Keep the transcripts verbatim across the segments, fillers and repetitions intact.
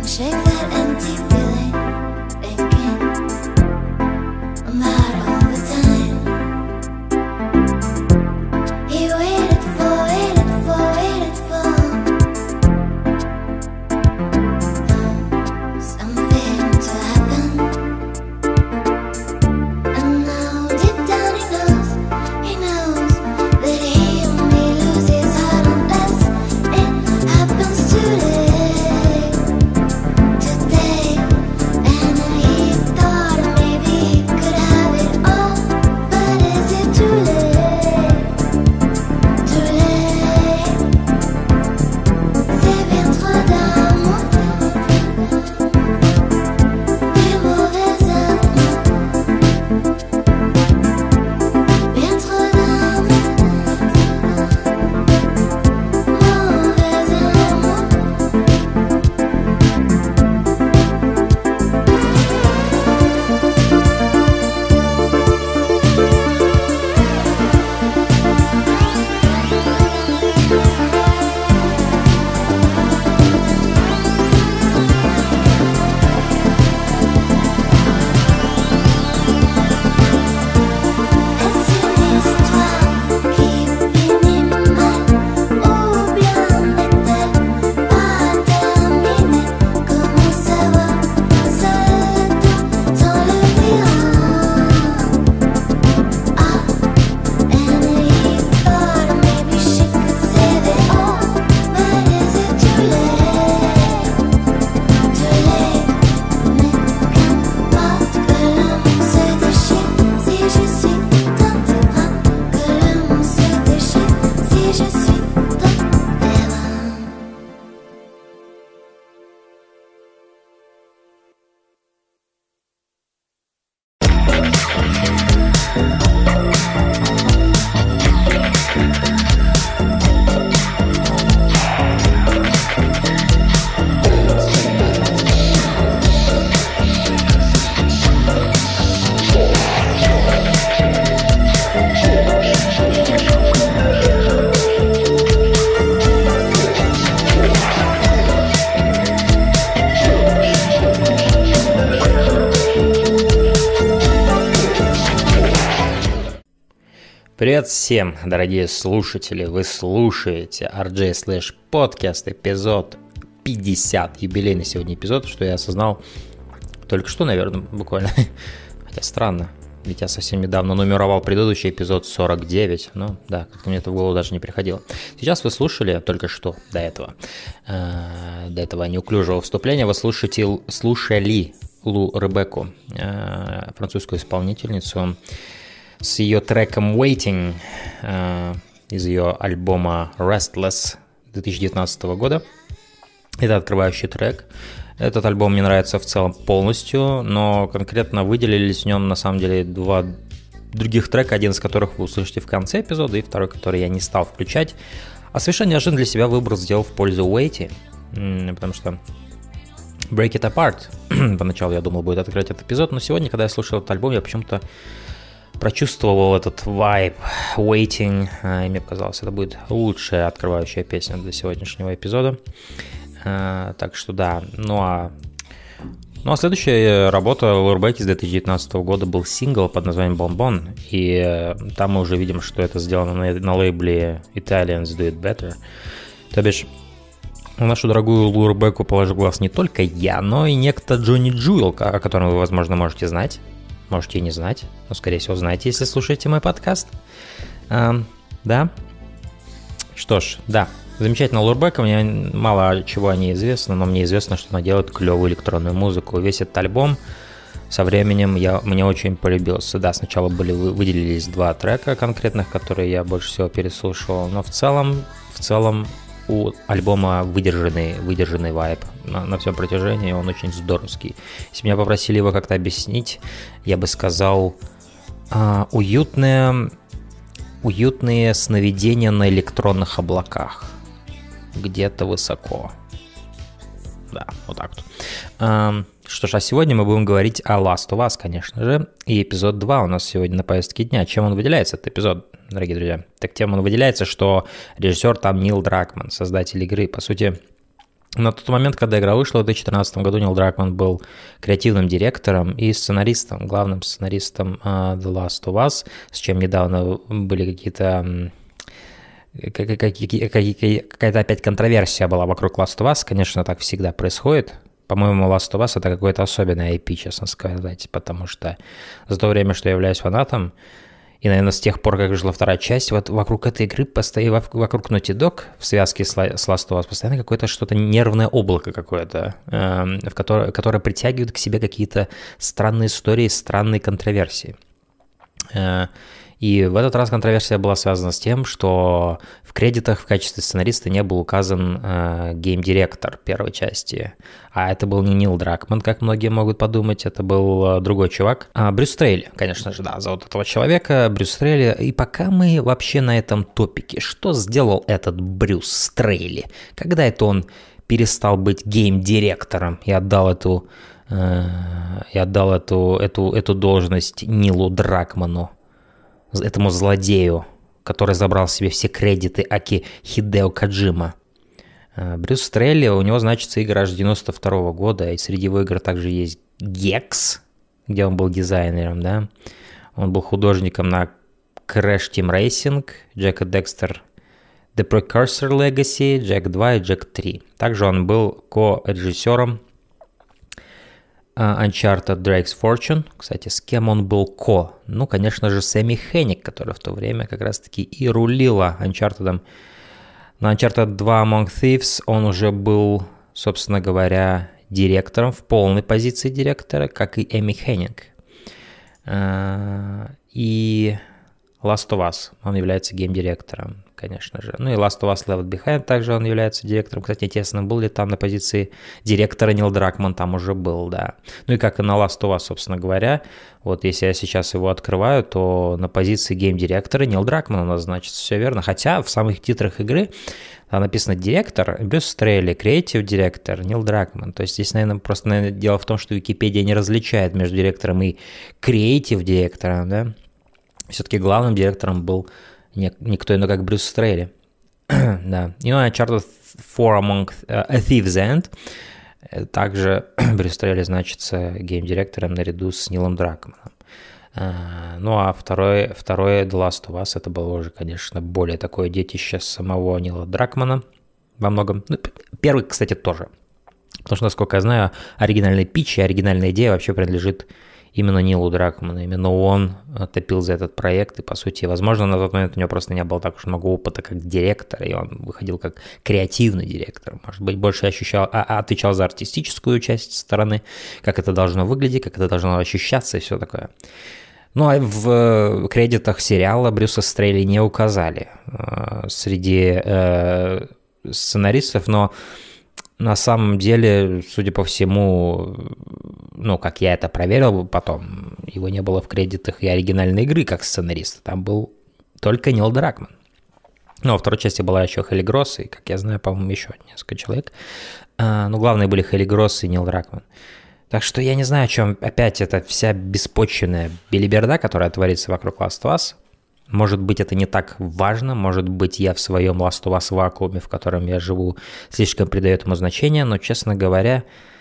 Привет всем, дорогие слушатели, вы слушаете ар джей слэш подкаст, эпизод пятьдесят, юбилейный сегодня эпизод, что я осознал только что, наверное, буквально, хотя странно, ведь я совсем недавно нумеровал предыдущий эпизод сорок девять, ну да, как-то мне это в голову даже не приходило. Сейчас вы слушали, только что, до этого, э, до этого неуклюжего вступления, вы слушаете, слушали Лу Ребекку, э, французскую исполнительницу, с ее треком Waiting э, из ее альбома Restless две тысячи девятнадцатого года. Это открывающий трек. Этот альбом мне нравится в целом полностью, но конкретно выделились в нем на самом деле два других трека, один из которых вы услышите в конце эпизода, и второй, который я не стал включать. А совершенно неожиданно для себя выбор сделал в пользу Waiting, потому что Break It Apart поначалу я думал будет открыть этот эпизод, но сегодня, когда я слушал этот альбом, я почему-то прочувствовал этот вайб Waiting, и мне показалось, это будет лучшая открывающая песня для сегодняшнего эпизода. Так что да, ну а, ну а следующая работа Лу Ребекки с две тысячи девятнадцатого года был сингл под названием Bon-Bon, и там мы уже видим, что это сделано на, на лейбле Italians Do It Better. То бишь, на нашу дорогую Лу Ребекку положил глаз не только я, но и некто Джонни Джуэл, о котором вы, возможно, можете знать. Можете и не знать, но, скорее всего, знаете, если слушаете мой подкаст. А, да? Что ж, да. Замечательно, Лу Ребекка, мне мало чего о ней известно, но мне известно, что она делает клевую электронную музыку. Весь этот альбом со временем я, мне очень полюбился. Да, сначала были, выделились два трека конкретных, которые я больше всего переслушивал, но в целом, в целом у альбома выдержанный, выдержанный вайб на, на всем протяжении, он очень здоровский. Если меня попросили его как-то объяснить, я бы сказал а, уютное, уютные сновидения на электронных облаках, где-то высоко. Да, вот так вот. А, что ж, а сегодня мы будем говорить о Last of Us, конечно же, и эпизод два у нас сегодня на повестке дня. Чем он выделяется, этот эпизод, дорогие друзья? Так тем он выделяется, что режиссер там Нил Дракман, создатель игры. По сути, На тот момент, когда игра вышла, в две тысячи тринадцатом году Нил Дракман был креативным директором и сценаристом, главным сценаристом uh, The Last of Us, с чем недавно были какие-то... Какая-то опять контроверсия была вокруг Last of Us. Конечно, так всегда происходит. По-моему, Last of Us — это какое-то особенное ай пи, честно сказать, потому что за то время, что я являюсь фанатом, и, наверное, с тех пор, как вышла вторая часть, вот вокруг этой игры, постоянно, вокруг Naughty Dog в связке с Last of Us постоянно какое-то что-то нервное облако какое-то, э, в которое, которое притягивает к себе какие-то странные истории, странные контроверсии. Э, И в этот раз контроверсия была связана с тем, что в кредитах в качестве сценариста не был указан э, гейм-директор первой части. А это был не Нил Дракман, как многие могут подумать, это был э, другой чувак. А, Брюс Стрейли, конечно же, да, зовут этого человека, Брюс Стрейли. И пока мы вообще на этом топике, что сделал этот Брюс Стрейли? Когда это он перестал быть гейм-директором и отдал эту, э, и отдал эту, эту, эту должность Нилу Дракману? Этому злодею, который забрал себе все кредиты аки Хидео Коджима. Брюс Стрелли, у него значится игра аж девяносто второго года, и среди его игр также есть Gex, где он был дизайнером, да. Он был художником на Crash Team Racing, Jack and Dexter, The Precursor Legacy, Jack два и Jack три. Также он был ко-режиссером Uncharted Drake's Fortune. Кстати, с кем он был ко? Ну, конечно же, Сэмми Хенник, которая в то время как раз-таки и рулила Uncharted. На Uncharted два Among Thieves он уже был, собственно говоря, директором, в полной позиции директора, как и Эми Хенник. И Last of Us он является гейм-директором, конечно же. Ну и Last of Us Left Behind также он является директором. Кстати, интересно, был ли там на позиции директора Нил Дракман, там уже был, да. Ну и как и на Last of Us, собственно говоря, вот если я сейчас его открываю, то на позиции гейм-директора Нил Дракман у нас значится, все верно. Хотя в самых титрах игры там написано директор, Брюс Стрелли, креатив директор, Нил Дракман. То есть здесь, наверное, просто наверное, дело в том, что Википедия не различает между директором и креатив директором, да. Все-таки главным директором был никто иной, как Брюс Стрелли. Да. И ну, Uncharted four Among uh, A Thief's End. Также Брюс Стрелли значится гейм-директором наряду с Нилом Дракманом. Uh, ну а второе, второе The Last of Us, это было уже, конечно, более такое детище самого Нила Дракмана во многом. Ну, первый, кстати, тоже. Потому что, насколько я знаю, оригинальный питч и оригинальная идея вообще принадлежит именно Нилу Дракману. Именно он топил за этот проект, и, по сути, возможно, на тот момент у него просто не было так уж много опыта как директор, и он выходил как креативный директор. Может быть, больше ощущал, а, а отвечал за артистическую часть стороны, как это должно выглядеть, как это должно ощущаться и все такое. Ну, а в кредитах сериала Брюса Стрелли не указали э, среди э, сценаристов, но на самом деле, судя по всему, ну, как я это проверил потом, его не было в кредитах и оригинальной игры как сценариста. Там был только Нил Дракман. Ну, во второй части была еще Хелли Гросс, и, как я знаю, по-моему, еще несколько человек. А, ну, главные были Хелли Гросс и Нил Дракман. Так что я не знаю, о чем опять эта вся беспочвенная белиберда, которая творится вокруг Last of Us. Может быть, это не так важно, может быть, я в своем Last of Us вакууме, в котором я живу, слишком придаю этому значение, но, честно говоря,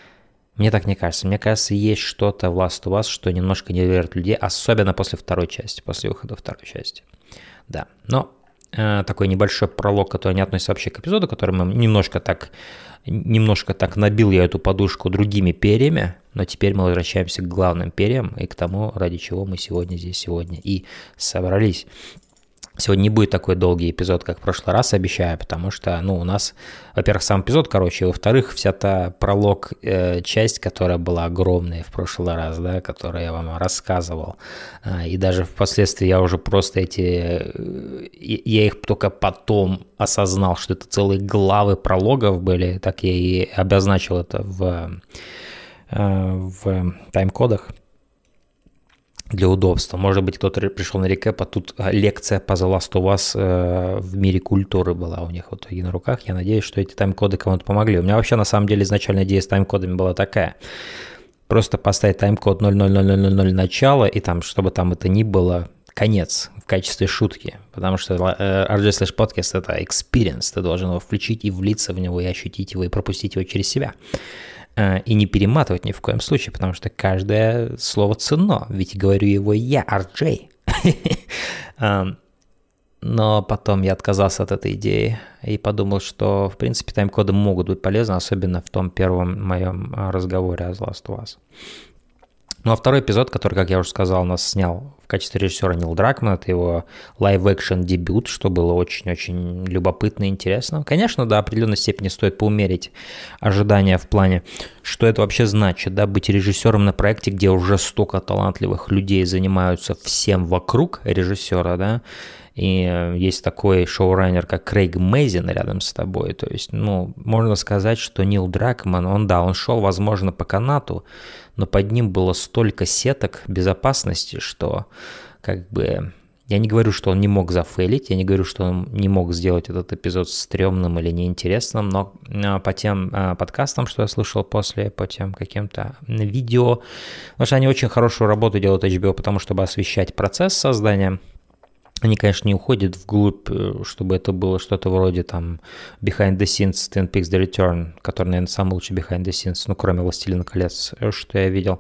мне так не кажется. Мне кажется, есть что-то в Last of Us, что немножко нервирует людей, особенно после второй части, после выхода второй части. Да, но э, такой небольшой пролог, который не относится вообще к эпизоду, который мы немножко так, немножко так набил я эту подушку другими перьями, но теперь мы возвращаемся к главным перьям и к тому, ради чего мы сегодня здесь сегодня и собрались. Сегодня не будет такой долгий эпизод, как в прошлый раз, обещаю, потому что, ну, у нас, во-первых, сам эпизод короче, и, во-вторых, вся та пролог, э, часть, которая была огромная в прошлый раз, да, которую я вам рассказывал, э, и даже впоследствии я уже просто эти, э, я их только потом осознал, что это целые главы прологов были, так я и обозначил это в, э, в тайм-кодах. Для удобства. Может быть, кто-то пришел на рекэп, а тут лекция по The Last of Us э, в мире культуры была у них в итоге на руках. Я надеюсь, что эти тайм-коды кому-то помогли. У меня вообще, на самом деле, изначально идея с тайм-кодами была такая. Просто поставить тайм-код ноль ноль ноль ноль ноль ноль начало, и там, чтобы там это ни было, конец в качестве шутки, потому что ар джей Slash Podcast — это experience, ты должен его включить и влиться в него, и ощутить его, и пропустить его через себя. И не перематывать ни в коем случае, потому что каждое слово ценно, ведь говорю его я, ар джей. Но потом я отказался от этой идеи и подумал, что, в принципе, тайм-коды могут быть полезны, особенно в том первом моем разговоре о The Last of Us. Ну а второй эпизод, который, как я уже сказал, нас снял в качестве режиссера Нил Дракман, это его лайв-экшен дебют, что было очень-очень любопытно и интересно. Конечно, до определенной степени стоит поумерить ожидания в плане, что это вообще значит, да, быть режиссером на проекте, где уже столько талантливых людей занимаются всем вокруг режиссера, да, и есть такой шоураннер, как Крейг Мейзин рядом с тобой. То есть, ну, можно сказать, что Нил Дракман, он, да, он шел, возможно, по канату, но под ним было столько сеток безопасности, что, как бы, я не говорю, что он не мог зафейлить, я не говорю, что он не мог сделать этот эпизод стрёмным или неинтересным, но по тем подкастам, что я слышал после, по тем каким-то видео, потому что они очень хорошую работу делают эйч би о, потому чтобы освещать процесс создания. Они, конечно, не уходят вглубь, чтобы это было что-то вроде там Behind the Scenes, Twin Peaks The Return, который, наверное, самый лучший Behind the Scenes, ну, кроме «Властелина колец», что я видел.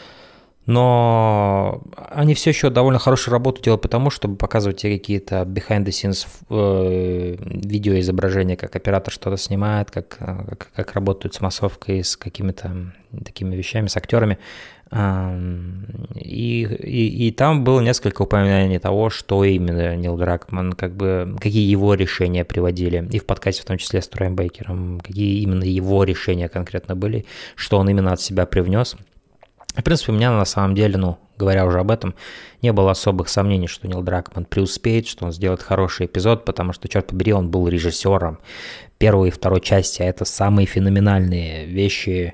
Но они все еще довольно хорошую работу делают потому, чтобы показывать тебе какие-то behind the scenes э, видеоизображения, как оператор что-то снимает, как, как, как работают с массовкой, с какими-то такими вещами, с актерами. И, и, и там было несколько упоминаний того, что именно Нил Дракман, как бы, какие его решения приводили, и в подкасте в том числе с Троем Бейкером, какие именно его решения конкретно были, что он именно от себя привнес. В принципе, у меня на самом деле, ну, говоря уже об этом, не было особых сомнений, что Нил Дракман преуспеет, что он сделает хороший эпизод, потому что, черт побери, он был режиссером первой и второй части, а это самые феноменальные вещи,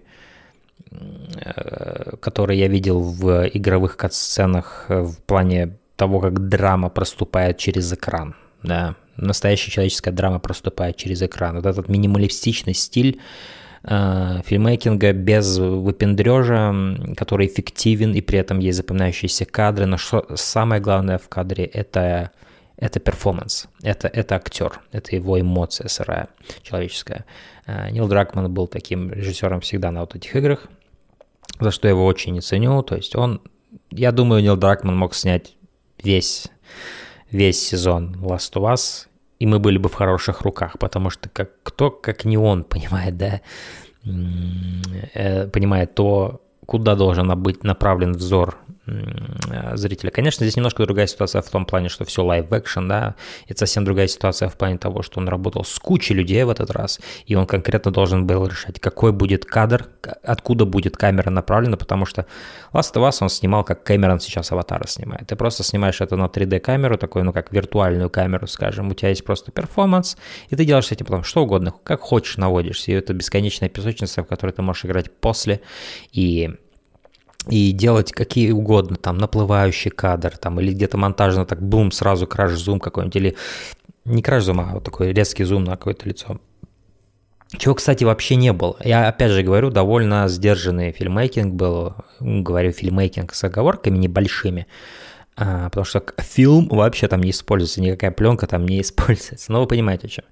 которые я видел в игровых кат-сценах в плане того, как драма проступает через экран, да, настоящая человеческая драма проступает через экран. Вот этот минималистичный стиль э, фильммейкинга без выпендрежа, который эффективен и при этом есть запоминающиеся кадры, но что самое главное в кадре — это это перформанс, это, это актер, это его эмоция сырая, человеческая. Э, Нил Дракман был таким режиссером всегда на вот этих играх, за что я его очень не ценю. То есть он, я думаю, Нил Дракман мог снять весь, весь сезон Last of Us, и мы были бы в хороших руках, потому что как, кто, как не он, понимает, да, понимает то, куда должен быть направлен взор зрителя. Конечно, здесь немножко другая ситуация в том плане, что все лайв-экшен, да, это совсем другая ситуация в плане того, что он работал с кучей людей в этот раз, и он конкретно должен был решать, какой будет кадр, откуда будет камера направлена, потому что Last of Us он снимал, как Кэмерон сейчас Аватара снимает. Ты просто снимаешь это на три дэ-камеру, такую, ну, как виртуальную камеру, скажем, у тебя есть просто перформанс, и ты делаешь с этим потом что угодно, как хочешь наводишься, и это бесконечная песочница, в которой ты можешь играть после, и и делать какие угодно, там, наплывающий кадр, там, или где-то монтажно так, бум, сразу краш-зум какой-нибудь, или не краш-зум, а вот такой резкий зум на какое-то лицо. Чего, кстати, вообще не было. Я, опять же говорю, довольно сдержанный фильммейкинг был, говорю, фильммейкинг с оговорками небольшими, а, потому что фильм вообще там не используется, никакая пленка там не используется, но вы понимаете, о чем.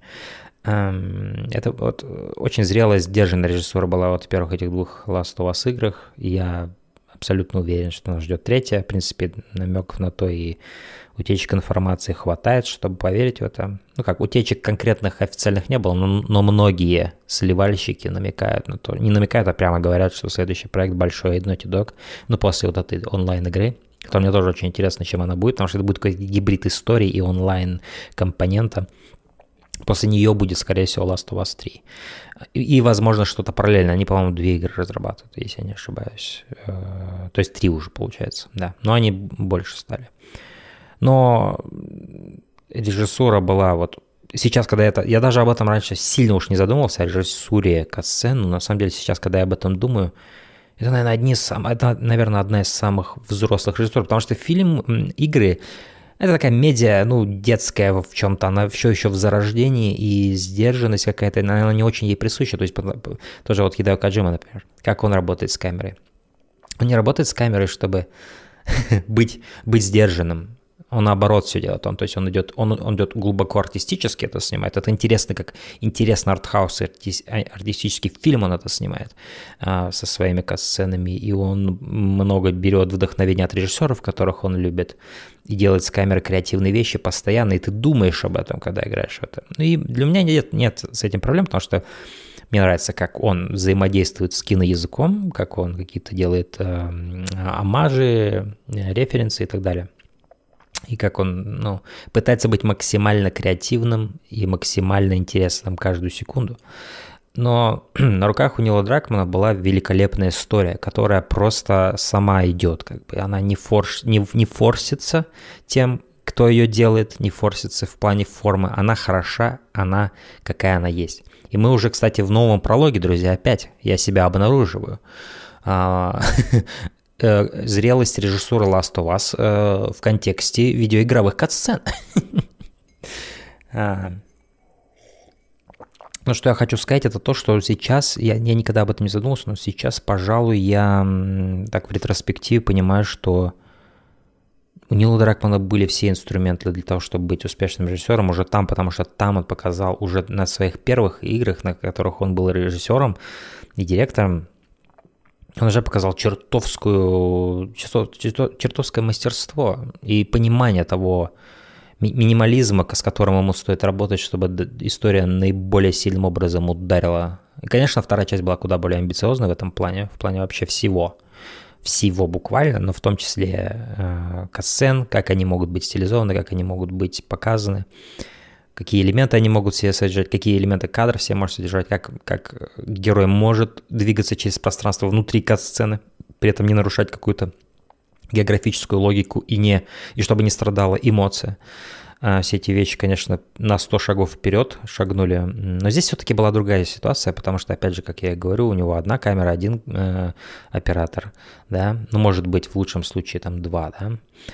Это вот очень зрелая, сдержанная режиссура была вот в первых этих двух Last of Us играх, и я абсолютно уверен, что нас ждет третья. В принципе, намеков на то и утечек информации хватает, чтобы поверить в это. Ну как, утечек конкретных официальных не было, но, но многие сливальщики намекают на то. Не намекают, а прямо говорят, что следующий проект большой Naughty Dog, ну после вот этой онлайн-игры, которая мне тоже очень интересно, чем она будет, потому что это будет какой-то гибрид истории и онлайн-компонента. После нее будет, скорее всего, Last of Us три. И, и, возможно, что-то параллельно. Они, по-моему, две игры разрабатывают, если я не ошибаюсь. То есть три уже, получается, да. Но они больше стали. Но режиссура была вот... Сейчас, когда это... Я даже об этом раньше сильно уж не задумывался, о режиссуре кат-сцен. Но на самом деле сейчас, когда я об этом думаю, это, наверное, одни из сам... это, наверное, одна из самых взрослых режиссур. Потому что фильм, игры... Это такая медиа, ну, детская в чем-то, она все еще в зарождении, и сдержанность какая-то, наверное, не очень ей присуща. То есть тоже вот Хидео Коджима, например, как он работает с камерой. Он не работает с камерой, чтобы быть, быть сдержанным. Он наоборот все делает. Он, то есть он идет, он, он идет глубоко артистически это снимает. Это интересно, как интересно артхаус, арти, артистический фильм он это снимает а, со своими кат-сценами. И он много берет вдохновения от режиссеров, которых он любит, и делает с камеры креативные вещи постоянно, и ты думаешь об этом, когда играешь в это. И для меня нет, нет с этим проблем, потому что мне нравится, как он взаимодействует с киноязыком, как он какие-то делает э, омажи, референсы и так далее. И как он ну, пытается быть максимально креативным и максимально интересным каждую секунду. Но на руках у Нила Дракмана была великолепная история, которая просто сама идет. Как бы. Она не, форш, не, не форсится тем, кто ее делает, не форсится в плане формы. Она хороша, она какая она есть. И мы уже, кстати, в новом прологе, друзья, опять я себя обнаруживаю. Зрелость режиссуры Last of Us э, в контексте видеоигровых кат-сцен. Но что я хочу сказать, это то, что сейчас, я, я никогда об этом не задумывался, но сейчас, пожалуй, я так в ретроспективе понимаю, что у Нила Дракмана были все инструменты для того, чтобы быть успешным режиссером уже там, потому что там он показал уже на своих первых играх, на которых он был режиссером и директором, он уже показал чертовскую, чертовское мастерство и понимание того минимализма, с которым ему стоит работать, чтобы история наиболее сильным образом ударила. И, конечно, вторая часть была куда более амбициозной в этом плане, в плане вообще всего. Всего буквально, но в том числе э, кат-сцен, как они могут быть стилизованы, как они могут быть показаны, какие элементы они могут в себе содержать, какие элементы кадров в себе может содержать, как, как герой может двигаться через пространство внутри кат-сцены, при этом не нарушать какую-то географическую логику и, не, и чтобы не страдала эмоция. А все эти вещи, конечно, на сто шагов вперед шагнули. Но здесь все-таки была другая ситуация, потому что, опять же, как я и говорю, у него одна камера, один э, оператор, да, ну, может быть, в лучшем случае там два, да,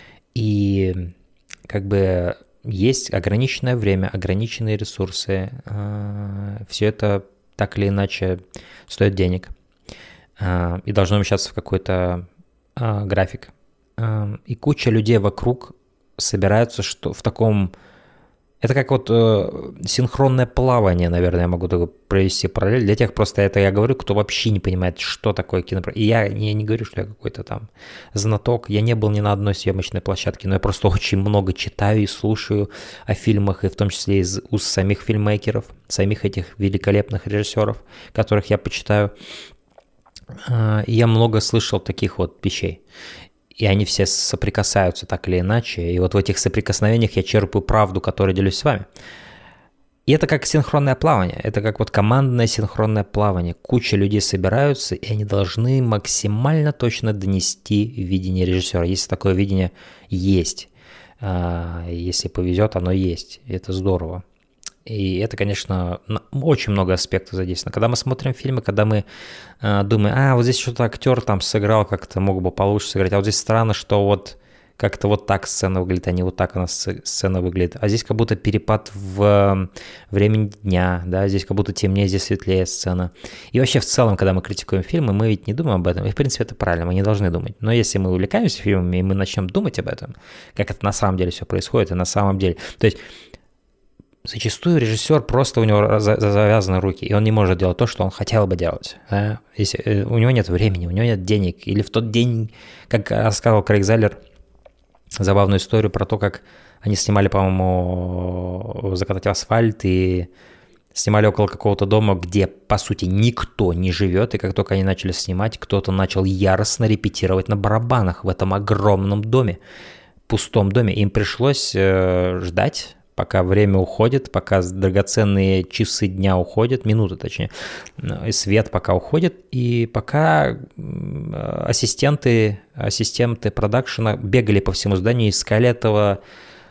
и как бы есть ограниченное время, ограниченные ресурсы, э, все это так или иначе стоит денег э, и должно вмещаться в какой-то э, график. Э, и куча людей вокруг собираются что в таком... Это как вот э, синхронное плавание, наверное, я могу такое провести параллель. Для тех просто это я говорю, кто вообще не понимает, что такое кино. И я не, не говорю, что я какой-то там знаток. Я не был ни на одной съемочной площадке, но я просто очень много читаю и слушаю о фильмах, и в том числе из уст самих фильммейкеров, самих этих великолепных режиссеров, которых я почитаю. Э, и я много слышал таких вот вещей. И они все соприкасаются так или иначе. И вот в этих соприкосновениях я черпаю правду, которой делюсь с вами. И это как синхронное плавание. Это как вот командное синхронное плавание. Куча людей собираются, и они должны максимально точно донести видение режиссера. Если такое видение есть. Если повезет, оно есть. И это здорово. И это, конечно, очень много аспектов задействовано. Когда мы смотрим фильмы, когда мы э, думаем, а, вот здесь что-то актер там сыграл, как-то мог бы получше сыграть, а вот здесь странно, что вот как-то вот так сцена выглядит, а не вот так она сцена выглядит. А здесь как будто перепад в времени дня, да, здесь как будто темнее, здесь светлее сцена. И вообще в целом, когда мы критикуем фильмы, мы ведь не думаем об этом. И в принципе это правильно, мы не должны думать. Но если мы увлекаемся фильмами, и мы начнем думать об этом, как это на самом деле все происходит, и на самом деле... То есть зачастую режиссер просто у него завязаны руки, и он не может делать то, что он хотел бы делать. Да? Если у него нет времени, у него нет денег. Или в тот день, как рассказывал Крейг Зайлер, забавную историю про то, как они снимали, по-моему, «Закатать асфальт» и снимали около какого-то дома, где, по сути, никто не живет, и как только они начали снимать, кто-то начал яростно репетировать на барабанах в этом огромном доме, пустом доме. Им пришлось э, ждать, пока время уходит, пока драгоценные часы дня уходят, минуты точнее, и свет пока уходит, и пока ассистенты, ассистенты продакшена бегали по всему зданию, искали этого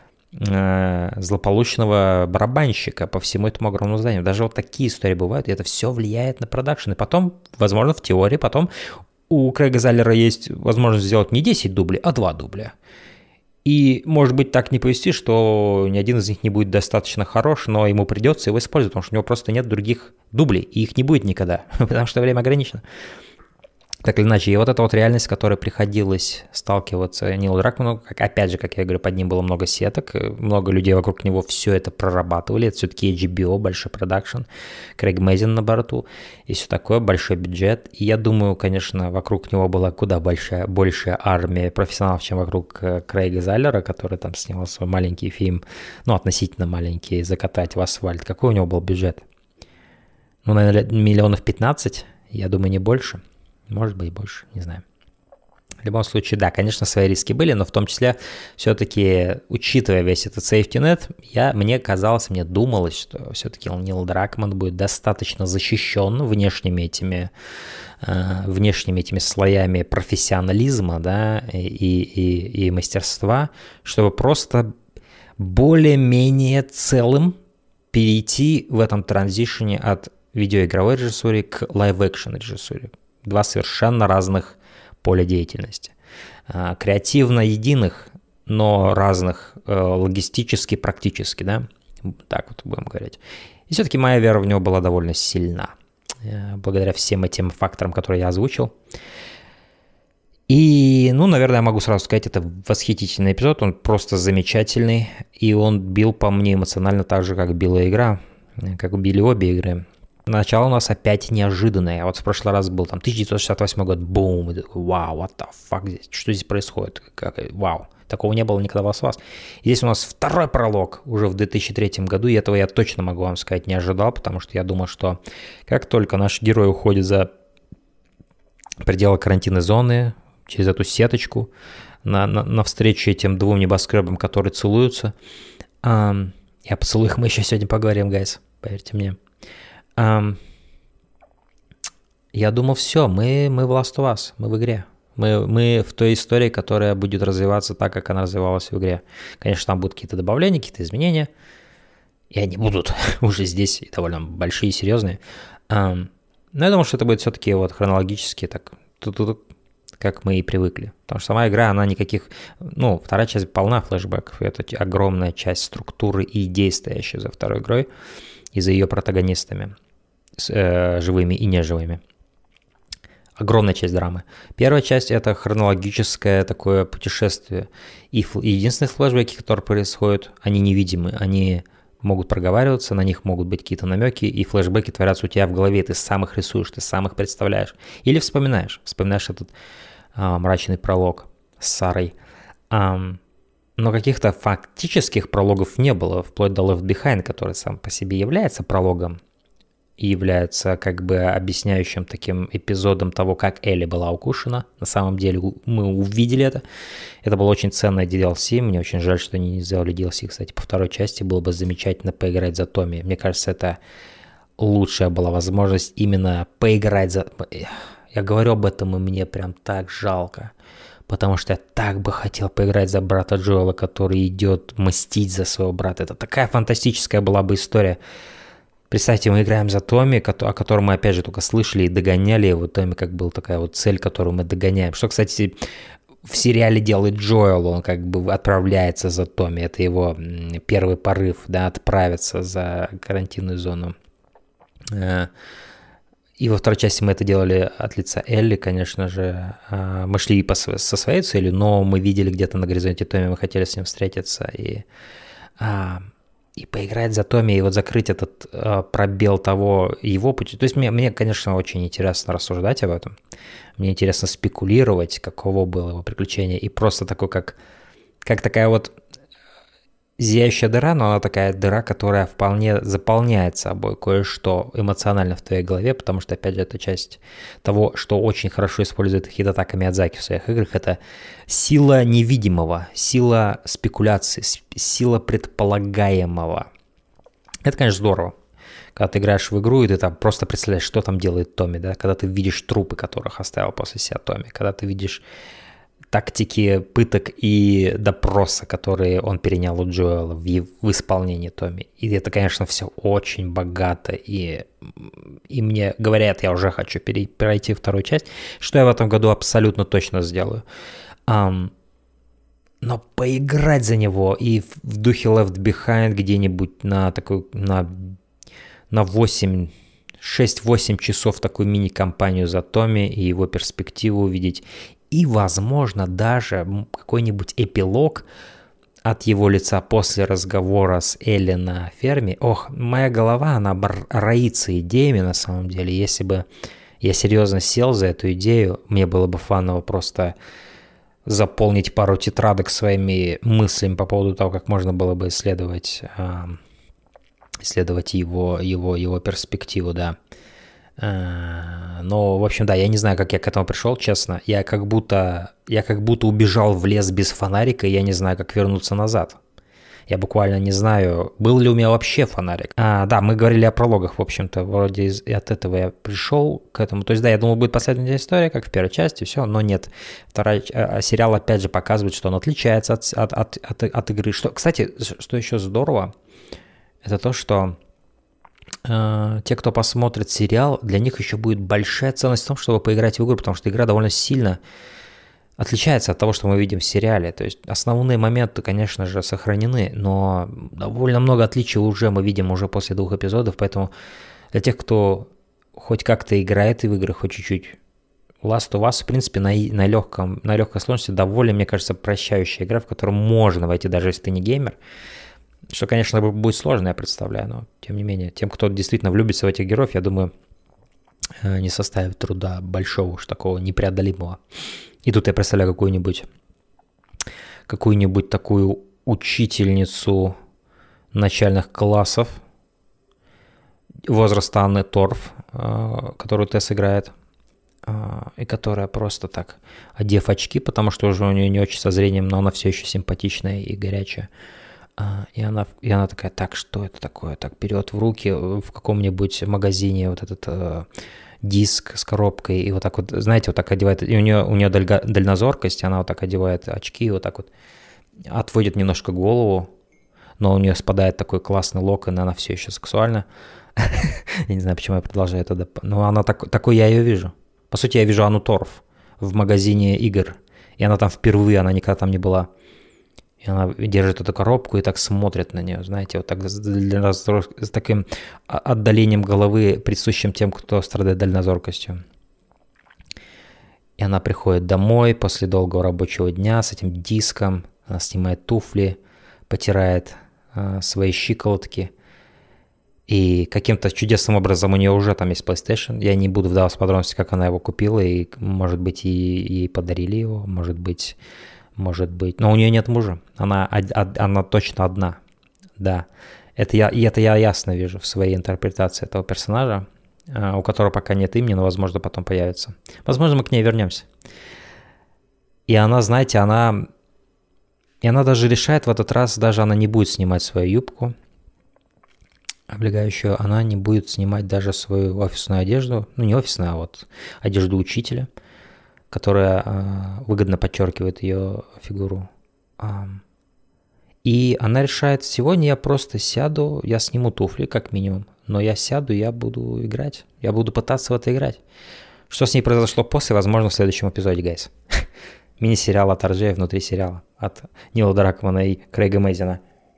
э, злополучного барабанщика по всему этому огромному зданию. Даже вот такие истории бывают, и это все влияет на продакшн. И потом, возможно, в теории, потом у Крейга Зайлера есть возможность сделать не десять дублей, а два дубля. И, может быть, так не повести, что ни один из них не будет достаточно хорош, но ему придется его использовать, потому что у него просто нет других дублей, и их не будет никогда, потому что время ограничено. Так или иначе, и вот эта вот реальность, с которой приходилось сталкиваться Нилу Дракману, как, опять же, как я говорю, под ним было много сеток, много людей вокруг него все это прорабатывали, это все-таки эйч би о, большой продакшн, Крейг Мэзин на борту, и все такое, большой бюджет, и я думаю, конечно, вокруг него была куда большая, большая армия профессионалов, чем вокруг Крейга Зайлера, который там снимал свой маленький фильм, ну, относительно маленький, «Закатать в асфальт». Какой у него был бюджет? Ну, наверное, миллионов пятнадцать, я думаю, не больше. Может быть, больше, не знаю. В любом случае, да, конечно, свои риски были, но в том числе все-таки, учитывая весь этот safety net, я, мне казалось, мне думалось, что все-таки Нил Дракман будет достаточно защищен внешними этими, э, внешними этими слоями профессионализма, да, и, и, и мастерства, чтобы просто более-менее целым перейти в этом транзишене от видеоигровой режиссуре к лайв-экшн режиссуре. Два совершенно разных поля деятельности. Креативно единых, но разных логистически, практически, да, так вот будем говорить. И все-таки моя вера в него была довольно сильна, благодаря всем этим факторам, которые я озвучил. И, ну, наверное, я могу сразу сказать, это восхитительный эпизод, он просто замечательный, и он бил по мне эмоционально так же, как била игра, как били обе игры. Начало у нас опять неожиданное. Вот в прошлый раз был там тысяча девятьсот шестьдесят восьмой год, бум, и такой, вау, what the fuck здесь, что здесь происходит, как, вау, такого не было никогда в вас. И здесь у нас второй пролог уже в две тысячи третьем году, и этого я точно могу вам сказать не ожидал, потому что я думал, что как только наш герой уходит за пределы карантинной зоны, через эту сеточку, на, на, навстречу этим двум небоскребам, которые целуются, эм, и о поцелуях мы еще сегодня поговорим, гайс, поверьте мне. Um, я думал, все, мы, мы в Last of Us, мы в игре. Мы, мы в той истории, которая будет развиваться так, как она развивалась в игре. Конечно, там будут какие-то добавления, какие-то изменения. И они будут уже здесь довольно большие и серьезные. Um, но я думал, что это будет все-таки вот хронологически так, как мы и привыкли. Потому что сама игра, она никаких... Ну, вторая часть полна флешбеков. Это огромная часть структуры и идей, стоящей за второй игрой и за ее протагонистами. Э, живыми и неживыми. Огромная часть драмы. Первая часть — это хронологическое такое путешествие. И, фл- и единственные флешбеки, которые происходят, они невидимы. Они могут проговариваться, на них могут быть какие-то намеки, и флешбеки творятся у тебя в голове, ты сам их рисуешь, ты сам их представляешь. Или вспоминаешь. Вспоминаешь этот а, мрачный пролог с Сарой. А, но каких-то фактических прологов не было, вплоть до Left Behind, который сам по себе является прологом и является как бы объясняющим таким эпизодом того, как Элли была укушена. На самом деле мы увидели это. Это было очень ценное ди эл си. Мне очень жаль, что они не сделали ди эл си, кстати, по второй части. Было бы замечательно поиграть за Томми. Мне кажется, это лучшая была возможность именно поиграть за... Я говорю об этом, и мне прям так жалко. Потому что я так бы хотел поиграть за брата Джоэла, который идет мстить за своего брата. Это такая фантастическая была бы история. Представьте, мы играем за Томми, о котором мы опять же только слышали и догоняли его. Томми как был такая вот цель, которую мы догоняем. Что, кстати, в сериале делает Джоэл, он как бы отправляется за Томми. Это его первый порыв, да, отправиться за карантинную зону. И во второй части мы это делали от лица Элли, конечно же. Мы шли по, со своей целью, но мы видели где-то на горизонте Томми, мы хотели с ним встретиться и, и поиграть за Томми, и вот закрыть этот пробел того его пути. То есть мне, мне, конечно, очень интересно рассуждать об этом. Мне интересно спекулировать, каково было его приключение. И просто такой, как, как такая вот зияющая дыра, но она такая дыра, которая вполне заполняет собой кое-что эмоционально в твоей голове, потому что, опять же, это часть того, что очень хорошо использует Хидетака Миядзаки в своих играх, это сила невидимого, сила спекуляции, сила предполагаемого. Это, конечно, здорово. Когда ты играешь в игру, и ты там просто представляешь, что там делает Томми, да, когда ты видишь трупы, которых оставил после себя Томми, когда ты видишь тактики пыток и допроса, которые он перенял у Джоэла в, в исполнении Томми. И это, конечно, все очень богато. И, и мне говорят, я уже хочу пере, пройти вторую часть, что я в этом году абсолютно точно сделаю. Um, но поиграть за него и в, в духе Left Behind где-нибудь на такой, на, на восемь шесть-восемь часов такую мини-кампанию за Томми и его перспективу увидеть. И, возможно, даже какой-нибудь эпилог от его лица после разговора с Элли на ферме. Ох, моя голова, она роится идеями на самом деле. Если бы я серьезно сел за эту идею, мне было бы фаново просто заполнить пару тетрадок своими мыслями по поводу того, как можно было бы исследовать, исследовать его, его, его перспективу, да. Но, в общем, да, я не знаю, как я к этому пришел, честно. Я как будто, я как будто убежал в лес без фонарика, и я не знаю, как вернуться назад. Я буквально не знаю, был ли у меня вообще фонарик. А, да, мы говорили о прологах, в общем-то, вроде из, от этого я пришел к этому. То есть, да, я думал, будет последняя история, как в первой части, все, но нет. Вторая, а, сериал опять же показывает, что он отличается от, от, от, от, от игры. Что, кстати, что еще здорово, это то, что те, кто посмотрит сериал, для них еще будет большая ценность в том, чтобы поиграть в игру, потому что игра довольно сильно отличается от того, что мы видим в сериале. То есть основные моменты, конечно же, сохранены, но довольно много отличий уже мы видим уже после двух эпизодов, поэтому для тех, кто хоть как-то играет в игры, хоть чуть-чуть, Last of Us, в принципе, на, на, легком, на легкой сложности довольно, мне кажется, прощающая игра, в которую можно войти, даже если ты не геймер. Что, конечно, будет сложно, я представляю, но, тем не менее, тем, кто действительно влюбится в этих героев, я думаю, не составит труда большого уж такого непреодолимого. И тут я представляю какую-нибудь, какую-нибудь такую учительницу начальных классов возраста Анны Торф, которую Тесс играет, и которая просто так, одев очки, потому что уже у нее не очень со зрением, но она все еще симпатичная и горячая. И она, и она такая, так, что это такое? Так, берет в руки в каком-нибудь магазине вот этот э, диск с коробкой, и вот так вот, знаете, вот так одевает, и у нее, у нее дальга, дальнозоркость, она вот так одевает очки, и вот так вот отводит немножко голову, но у нее спадает такой классный локон, и она все еще сексуальна. Я не знаю, почему я продолжаю это, но она так, такой я ее вижу. По сути, я вижу Анну Торф в магазине игр, и она там впервые, она никогда там не была. И она держит эту коробку и так смотрит на нее, знаете, вот так с таким отдалением головы, присущим тем, кто страдает дальнозоркостью. И она приходит домой после долгого рабочего дня с этим диском, она снимает туфли, потирает э, свои щиколотки. И каким-то чудесным образом у нее уже там есть PlayStation. Я не буду вдаваться в подробности, как она его купила, и, может быть, и, ей подарили его, может быть... Может быть. Но у нее нет мужа. Она, она точно одна. Да. Это я, и это я ясно вижу в своей интерпретации этого персонажа, у которого пока нет имени, но, возможно, потом появится. Возможно, мы к ней вернемся. И она, знаете, она... И она даже решает в этот раз, даже она не будет снимать свою юбку облегающую, она не будет снимать даже свою офисную одежду. Ну, не офисную, а вот одежду учителя, которая э, выгодно подчеркивает ее фигуру. Э, и она решает, сегодня я просто сяду, я сниму туфли, как минимум, но я сяду, я буду играть, я буду пытаться в это играть. Что с ней произошло после, возможно, в следующем эпизоде, гайс. Мини-сериал от ар джей внутри сериала, от Нила Дракмана и Крейга Мейзена.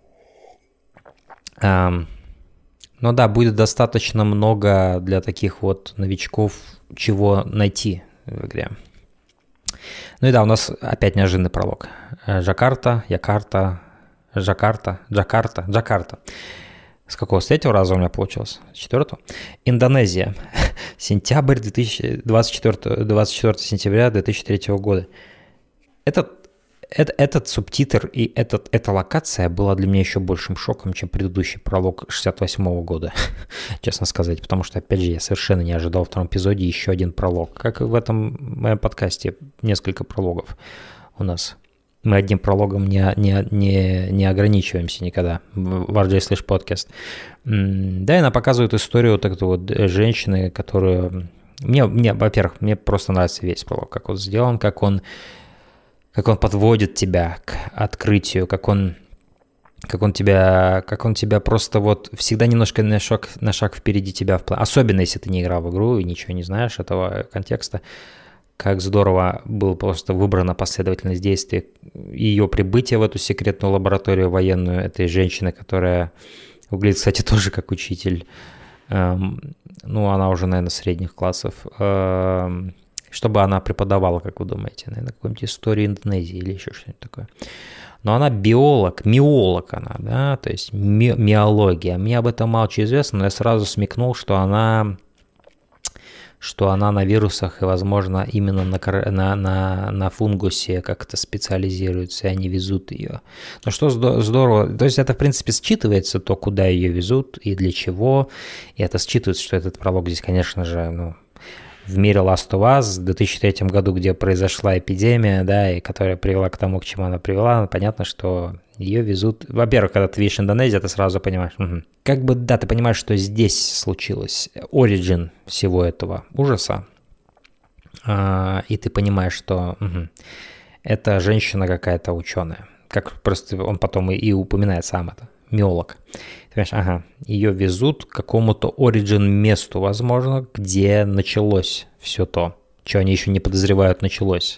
Э, но да, будет достаточно много для таких вот новичков, чего найти в игре. Ну и да, у нас опять неожиданный пролог. Джакарта, Якарта, Джакарта, Джакарта, Джакарта. С какого? С третьего раза у меня получилось? С четвертого? Индонезия. Сентябрь две тысячи двадцать четвёртого, двадцать четвёртого сентября две тысячи третьего года. Этот, этот, этот субтитр и этот, эта локация была для меня еще большим шоком, чем предыдущий пролог шестьдесят восьмого года, честно сказать, потому что, опять же, я совершенно не ожидал в втором эпизоде еще один пролог. Как и в этом моем подкасте, несколько прологов у нас. Мы одним прологом не, не, не, не ограничиваемся никогда в ар джей Slash Podcast. Да, и она показывает историю вот такой вот женщины, которую... Мне, мне, во-первых, мне просто нравится весь пролог, как он сделан, как он как он подводит тебя к открытию, как он, как он тебя, как он тебя просто вот всегда немножко на шаг, на шаг впереди тебя, в план. Особенно если ты не играл в игру и ничего не знаешь этого контекста, как здорово была просто выбрана последовательность действий, ее прибытие в эту секретную лабораторию военную этой женщины, которая выглядит, кстати, тоже как учитель ну, она уже, наверное, средних классов, чтобы она преподавала, как вы думаете, наверное, какой-нибудь историю Индонезии или еще что-нибудь такое. Но она биолог, миолог она, да, то есть ми- миология. Мне об этом мало чего известно, но я сразу смекнул, что она, что она на вирусах и, возможно, именно на, на, на, на фунгусе как-то специализируется, и они везут ее. Ну что здорово, то есть это, в принципе, считывается то, куда ее везут и для чего, и это считывается, что этот пролог здесь, конечно же, ну, в мире Last of Us в две тысячи третьем году, где произошла эпидемия, да, и которая привела к тому, к чему она привела, понятно, что ее везут... Во-первых, когда ты видишь Индонезию, ты сразу понимаешь, угу. Как бы, да, ты понимаешь, что здесь случилось оригин всего этого ужаса, а, и ты понимаешь, что угу, это женщина какая-то ученая, как просто он потом и, и упоминает сам это, миолог. Ты понимаешь, ага, ее везут к какому-то origin месту, возможно, где началось все то, что они еще не подозревают началось.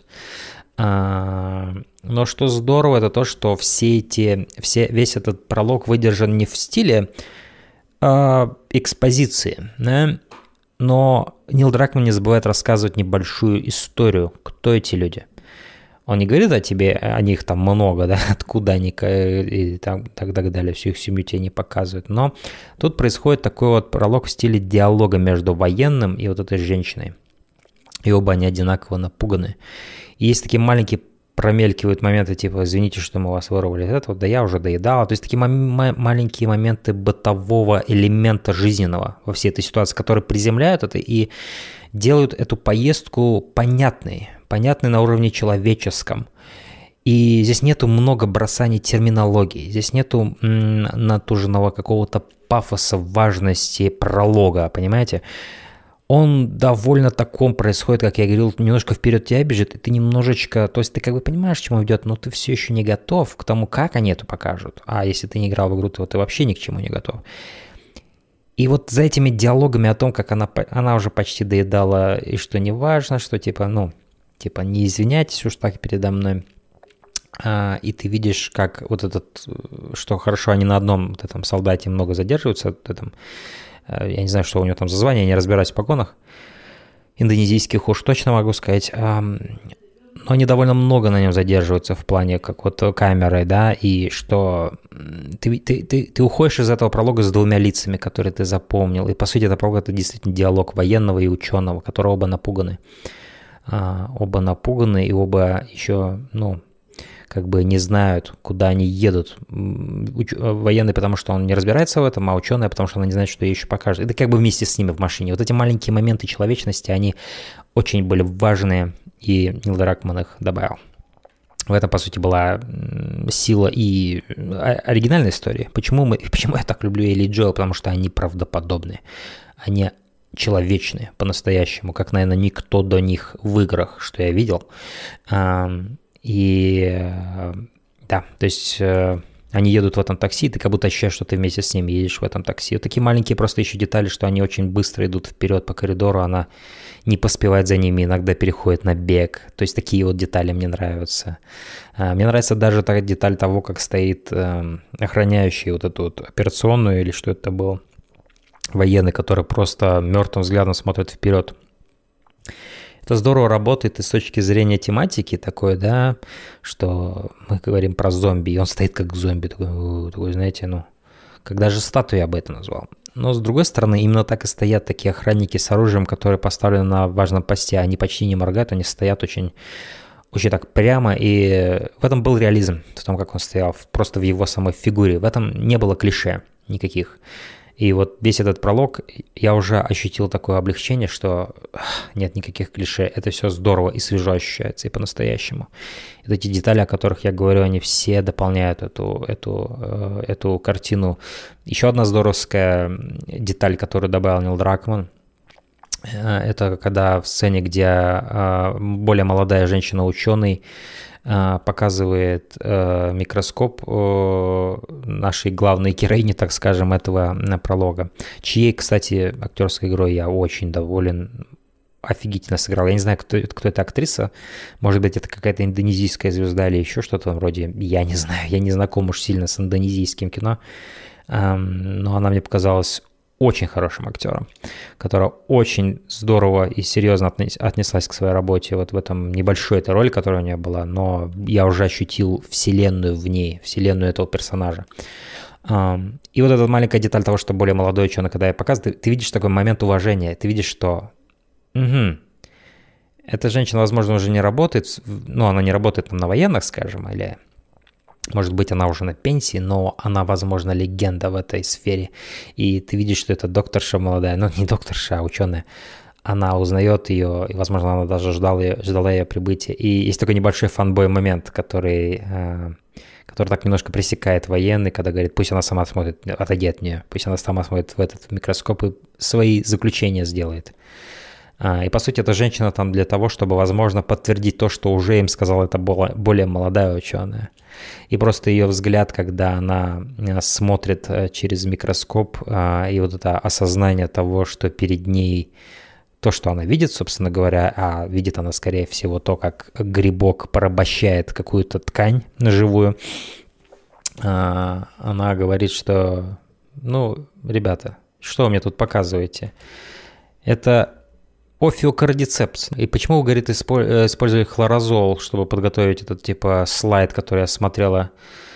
А, но что здорово, это то, что все эти, все, весь этот пролог выдержан не в стиле а, экспозиции, да? Но Нил Дракман не забывает рассказывать небольшую историю, кто эти люди. Он не говорит о тебе, о них там много, да, откуда они и так, так далее, всю их семью тебе не показывают. Но тут происходит такой вот пролог в стиле диалога между военным и вот этой женщиной. И оба они одинаково напуганы. И есть такие маленькие промелькивают моменты, типа, извините, что мы вас вырвали из этого, да я уже доедала. То есть такие м- маленькие моменты бытового элемента жизненного во всей этой ситуации, которые приземляют это и делают эту поездку понятной, понятной на уровне человеческом. И здесь нету много бросаний терминологии, здесь нету м- натуженного какого-то пафоса, важности пролога, понимаете? Он довольно таком происходит, как я говорил, немножко вперед тебя бежит, и ты немножечко, то есть ты как бы понимаешь, к чему идет, но ты все еще не готов к тому, как они это покажут. А если ты не играл в игру, то ты вообще ни к чему не готов. И вот за этими диалогами о том, как она, она уже почти доедала, и что не важно, что типа, ну, типа не извиняйтесь уж так передо мной. А, и ты видишь, как вот этот, что хорошо, они на одном вот этом солдате много задерживаются, вот этом, я не знаю, что у него там за звание, я не разбираюсь в погонах. Индонезийских уж точно могу сказать. Но они довольно много на нем задерживаются в плане как вот камеры, да, и что ты, ты, ты, ты уходишь из этого пролога с двумя лицами, которые ты запомнил. И по сути это пролог, это действительно диалог военного и ученого, которые оба напуганы. Оба напуганы и оба еще, ну, как бы не знают, куда они едут. Уч- военный, потому что он не разбирается в этом, а ученый, потому что он не знает, что ей еще покажет. Это как бы вместе с ними в машине. Вот эти маленькие моменты человечности, они очень были важные, и Нил Дракман их добавил. В этом, по сути, была сила и оригинальной истории. Почему, мы, почему я так люблю Элли и Джоэл? Потому что они правдоподобные. Они человечные по-настоящему, как, наверное, никто до них в играх, что я видел. И да, то есть э, они едут в этом такси, ты как будто ощущаешь, что ты вместе с ними едешь в этом такси. Вот такие маленькие просто еще детали, что они очень быстро идут вперед по коридору, она не поспевает за ними, иногда переходит на бег. То есть такие вот детали мне нравятся. А, мне нравится даже та деталь того, как стоит э, охраняющий вот эту вот операционную, или что это был, военный, который просто мертвым взглядом смотрит вперед. Это здорово работает и с точки зрения тематики такой, да, что мы говорим про зомби, и он стоит как зомби, такой, такой, знаете, ну, как даже статую я бы это назвал. Но с другой стороны, именно так и стоят такие охранники с оружием, которые поставлены на важном посте, они почти не моргают, они стоят очень, очень так прямо, и в этом был реализм, в том, как он стоял, просто в его самой фигуре, в этом не было клише никаких. И вот весь этот пролог, я уже ощутил такое облегчение, что нет никаких клише, это все здорово и свежо ощущается, и по-настоящему. И вот эти детали, о которых я говорю, они все дополняют эту, эту, эту картину. Еще одна здоровская деталь, которую добавил Нил Дракман, это когда в сцене, где более молодая женщина-ученый показывает э, микроскоп э, нашей главной героини, так скажем, этого пролога, чьей, кстати, актерской игрой я очень доволен, офигительно сыграл. Я не знаю, кто, кто эта актриса, может быть, это какая-то индонезийская звезда или еще что-то вроде, я не знаю, я не знаком уж сильно с индонезийским кино, э, но она мне показалась очень хорошим актером, которая очень здорово и серьезно отнеслась к своей работе вот в этом небольшой этой роли, которая у нее была, но я уже ощутил вселенную в ней, вселенную этого персонажа. И вот эта маленькая деталь того, что более молодой ученый, когда я показываю, ты, ты видишь такой момент уважения, ты видишь, что угу, эта женщина, возможно, уже не работает, ну, она не работает там на военных, скажем, или... Может быть, она уже на пенсии, но она, возможно, легенда в этой сфере. И ты видишь, что это докторша молодая, ну не докторша, а ученая. Она узнает ее, и, возможно, она даже ждала ее, ждала ее прибытия. И есть такой небольшой фанбой-момент, который, э, который так немножко пресекает военный, когда говорит, пусть она сама смотрит, отойди от нее, пусть она сама смотрит в этот микроскоп и свои заключения сделает. И, по сути, эта женщина там для того, чтобы, возможно, подтвердить то, что уже им сказала эта более молодая ученая. И просто ее взгляд, когда она смотрит через микроскоп, и вот это осознание того, что перед ней то, что она видит, собственно говоря, а видит она, скорее всего, то, как грибок порабощает какую-то ткань живую, она говорит, что, ну, ребята, что вы мне тут показываете? Это... Офиокардицепс. И почему, говорит, использовали хлорозол, чтобы подготовить этот, типа, слайд, который я смотрела.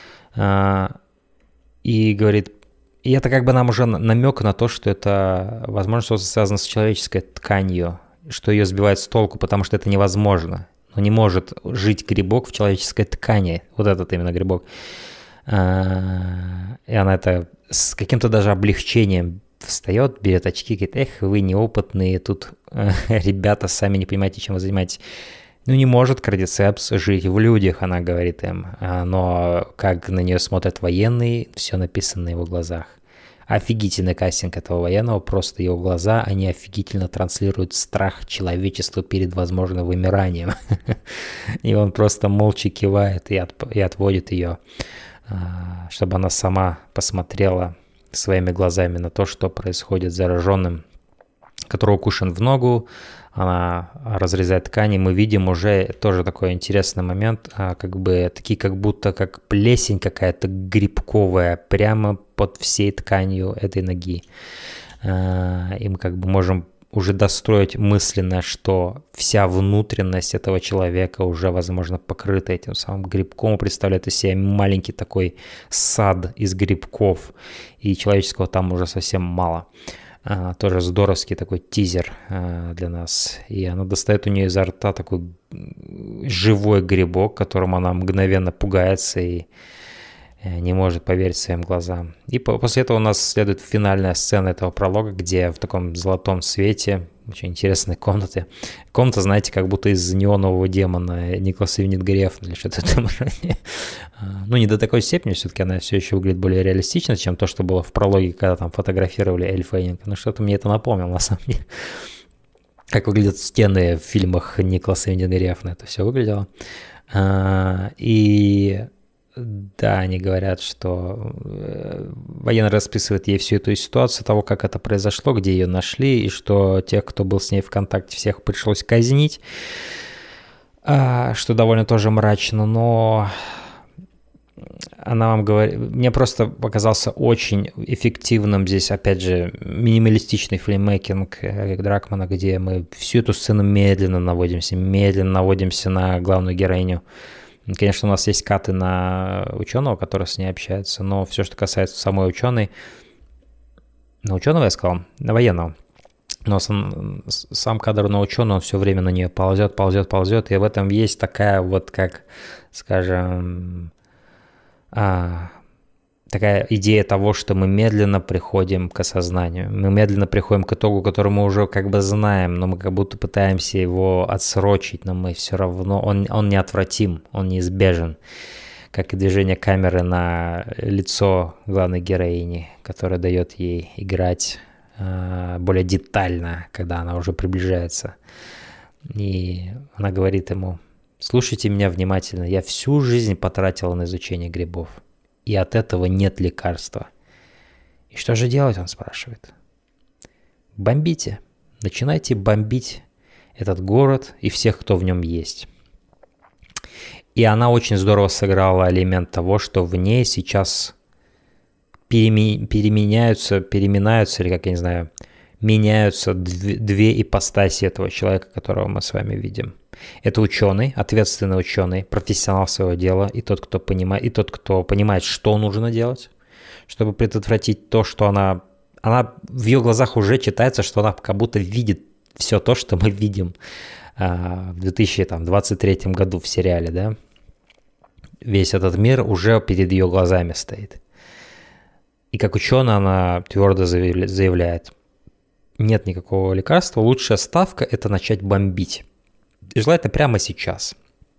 И говорит, и это как бы нам уже намек на то, что это, возможно, что-то связано с человеческой тканью, что ее сбивает с толку, потому что это невозможно. Но не может жить грибок в человеческой ткани. Вот этот именно грибок. И она это с каким-то даже облегчением встает, берет очки, говорит, эх, вы неопытные, тут э, ребята сами не понимаете, чем вы занимаетесь. Ну, не может кардицепс жить в людях, она говорит им. Но как на нее смотрят военные, все написано на его глазах. Офигительный кастинг этого военного, просто его глаза, они офигительно транслируют страх человечества перед возможным вымиранием. И он просто молча кивает и, от, и отводит ее, чтобы она сама посмотрела своими глазами на то, что происходит с зараженным, который укушен в ногу. Она разрезает ткани. Мы видим уже тоже такой интересный момент, как бы такие как будто как плесень какая-то грибковая прямо под всей тканью этой ноги. И мы как бы можем уже достроить мысленно, что вся внутренность этого человека уже, возможно, покрыта этим самым грибком, представляет из себя маленький такой сад из грибков, и человеческого там уже совсем мало. А, тоже здоровский такой тизер а, для нас. И она достает у нее изо рта такой живой грибок, которому она мгновенно пугается и не может поверить своим глазам. И после этого у нас следует финальная сцена этого пролога, где в таком золотом свете, очень интересной комнате. Комната, знаете, как будто из неонового демона Николаса Виндинга или что-то в этом роде. Ну, не до такой степени, все-таки она все еще выглядит более реалистично, чем то, что было в прологе, когда там фотографировали Эль Фейнинг. Ну, что-то мне это напомнило, на самом деле. Как выглядят стены в фильмах Николаса Виндинга Рефна, это все выглядело. И... Да, они говорят, что военный расписывает ей всю эту ситуацию, того, как это произошло, где ее нашли, и что тех, кто был с ней в контакте, всех пришлось казнить, что довольно тоже мрачно, но она вам говорит... Мне просто показался очень эффективным здесь, опять же, минималистичный филммейкинг Дракмана, где мы всю эту сцену медленно наводимся, медленно наводимся на главную героиню. Конечно, у нас есть каты на ученого, который с ней общается, но все, что касается самой ученой, на ученого я сказал, на военного, но сам, сам кадр на ученого, он все время на нее ползет, ползет, ползет, и в этом есть такая вот, как, скажем, а, такая идея того, что мы медленно приходим к осознанию, мы медленно приходим к итогу, который мы уже как бы знаем, но мы как будто пытаемся его отсрочить, но мы все равно, он, он неотвратим, он неизбежен, как и движение камеры на лицо главной героини, которое дает ей играть э, более детально, когда она уже приближается. И она говорит ему: слушайте меня внимательно, я всю жизнь потратила на изучение грибов. И от этого нет лекарства. И что же делать, он спрашивает. Бомбите. Начинайте бомбить этот город и всех, кто в нем есть. И она очень здорово сыграла элемент того, что в ней сейчас переме, переменяются, переминаются, или, как я не знаю, меняются две, две ипостаси этого человека, которого мы с вами видим. Это ученый, ответственный ученый, профессионал своего дела, и тот, кто понимает, и тот, кто понимает, что нужно делать, чтобы предотвратить то, что она... Она в ее глазах уже читается, что она как будто видит все то, что мы видим а, в две тысячи двадцать третьем году в сериале, да. Весь этот мир уже перед ее глазами стоит. И как ученая она твердо заявляет, нет никакого лекарства, лучшая ставка – это начать бомбить. И желательно прямо сейчас.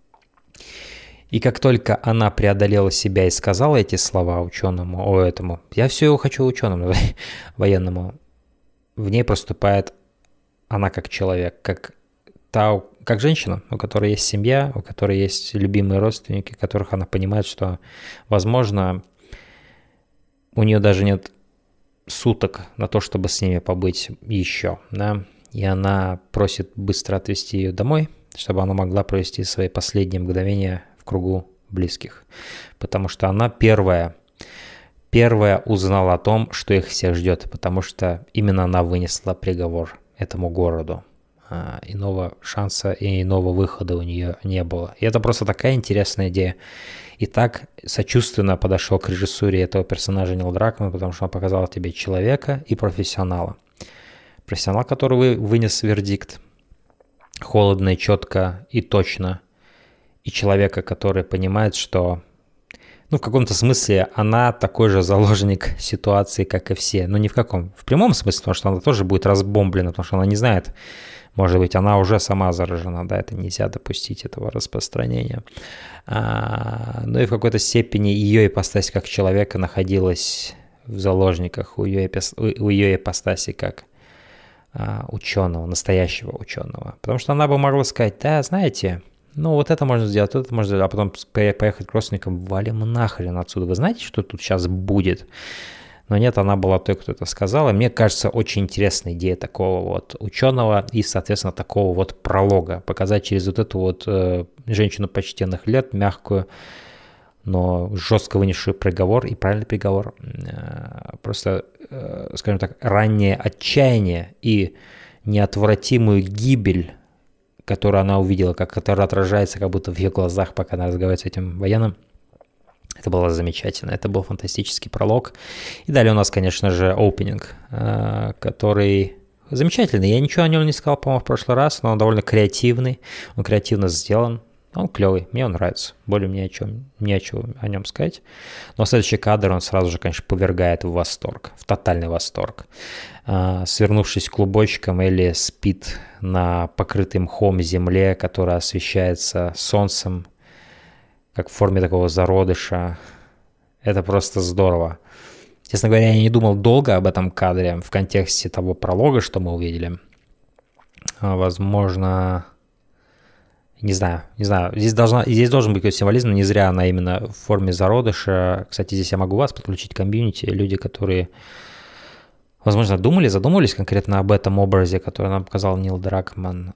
И как только она преодолела себя и сказала эти слова ученому, о этому, я все его хочу ученому, военному, в ней проступает она как человек, как, та, как женщина, у которой есть семья, у которой есть любимые родственники, которых она понимает, что, возможно, у нее даже нет суток на то, чтобы с ними побыть еще, да, и она просит быстро отвезти ее домой, чтобы она могла провести свои последние мгновения в кругу близких, потому что она первая, первая узнала о том, что их всех ждет, потому что именно она вынесла приговор этому городу. Иного шанса и иного выхода у нее не было. И это просто такая интересная идея. И так сочувственно подошел к режиссуре этого персонажа Нил Дракман, потому что он показал тебе человека и профессионала. Профессионал, который вынес вердикт холодно, четко и точно. И человека, который понимает, что, ну, в каком-то смысле она такой же заложник ситуации, как и все. Но не в каком. В прямом смысле, потому что она тоже будет разбомблена, потому что она не знает, может быть, она уже сама заражена, да, это нельзя допустить этого распространения. А, ну и в какой-то степени ее ипостась как человека находилась в заложниках у ее, у ее ипостаси как а, ученого, настоящего ученого. Потому что она бы могла сказать, да, знаете, ну вот это можно сделать, это можно сделать, а потом поехать к родственникам, валим нахрен отсюда. Вы знаете, что тут сейчас будет? Но нет, она была той, кто это сказала. Мне кажется, очень интересная идея такого вот ученого и, соответственно, такого вот пролога. Показать через вот эту вот э, женщину почтенных лет, мягкую, но жестко вынесшую приговор и правильный приговор. Э, просто, э, скажем так, раннее отчаяние и неотвратимую гибель, которую она увидела, как которая отражается как будто в ее глазах, пока она разговаривает с этим военным. Это было замечательно, это был фантастический пролог. И далее у нас, конечно же, опенинг, который замечательный. Я ничего о нем не сказал, по-моему, в прошлый раз, но он довольно креативный, он креативно сделан, он клевый, мне он нравится. Более мне о чем, не о чем о нем сказать. Но следующий кадр, он сразу же, конечно, повергает в восторг, в тотальный восторг. Свернувшись клубочком, Элли спит на покрытой мхом земле, которая освещается солнцем, как в форме такого зародыша. Это просто здорово. Честно говоря, я не думал долго об этом кадре в контексте того пролога, что мы увидели. Возможно, не знаю, не знаю. Здесь, должна, здесь должен быть какой-то символизм, но не зря она именно в форме зародыша. Кстати, здесь я могу вас подключить к комьюнити. Люди, которые, возможно, думали, задумывались конкретно об этом образе, который нам показал Нил Дракман.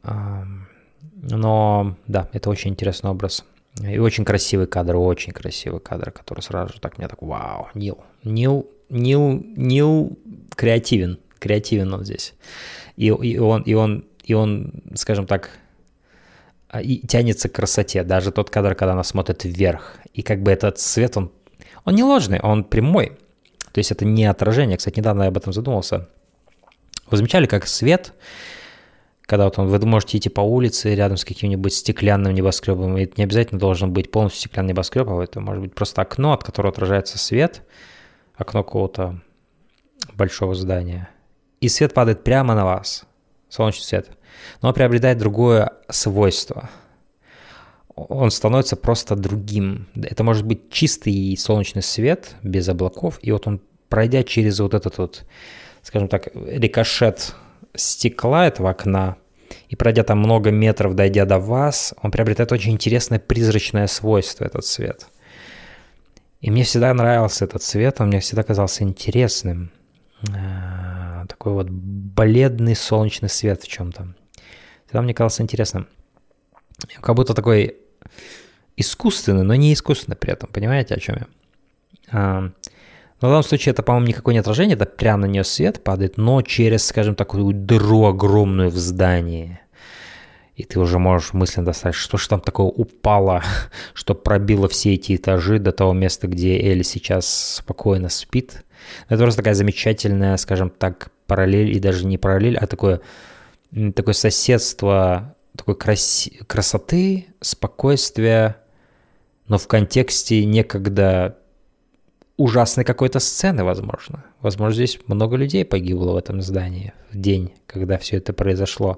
Но да, это очень интересный образ. И очень красивый кадр, очень красивый кадр, который сразу же так мне так, вау, Нил, Нил, Нил, Нил креативен, креативен он здесь. И, и, он, и, он, и он, скажем так, и тянется к красоте. Даже тот кадр, когда она смотрит вверх. И как бы этот свет, он, он не ложный, он прямой. То есть это не отражение. Кстати, недавно я об этом задумался. Вы замечали, как свет... Когда вот он, вы можете идти по улице рядом с каким-нибудь стеклянным небоскребом, и это не обязательно должен быть полностью стеклянный небоскреб, а это может быть просто окно, от которого отражается свет, окно какого-то большого здания. И свет падает прямо на вас, солнечный свет. Но он приобретает другое свойство. Он становится просто другим. Это может быть чистый солнечный свет, без облаков, и вот он, пройдя через вот этот вот, скажем так, рикошет стекла этого окна, и пройдя там много метров, дойдя до вас, он приобретает очень интересное призрачное свойство, этот свет. И мне всегда нравился этот цвет, он мне всегда казался интересным. Такой вот бледный солнечный свет в чем-то. Всегда мне казался интересным. Как будто такой искусственный, но не искусственный при этом. Понимаете, о чем я? Но в данном случае это, по-моему, никакое не отражение, это прямо на нее свет падает, но через, скажем, такую дыру огромную в здании. И ты уже можешь мысленно достать, что же там такое упало, что пробило все эти этажи до того места, где Элли сейчас спокойно спит. Это просто такая замечательная, скажем так, параллель, и даже не параллель, а такое, такое соседство, такой крас... красоты, спокойствия, но в контексте некогда ужасной какой-то сцены, возможно. Возможно, здесь много людей погибло в этом здании в день, когда все это произошло.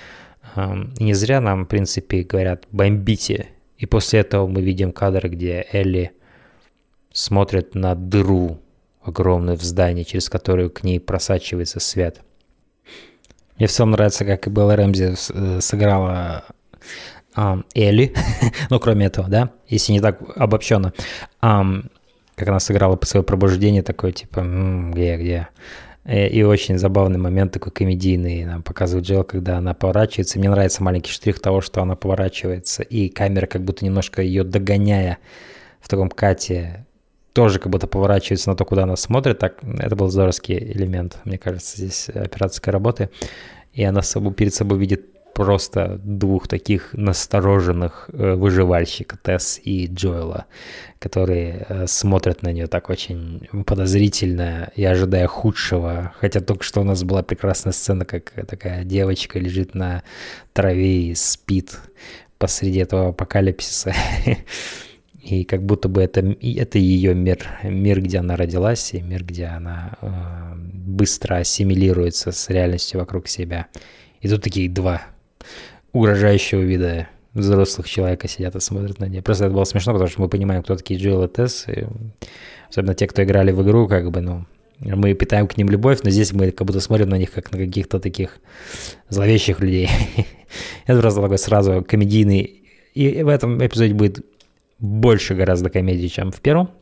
И не зря нам, в принципе, говорят «бомбите». И после этого мы видим кадры, где Элли смотрит на дыру огромную в здании, через которую к ней просачивается свет. Мне в целом нравится, как и Белла Рэмзи сыграла um, Элли, ну, кроме этого, да, если не так обобщенно, um, как она сыграла по свое пробуждение, такое типа м-м, где, где. И очень забавный момент, такой комедийный, нам показывает Джоэл, когда она поворачивается. Мне нравится маленький штрих того, что она поворачивается, и камера, как будто немножко ее догоняя в таком кате, тоже как будто поворачивается на то, куда она смотрит. Так, это был здоровский элемент, мне кажется, здесь операторской работы. И она собой, перед собой видит просто двух таких настороженных э, выживальщиков, Тесс и Джоэла, которые э, смотрят на нее так очень подозрительно и ожидая худшего. Хотя только что у нас была прекрасная сцена, как такая девочка лежит на траве и спит посреди этого апокалипсиса. И как будто бы это, это ее мир, мир, где она родилась, и мир, где она э, быстро ассимилируется с реальностью вокруг себя. И тут такие два угрожающего вида взрослых человека сидят и смотрят на нее. Просто это было смешно, потому что мы понимаем, кто такие Джоэл и Тесс, и особенно те, кто играли в игру, как бы, ну, мы питаем к ним любовь, но здесь мы как будто смотрим на них, как на каких-то таких зловещих людей. Это просто такой сразу комедийный. И в этом эпизоде будет больше гораздо комедии, чем в первом.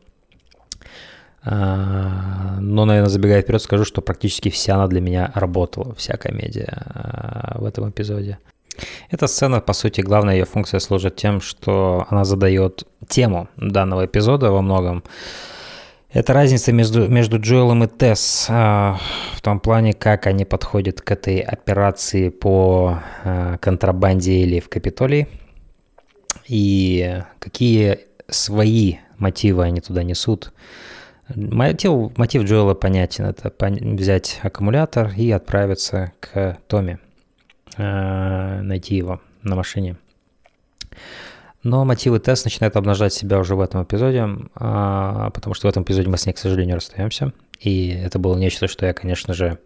Но, наверное, забегая вперед, скажу, что практически вся она для меня работала, вся комедия в этом эпизоде. Эта сцена, по сути, главная ее функция служит тем, что она задает тему данного эпизода во многом. Это разница между, между Джоэлом и Тесс в том плане, как они подходят к этой операции по контрабанде или в Капитолии, и какие свои мотивы они туда несут. Мотив, мотив Джоэла понятен. Это взять аккумулятор и отправиться к Томми, э, найти его на машине. Но мотивы Тесс начинают обнажать себя уже в этом эпизоде, э, потому что в этом эпизоде мы с ней, к сожалению, расстаемся. И это было нечто, что я, конечно же...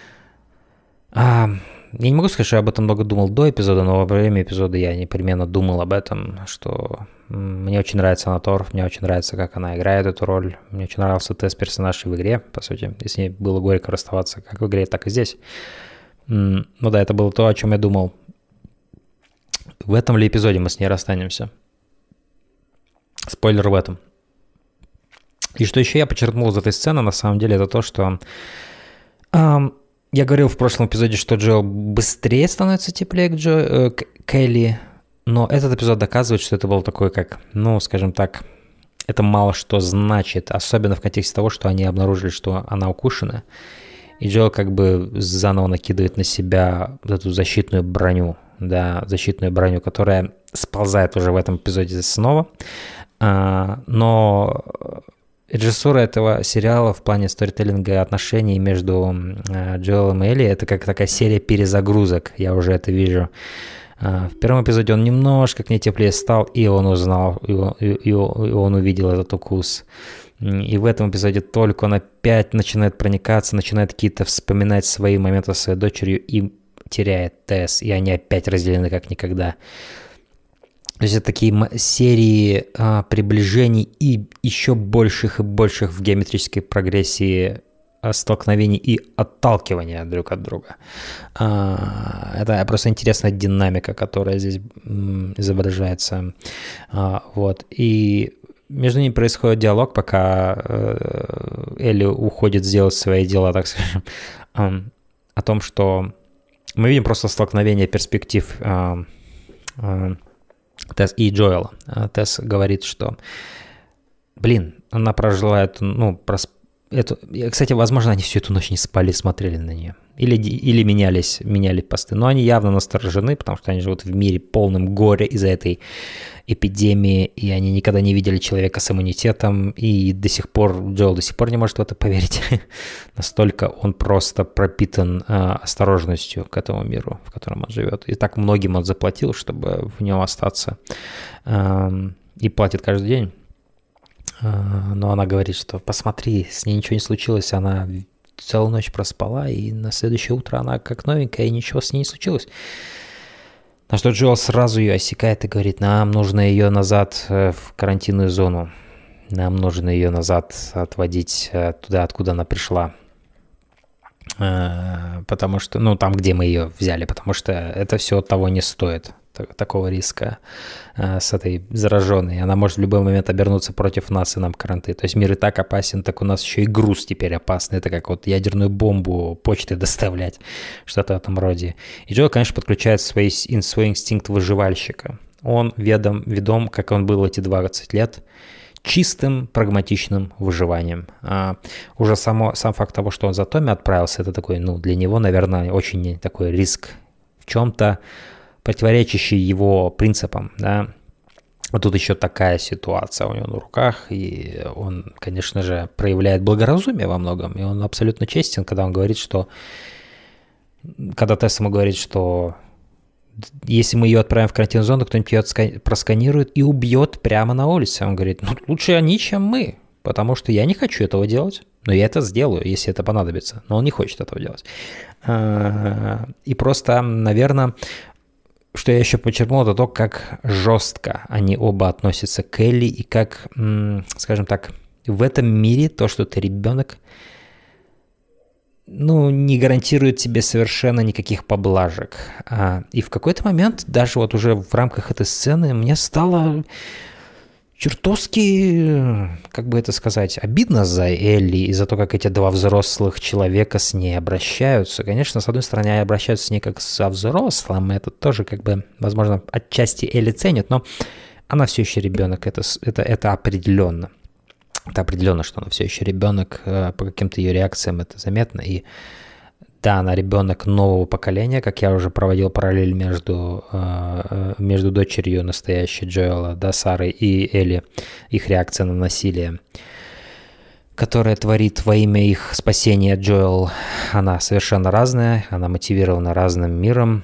Э, я не могу сказать, что я об этом много думал до эпизода, но во время эпизода я непременно думал об этом, что мне очень нравится Анна Торв, мне очень нравится, как она играет эту роль, мне очень нравился Тесс персонаж в игре, по сути, и с ней было горько расставаться как в игре, так и здесь. Ну да, это было то, о чем я думал. В этом ли эпизоде мы с ней расстанемся? Спойлер в этом. И что еще я подчеркнул из этой сцены, на самом деле, это то, что... Эм, Я говорил в прошлом эпизоде, что Джоэл быстрее становится теплее к, Джо, э, к Келли, но этот эпизод доказывает, что это был такой, как, ну, скажем так, это мало что значит, особенно в контексте того, что они обнаружили, что она укушена, и Джоэл как бы заново накидывает на себя вот эту защитную броню, да, защитную броню, которая сползает уже в этом эпизоде снова, а, но... Режиссура этого сериала в плане сторителлинга отношений между э, Джоэлом и Элли — это как такая серия перезагрузок, я уже это вижу. Э, в первом эпизоде он немножко к ней теплее стал, и он узнал, и он, и, и он увидел этот укус. И в этом эпизоде только он опять начинает проникаться, начинает какие-то вспоминать свои моменты с своей дочерью и теряет Тесс, и они опять разделены как никогда. То есть это такие серии а, приближений и еще больших и больших в геометрической прогрессии а, столкновений и отталкивания друг от друга. А, это просто интересная динамика, которая здесь м, изображается. А, вот. И между ними происходит диалог, пока э, Элли уходит сделать свои дела, так скажем, э, о том, что мы видим просто столкновение перспектив э, э, Тесс и Джоэла. Тесс говорит, что, блин, она прожила эту, ну, прос, эту... Кстати, возможно, они всю эту ночь не спали, смотрели на нее. Или, или менялись, меняли посты. Но они явно насторожены, потому что они живут в мире полном горя из-за этой эпидемии, и они никогда не видели человека с иммунитетом, и до сих пор, Джоэл до сих пор не может в это поверить. Настолько он просто пропитан э, осторожностью к этому миру, в котором он живет. И так многим он заплатил, чтобы в нем остаться. Э, и платит каждый день. Э, но она говорит, что посмотри, с ней ничего не случилось, она целую ночь проспала, и на следующее утро она как новенькая, и ничего с ней не случилось. На что Джоэл сразу ее осекает и говорит: нам нужно ее назад в карантинную зону. Нам нужно ее назад отводить туда, откуда она пришла. Потому что, ну, там, где мы ее взяли, потому что это все того не стоит, такого риска с этой зараженной. Она может в любой момент обернуться против нас и нам каранты. То есть мир и так опасен, так у нас еще и груз теперь опасный. Это как вот ядерную бомбу почтой доставлять, что-то в этом роде. И Джоэл, конечно, подключает свой, свой инстинкт выживальщика. Он ведом, ведом, как он был эти двадцать лет, чистым, прагматичным выживанием. А уже само, сам факт того, что он за Томми отправился, это такой, ну, для него, наверное, очень такой риск в чем-то, противоречащий его принципам, да. Вот тут еще такая ситуация у него на руках, и он, конечно же, проявляет благоразумие во многом, и он абсолютно честен, когда он говорит, что... Когда Тесс ему говорит, что если мы ее отправим в карантинную зону, кто-нибудь ее просканирует и убьет прямо на улице. Он говорит, ну, лучше они, чем мы, потому что я не хочу этого делать, но я это сделаю, если это понадобится. Но он не хочет этого делать. И просто, наверное... Что я еще подчеркнул, это то, как жестко они оба относятся к Элли, и как, скажем так, в этом мире то, что ты ребенок, ну, не гарантирует тебе совершенно никаких поблажек. И в какой-то момент, даже вот уже в рамках этой сцены, мне стало чертовски, как бы это сказать, обидно за Элли и за то, как эти два взрослых человека с ней обращаются. Конечно, с одной стороны, они обращаются с ней как со взрослым, это тоже, как бы, возможно, отчасти Элли ценит, но она все еще ребенок, это, это, это определенно. Это определенно, что она все еще ребенок, по каким-то ее реакциям это заметно, и да, она ребенок нового поколения, как я уже проводил параллель между, между дочерью настоящей Джоэла, да, Сарой и Элли, их реакция на насилие, которое творит во имя их спасения Джоэл. Она совершенно разная, она мотивирована разным миром,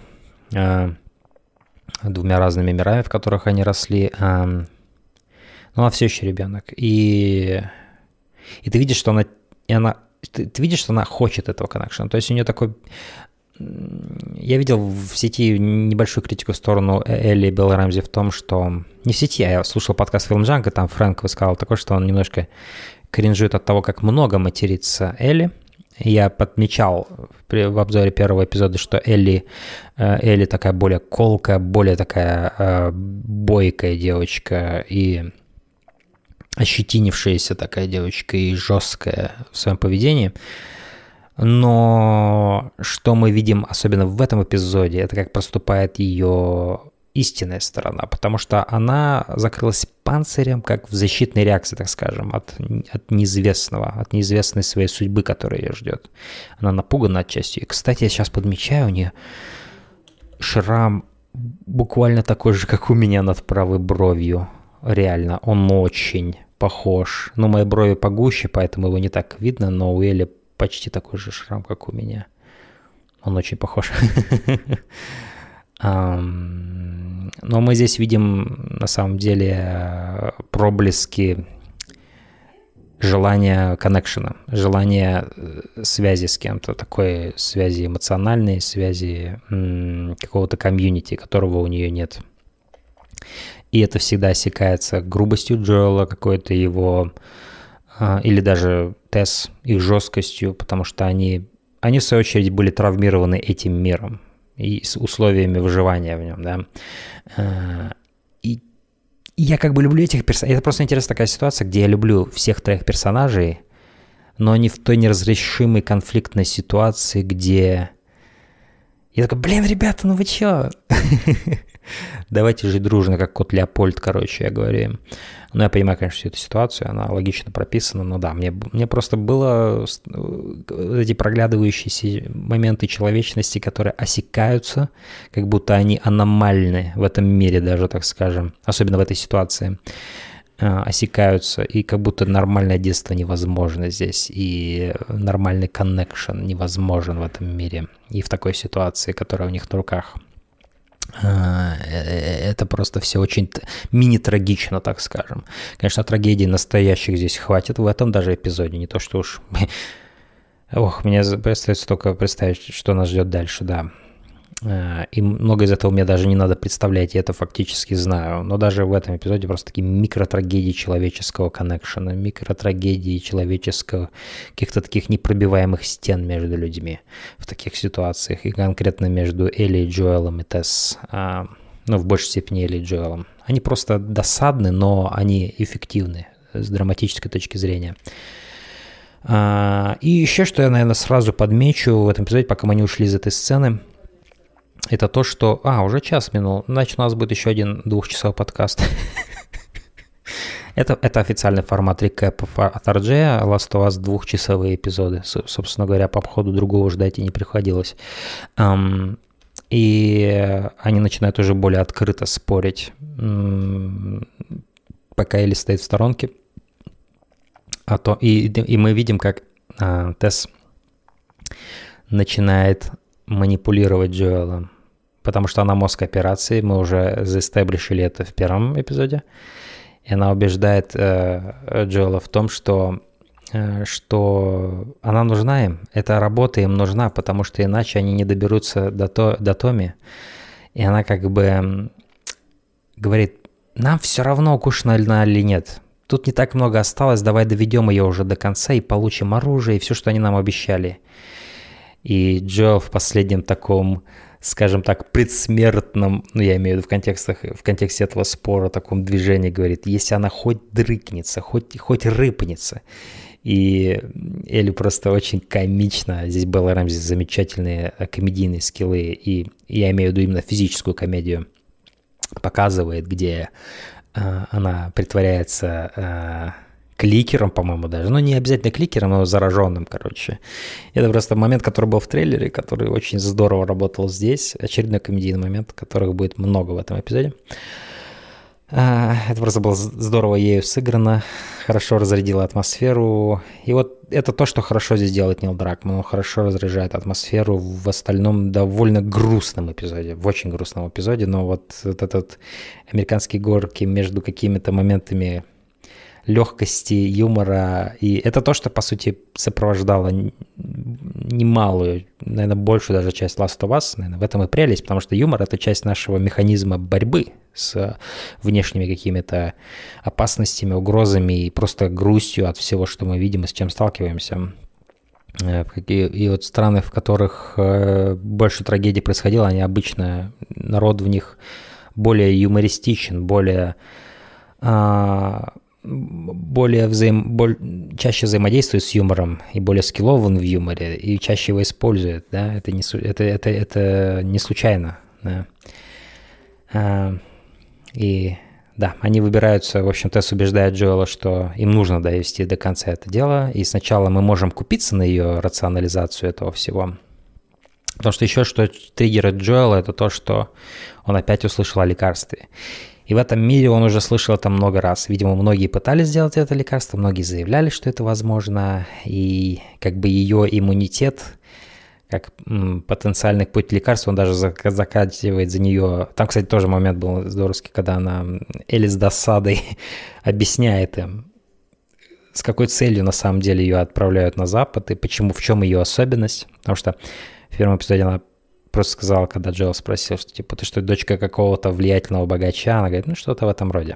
двумя разными мирами, в которых они росли, но она все еще ребенок. И, и ты видишь, что она, и она Ты, ты видишь, что она хочет этого коннекшена. То есть у нее такой... Я видел в сети небольшую критику в сторону Элли и Беллы Рамзи в том, что... Не в сети, а я слушал подкаст Film Junk, и там Фрэнк высказал такое, что он немножко кринжует от того, как много матерится Элли. Я подмечал в обзоре первого эпизода, что Элли, Элли такая более колкая, более такая бойкая девочка и... ощетинившаяся такая девочка и жесткая в своем поведении. Но что мы видим, особенно в этом эпизоде, это как проступает ее истинная сторона, потому что она закрылась панцирем, как в защитной реакции, так скажем, от, от неизвестного, от неизвестной своей судьбы, которая ее ждет. Она напугана отчасти. И, кстати, я сейчас подмечаю, у нее шрам буквально такой же, как у меня над правой бровью. Реально, он очень похож. Ну, мои брови погуще, поэтому его не так видно, но у Элли почти такой же шрам, как у меня. Он очень похож. Но мы здесь видим, на самом деле, проблески желания коннекшена, желания связи с кем-то, такой связи эмоциональной, связи какого-то комьюнити, которого у нее нет. И это всегда осекается грубостью Джоэла, какой-то его, или даже Тесс, их жесткостью, потому что они, они, в свою очередь, были травмированы этим миром и с условиями выживания в нем, да. И, и я как бы люблю этих персонажей. Это просто интересная такая ситуация, где я люблю всех троих персонажей, но они в той неразрешимой конфликтной ситуации, где... Я такой, блин, ребята, ну вы чё? Давайте жить дружно, как кот Леопольд, короче, я говорю им. Ну, я понимаю, конечно, всю эту ситуацию, она логично прописана, но да, мне, мне просто было эти проглядывающиеся моменты человечности, которые осекаются, как будто они аномальны в этом мире даже, так скажем, особенно в этой ситуации, осекаются, и как будто нормальное детство невозможно здесь, и нормальный коннекшн невозможен в этом мире, и в такой ситуации, которая у них на руках. Это просто все очень мини-трагично, так скажем. Конечно, трагедий настоящих здесь хватит в этом даже эпизоде, не то что уж... Ох, мне остается только представить, что нас ждет дальше, да. И много из этого мне даже не надо представлять, я это фактически знаю. Но даже в этом эпизоде просто такие микротрагедии человеческого коннекшена, микротрагедии человеческого, каких-то таких непробиваемых стен между людьми в таких ситуациях. И конкретно между Элли и Джоэлом и Тесс. Ну, в большей степени Элли и Джоэлом. Они просто досадны, но они эффективны с драматической точки зрения. И еще, что я, наверное, сразу подмечу в этом эпизоде, пока мы не ушли из этой сцены, это то, что... А, уже час минул. Значит, у нас будет еще один двухчасовой подкаст. это, это официальный формат рекэпов от ар джей, Last of Us двухчасовые эпизоды. Собственно говоря, по обходу другого ждать и не приходилось. Um, и они начинают уже более открыто спорить, um, пока Элли стоит в сторонке. А то, и, и мы видим, как uh, Тесс начинает манипулировать Джоэлом, потому что она мозг операции, мы уже заэстаблишили это в первом эпизоде, и она убеждает э, Джоэла в том, что, э, что она нужна им, эта работа им нужна, потому что иначе они не доберутся до, то, до Томми, и она как бы говорит, нам все равно, укушена она или нет, тут не так много осталось, давай доведем ее уже до конца и получим оружие и все, что они нам обещали. И Джо в последнем таком, скажем так, предсмертном, ну я имею в виду в, контекстах, в контексте этого спора, таком движении говорит, если она хоть дрыкнется, хоть, хоть рыпнется. И Элли просто очень комично, здесь Белла Рэмзи замечательные комедийные скиллы, и я имею в виду именно физическую комедию, показывает, где э, она притворяется... Э, кликером, по-моему, даже. Ну, не обязательно кликером, но зараженным, короче. Это просто момент, который был в трейлере, который очень здорово работал здесь. Очередной комедийный момент, которых будет много в этом эпизоде. Это просто было здорово ею сыграно, хорошо разрядило атмосферу. И вот это то, что хорошо здесь делает Нил Дракман. Он хорошо разряжает атмосферу в остальном довольно грустном эпизоде, в очень грустном эпизоде, но вот этот американские горки между какими-то моментами легкости, юмора. И это то, что, по сути, сопровождало немалую, наверное, большую даже часть Last of Us. Наверное, в этом и прелесть, потому что юмор — это часть нашего механизма борьбы с внешними какими-то опасностями, угрозами и просто грустью от всего, что мы видим и с чем сталкиваемся. И, и вот страны, в которых больше трагедий происходило, они обычно, народ в них более юмористичен, более... более взаим... боль... чаще взаимодействует с юмором и более скиллован в юморе, и чаще его использует, да, это не, это, это, это не случайно, да. А, и да, они выбираются, в общем, Тесс убеждает Джоэла, что им нужно довести до конца это дело, и сначала мы можем купиться на ее рационализацию этого всего, потому что еще что триггерит Джоэла, это то, что он опять услышал о лекарстве. И в этом мире он уже слышал это много раз. Видимо, многие пытались сделать это лекарство, многие заявляли, что это возможно. И как бы ее иммунитет, как м, потенциальный путь лекарства, он даже закатывает за нее. Там, кстати, тоже момент был здоровский, когда она Элли с досадой объясняет им, с какой целью на самом деле ее отправляют на Запад и почему, в чем ее особенность. Потому что в первом эпизоде она просто сказала, когда Джоэл спросил, что типа, ты что, дочка какого-то влиятельного богача? Она говорит, ну что-то в этом роде.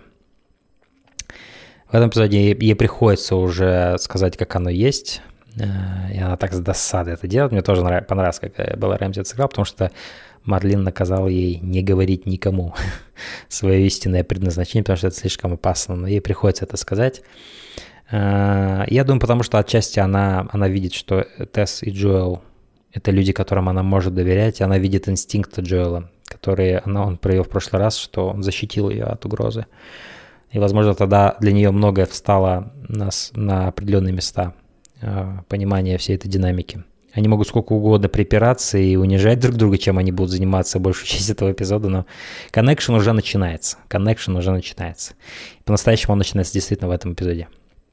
В этом эпизоде ей, ей приходится уже сказать, как оно есть. И она так с досадой это делает. Мне тоже понравилось, как Белла Рэмзи это сыграла, потому что Марлин наказал ей не говорить никому свое истинное предназначение, потому что это слишком опасно. Но ей приходится это сказать. Я думаю, потому что отчасти она, она видит, что Тесс и Джоэл — это люди, которым она может доверять, и она видит инстинкты Джоэла, которые она, он провел в прошлый раз, что он защитил ее от угрозы. И, возможно, тогда для нее многое встало на, на определенные места, понимание всей этой динамики. Они могут сколько угодно припираться и унижать друг друга, чем они будут заниматься большую часть этого эпизода, но connection уже начинается. Connection уже начинается. По-настоящему он начинается действительно в этом эпизоде.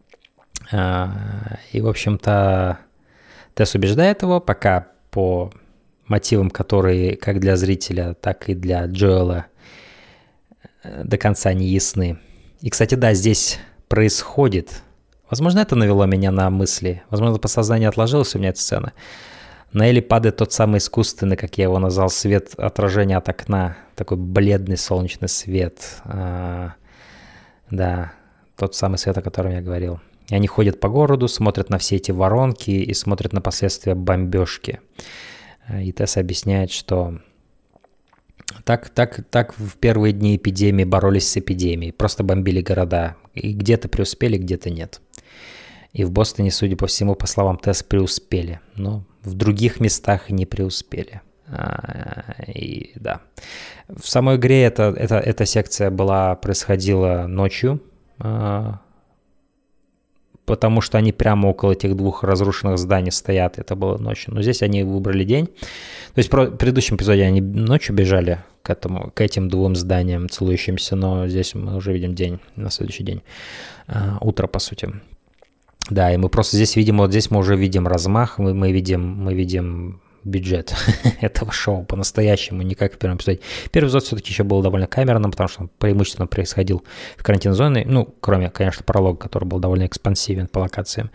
И, в общем-то, Тесс убеждает его, пока по мотивам, которые как для зрителя, так и для Джоэла до конца не ясны. И, кстати, да, здесь происходит... Возможно, это навело меня на мысли. Возможно, по сознанию отложилась у меня эта сцена. На Элли падает тот самый искусственный, как я его назвал, свет отражения от окна. Такой бледный солнечный свет. А, да, тот самый свет, о котором я говорил. И они ходят по городу, смотрят на все эти воронки и смотрят на последствия бомбежки. И Тесс объясняет, что так, так, так в первые дни эпидемии боролись с эпидемией. Просто бомбили города. И где-то преуспели, где-то нет. И в Бостоне, судя по всему, по словам Тесс, преуспели. Но в других местах не преуспели. А, и да. В самой игре это, это, эта секция была, происходила ночью, а, потому что они прямо около этих двух разрушенных зданий стоят. Это было ночью. Но здесь они выбрали день. То есть в предыдущем эпизоде они ночью бежали к, этому, к этим двум зданиям целующимся, но здесь мы уже видим день, на следующий день. А, утро, по сути. Да, и мы просто здесь видим, вот здесь мы уже видим размах, мы, мы видим, мы видим бюджет этого шоу по-настоящему, не как в первом эпизоде. Первый эпизод все-таки еще был довольно камерным, потому что он преимущественно происходил в карантинной зоне, ну, кроме, конечно, пролога, который был довольно экспансивен по локациям.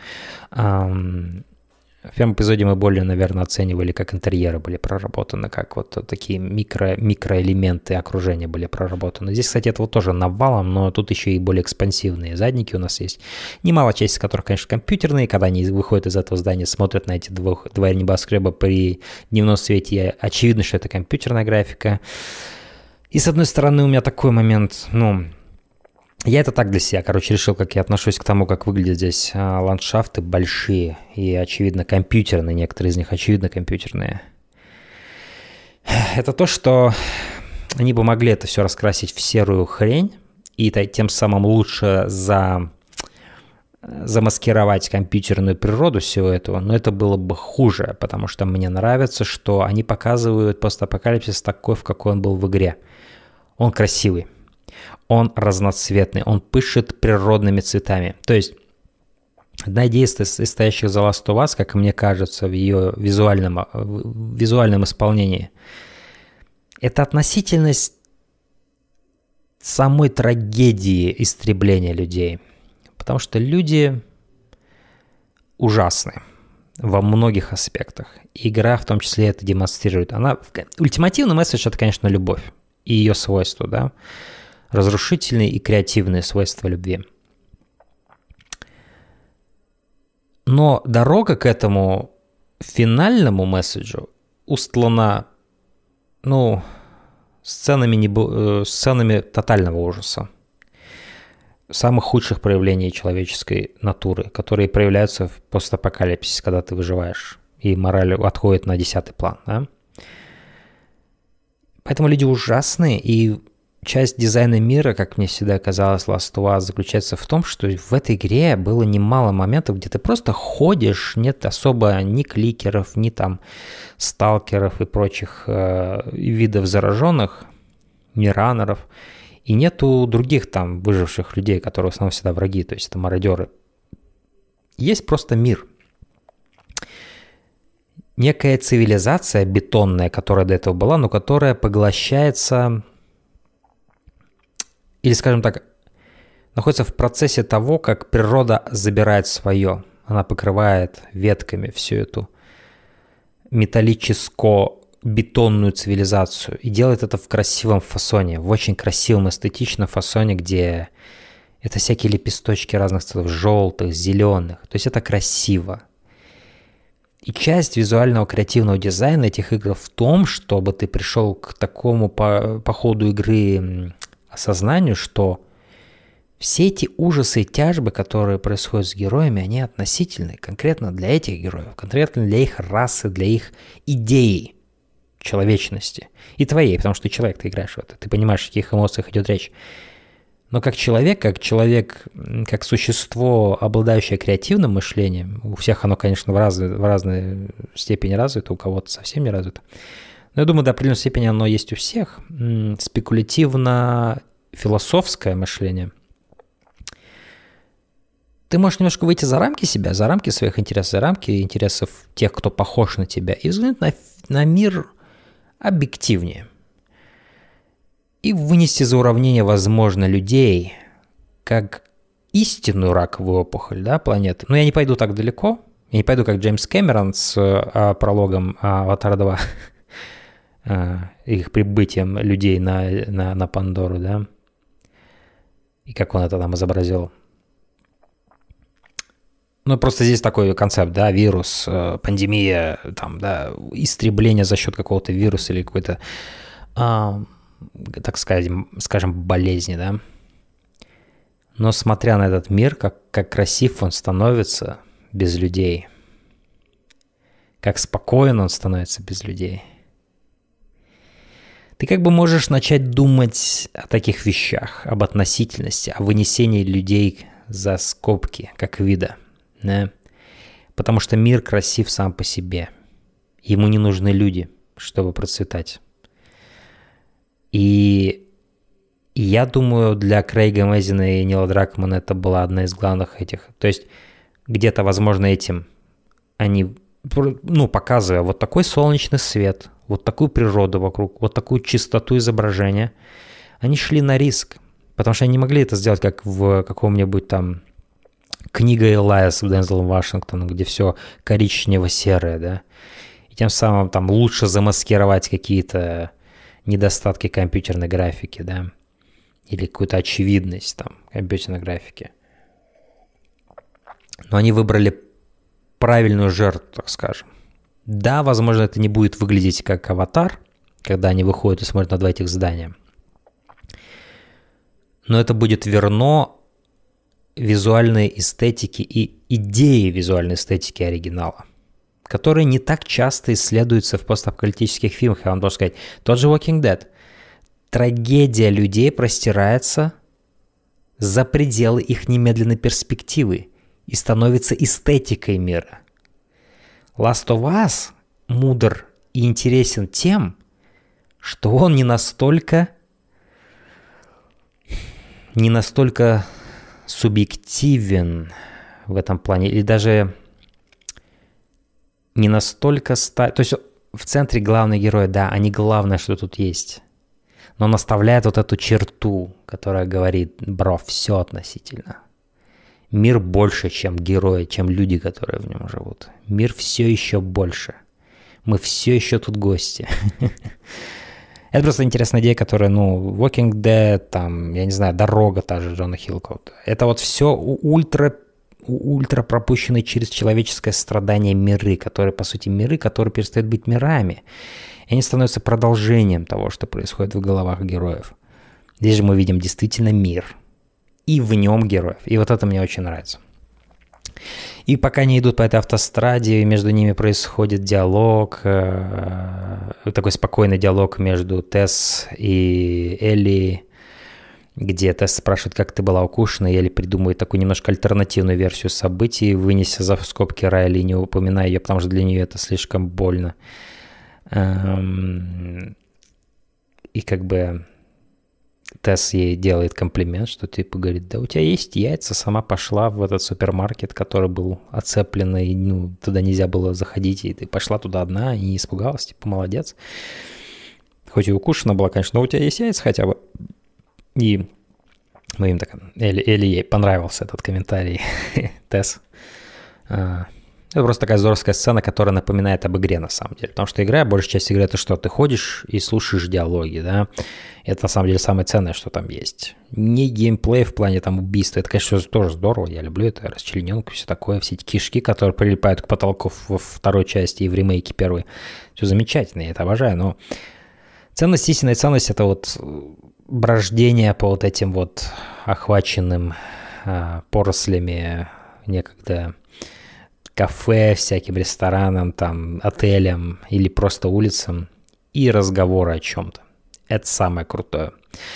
В первом эпизоде мы более, наверное, оценивали, как интерьеры были проработаны, как вот такие микро, микроэлементы окружения были проработаны. Здесь, кстати, этого тоже навалом, но тут еще и более экспансивные задники у нас есть. Немало части из которых, конечно, компьютерные. Когда они выходят из этого здания, смотрят на эти двух, два небоскреба при дневном свете, очевидно, что это компьютерная графика. И, с одной стороны, у меня такой момент, ну... Я это так для себя, короче, решил, как я отношусь к тому, как выглядят здесь а, ландшафты большие и, очевидно, компьютерные, некоторые из них, очевидно, компьютерные. Это то, что они бы могли это все раскрасить в серую хрень и тем самым лучше за... замаскировать компьютерную природу всего этого, но это было бы хуже, потому что мне нравится, что они показывают постапокалипсис такой, в какой он был в игре. Он красивый. Он разноцветный, он пышет природными цветами. То есть одна идея из стоящих за Last of Us, как мне кажется, в ее визуальном, в визуальном исполнении, это относительность самой трагедии истребления людей. Потому что люди ужасны во многих аспектах. Игра в том числе это демонстрирует. Она, ультимативный месседж — это, конечно, любовь и ее свойства, да. Разрушительные и креативные свойства любви. Но дорога к этому финальному месседжу устлана, ну, сценами, небо... сценами тотального ужаса. Самых худших проявлений человеческой натуры, которые проявляются в постапокалипсисе, когда ты выживаешь, и мораль отходит на десятый план. Да? Поэтому люди ужасные, и часть дизайна мира, как мне всегда казалось, Last of Us, заключается в том, что в этой игре было немало моментов, где ты просто ходишь, нет особо ни кликеров, ни там сталкеров и прочих э, видов зараженных, ни раннеров, и нету других там выживших людей, которые в основном всегда враги, то есть это мародеры. Есть просто мир. Некая цивилизация бетонная, которая до этого была, но которая поглощается... Или, скажем так, находится в процессе того, как природа забирает свое. Она покрывает ветками всю эту металлическо-бетонную цивилизацию. И делает это в красивом фасоне, в очень красивом, эстетичном фасоне, где это всякие лепесточки разных цветов, желтых, зеленых. То есть это красиво. И часть визуального креативного дизайна этих игр в том, чтобы ты пришел к такому по, по ходу игры... осознанию, что все эти ужасы и тяжбы, которые происходят с героями, они относительны конкретно для этих героев, конкретно для их расы, для их идеи. человечности. И твоей, потому что ты человек, ты играешь в это. Ты понимаешь, о каких эмоциях идет речь. Но как человек, как человек, как существо, обладающее креативным мышлением, у всех оно, конечно, в разной, в разной степени развито, у кого-то совсем не развито. Но я думаю, до определенной степени оно есть у всех. Спекулятивно-философское мышление. Ты можешь немножко выйти за рамки себя, за рамки своих интересов, за рамки интересов тех, кто похож на тебя, и взглянуть на, на мир объективнее. И вынести за уравнение, возможно, людей как истинную раковую опухоль, да, планеты. Но я не пойду так далеко. Я не пойду, как Джеймс Кэмерон с а, прологом «Аватар два», а, их прибытием людей на, на, на Пандору, да. И как он это там изобразил. Ну, просто здесь такой концепт, да, вирус, пандемия, там, да, истребление за счет какого-то вируса или какой-то... А, так сказать, скажем, болезни, да. Но смотря на этот мир, как, как красив он становится без людей, как спокоен он становится без людей, ты как бы можешь начать думать о таких вещах, об относительности, о вынесении людей за скобки, как вида, да? Потому что мир красив сам по себе. Ему не нужны люди, чтобы процветать. И, и я думаю, для Крейга Мэзина и Нила Дракмана это была одна из главных этих. То есть где-то, возможно, этим они, ну, показывая вот такой солнечный свет, вот такую природу вокруг, вот такую чистоту изображения, они шли на риск. Потому что они не могли это сделать, как в каком-нибудь там книга Элая с Дензелом Вашингтоном, где все коричнево-серое, да. И тем самым там лучше замаскировать какие-то недостатки компьютерной графики, да, или какую-то очевидность там компьютерной графики. Но они выбрали правильную жертву, так скажем. Да, возможно, это не будет выглядеть как «Аватар», когда они выходят и смотрят на два этих здания. Но это будет верно визуальной эстетике и идеи визуальной эстетики оригинала, которые не так часто исследуются в постапокалиптических фильмах. Я вам должен сказать, тот же Walking Dead. Трагедия людей простирается за пределы их немедленной перспективы и становится эстетикой мира. Last of Us мудр и интересен тем, что он не настолько, не настолько субъективен в этом плане, или даже не настолько... Ста... То есть в центре главный герой, да, а не главное, что тут есть. Но он оставляет вот эту черту, которая говорит, бро, все относительно. Мир больше, чем герои, чем люди, которые в нем живут. Мир все еще больше. Мы все еще тут гости. Это просто интересная идея, которая, ну, Walking Dead, там, я не знаю, Дорога та же Джона Хилкоута. Это вот все ультра, ультра пропущенные через человеческое страдание миры, которые, по сути, миры, которые перестают быть мирами. И они становятся продолжением того, что происходит в головах героев. Здесь же мы видим действительно мир. И в нем героев. И вот это мне очень нравится. И пока они идут по этой автостраде, между ними происходит диалог, э, такой спокойный диалог между Тесс и Элли, где Тесс спрашивает, как ты была укушена, и Элли придумывает такую немножко альтернативную версию событий, вынеся за скобки Райли, не упоминая ее, потому что для нее это слишком больно. Эм, и как бы... Тесс ей делает комплимент, что типа говорит, да у тебя есть яйца, сама пошла в этот супермаркет, который был оцеплен, и ну, туда нельзя было заходить, и ты пошла туда одна и не испугалась, типа молодец. Хоть и укушена была, конечно, но у тебя есть яйца хотя бы. И мы им так, Элли, Элли ей понравился этот комментарий, Тесс. Это просто такая здоровская сцена, которая напоминает об игре на самом деле. Потому что игра, большая часть игры, это что? Ты ходишь и слушаешь диалоги, да? Это на самом деле самое ценное, что там есть. Не геймплей в плане там убийства. Это, конечно, тоже здорово. Я люблю это. Расчлененка, все такое. Все эти кишки, которые прилипают к потолку во второй части и в ремейке первой. Все замечательно, я это обожаю. Но ценность, истинная ценность — это вот брождение по вот этим вот охваченным а, порослями некогда кафе, всяким ресторанам, там, отелям или просто улицам и разговоры о чем-то. Это самое крутое.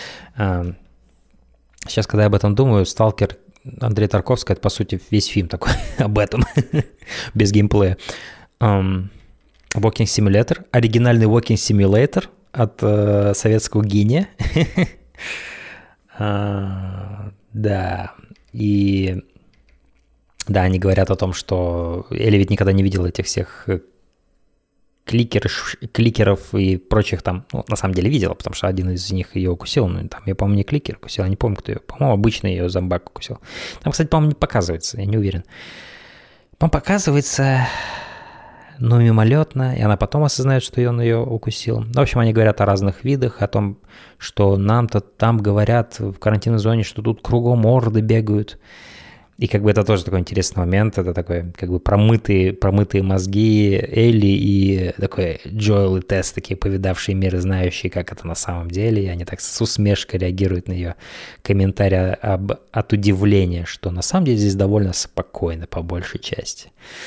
Сейчас, когда я об этом думаю, «Сталкер» Андрея Тарковского — это, по сути, весь фильм такой об этом, без геймплея. Um, Walking Simulator, оригинальный Walking Simulator от uh, советского гения. uh, да, и да, они говорят о том, что Элли ведь никогда не видела этих всех кликер, кликеров и прочих там, ну, на самом деле видела, потому что один из них ее укусил, ну, там, я, по-моему, не кликер укусил, я не помню, кто ее, по-моему, обычно ее зомбак укусил. Там, кстати, по-моему, не показывается, я не уверен. По-моему, показывается, но мимолетно, и она потом осознает, что он ее укусил. В общем, они говорят о разных видах, о том, что нам-то там говорят в карантинной зоне, что тут кругом орды бегают. И как бы это тоже такой интересный момент, это такой как бы промытые, промытые мозги Элли и такой Джоэл и Тесс, такие повидавшие мир и знающие, как это на самом деле, и они так с усмешкой реагируют на ее комментарии об, от удивления, что на самом деле здесь довольно спокойно по большей части.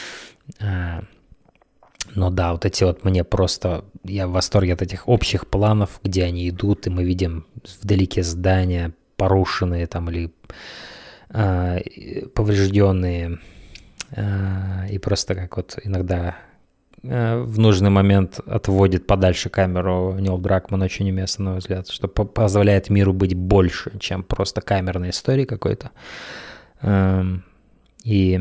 Но да, вот эти вот мне просто, я в восторге от этих общих планов, где они идут, и мы видим вдалеке здания порушенные там или поврежденные, и просто как вот иногда в нужный момент отводит подальше камеру Нил Дракман очень уместно, на мой взгляд, что позволяет миру быть больше, чем просто камерной историей какой-то. И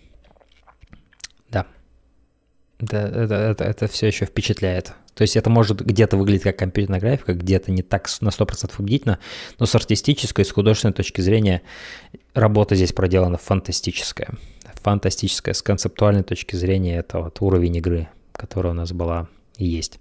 да, это, это, это, это все еще впечатляет. То есть это может где-то выглядеть как компьютерная графика, где-то не так на сто процентов убедительно, но с артистической, с художественной точки зрения работа здесь проделана фантастическая. Фантастическая. С концептуальной точки зрения это вот уровень игры, которая у нас была и есть.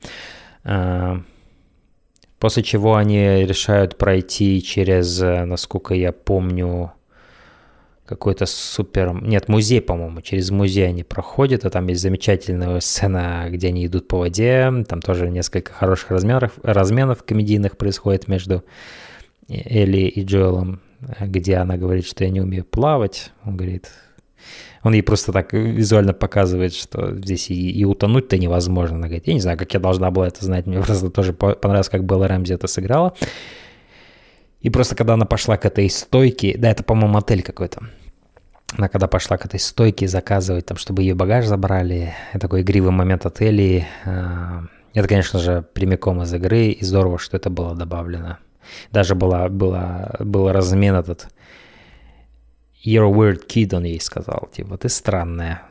После чего они решают пройти через, насколько я помню, какой-то супер... Нет, музей, по-моему. Через музей они проходят, а там есть замечательная сцена, где они идут по воде. Там тоже несколько хороших размеров, разменов комедийных происходит между Элли и Джоэлом, где она говорит, что я не умею плавать. Он говорит... Он ей просто так визуально показывает, что здесь и, и утонуть-то невозможно. Она говорит, я не знаю, как я должна была это знать. Мне просто тоже понравилось, как Белла Рэмзи это сыграла. И просто когда она пошла к этой стойке, да, это, по-моему, отель какой-то. Она когда пошла к этой стойке заказывать, там, чтобы ее багаж забрали, такой игривый момент отелей. Это, конечно же, прямиком из игры, и здорово, что это было добавлено. Даже была, была, был размен этот «You're a weird kid», он ей сказал, типа, ты странная.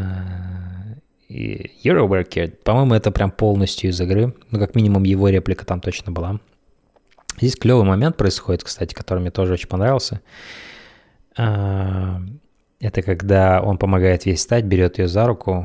И «You're a weird kid». По-моему, это прям полностью из игры. Ну, как минимум, его реплика там точно была. Здесь клевый момент происходит, кстати, который мне тоже очень понравился. Это когда он помогает ей встать, берет ее за руку,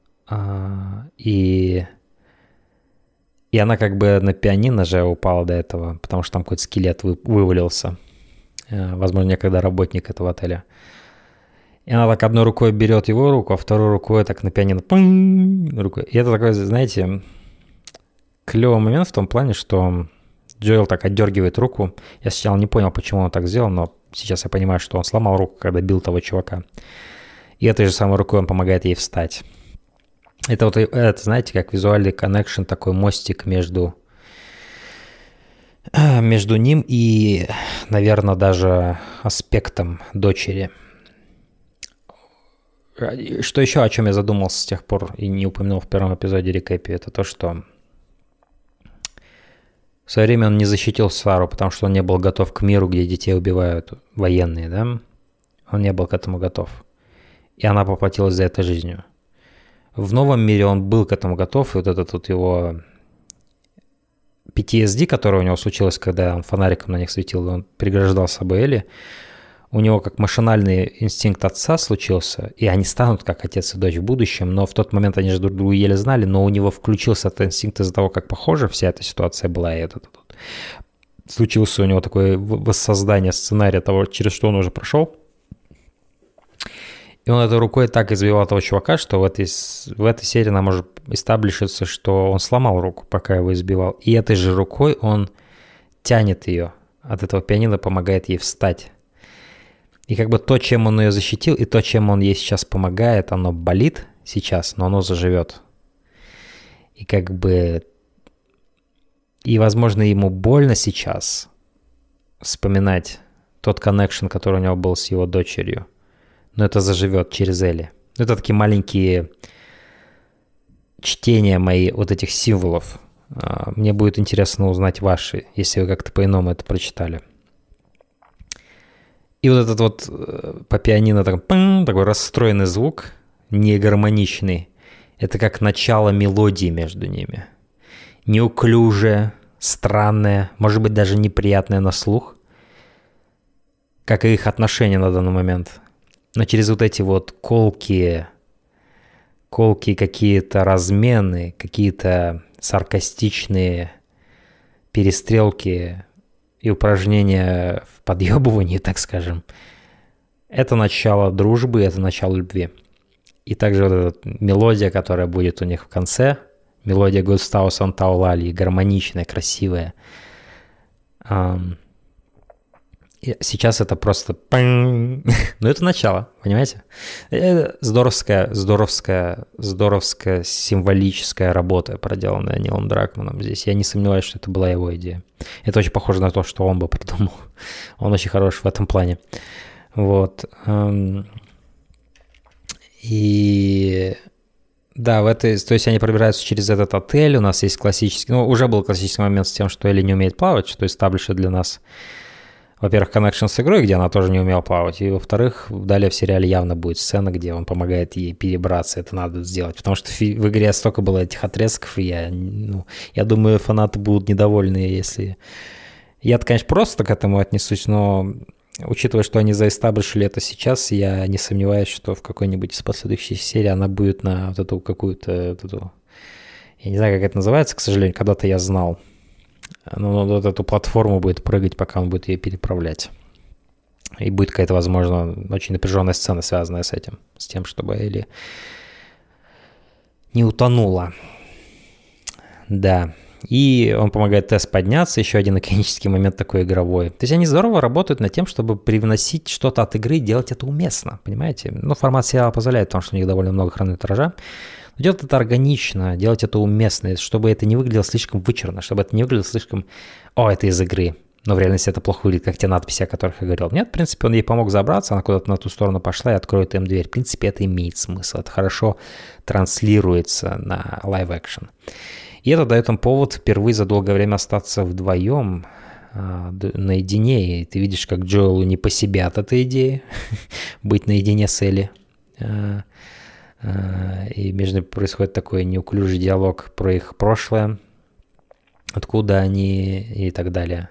и, и она как бы на пианино же упала до этого, потому что там какой-то скелет вы, вывалился. Возможно, некогда работник этого отеля. И она так одной рукой берет его руку, а второй рукой так на пианино. Рукой. И это такой, знаете, клевый момент в том плане, что Джоэл так отдергивает руку. Я сначала не понял, почему он так сделал, но сейчас я понимаю, что он сломал руку, когда бил того чувака. И этой же самой рукой он помогает ей встать. Это вот, это, знаете, как визуальный коннекшн, такой мостик между, между ним и, наверное, даже аспектом дочери. Что еще, о чем я задумался с тех пор и не упомянул в первом эпизоде рекэпе, это то, что в свое время он не защитил Сару, потому что он не был готов к миру, где детей убивают военные, да? Он не был к этому готов. И она поплатилась за это жизнью. В новом мире он был к этому готов, и вот этот вот его пи ти эс ди, которое у него случилось, когда он фонариком на них светил, он преграждал собой Элли, у него как машинальный инстинкт отца случился, и они станут как отец и дочь в будущем, но в тот момент они же друг друга еле знали, но у него включился этот инстинкт из-за того, как похожа вся эта ситуация была, и этот, этот. Случился у него такое воссоздание сценария того, через что он уже прошел. И он этой рукой так избивал того чувака, что в этой, в этой серии нам может эстаблишиться, что он сломал руку, пока его избивал. И этой же рукой он тянет ее от этого пианино, помогает ей встать. И как бы то, чем он ее защитил, и то, чем он ей сейчас помогает, оно болит сейчас, но оно заживет. И как бы И, возможно, ему больно сейчас вспоминать тот коннекшн, который у него был с его дочерью. Но это заживет через Элли. Это такие маленькие чтения мои вот этих символов. Мне будет интересно узнать ваши, если вы как-то по-иному это прочитали. И вот этот вот по пианино такой, такой расстроенный звук, негармоничный, это как начало мелодии между ними. Неуклюжее, странное, может быть, даже неприятное на слух, как и их отношения на данный момент. Но через вот эти вот колкие, колкие какие-то размены, какие-то саркастичные перестрелки и упражнения в подъебывании, так скажем, это начало дружбы, это начало любви. И также вот эта мелодия, которая будет у них в конце, мелодия Густаво Сантаолали, гармоничная, красивая. Сейчас это просто... Ну, это начало, понимаете? Это здоровская, здоровская, здоровская символическая работа, проделанная Нилом Дракманом здесь. Я не сомневаюсь, что это была его идея. Это очень похоже на то, что он бы придумал. Он очень хорош в этом плане. Вот. И... Да, в этой, то есть они пробираются через этот отель, у нас есть классический, ну, уже был классический момент с тем, что Элли не умеет плавать, что эстаблишит для нас, во-первых, коннекшн с игрой, где она тоже не умела плавать, и, во-вторых, далее в сериале явно будет сцена, где он помогает ей перебраться, это надо сделать, потому что в, в игре столько было этих отрезков, и я, ну, я думаю, фанаты будут недовольны, если... Я-то, конечно, просто к этому отнесусь, но... Учитывая, что они заэстаблишили это сейчас, я не сомневаюсь, что в какой-нибудь из последующих серий она будет на вот эту какую-то... Вот эту, я не знаю, как это называется, к сожалению, когда-то я знал. Но вот эту платформу будет прыгать, пока он будет ее переправлять. И будет какая-то, возможно, очень напряженная сцена, связанная с этим. С тем, чтобы Элли не утонула. Да. И он помогает Тесс подняться, еще один иконический момент такой игровой. То есть они здорово работают над тем, чтобы привносить что-то от игры и делать это уместно, понимаете? Ну, формат сериала позволяет, потому что у них довольно много хронометража. Но делать это органично, делать это уместно, чтобы это не выглядело слишком вычурно, чтобы это не выглядело слишком «О, это из игры». Но в реальности это плохо выглядит, как те надписи, о которых я говорил. Нет, в принципе, он ей помог забраться, она куда-то на ту сторону пошла и откроет им дверь. В принципе, это имеет смысл, это хорошо транслируется на лайв-экшн. И это дает им повод впервые за долгое время остаться вдвоем, а, наедине. И ты видишь, как Джоэлу не по себе от этой идеи быть наедине с Элли. А, а, и между ними происходит такой неуклюжий диалог про их прошлое, откуда они и так далее.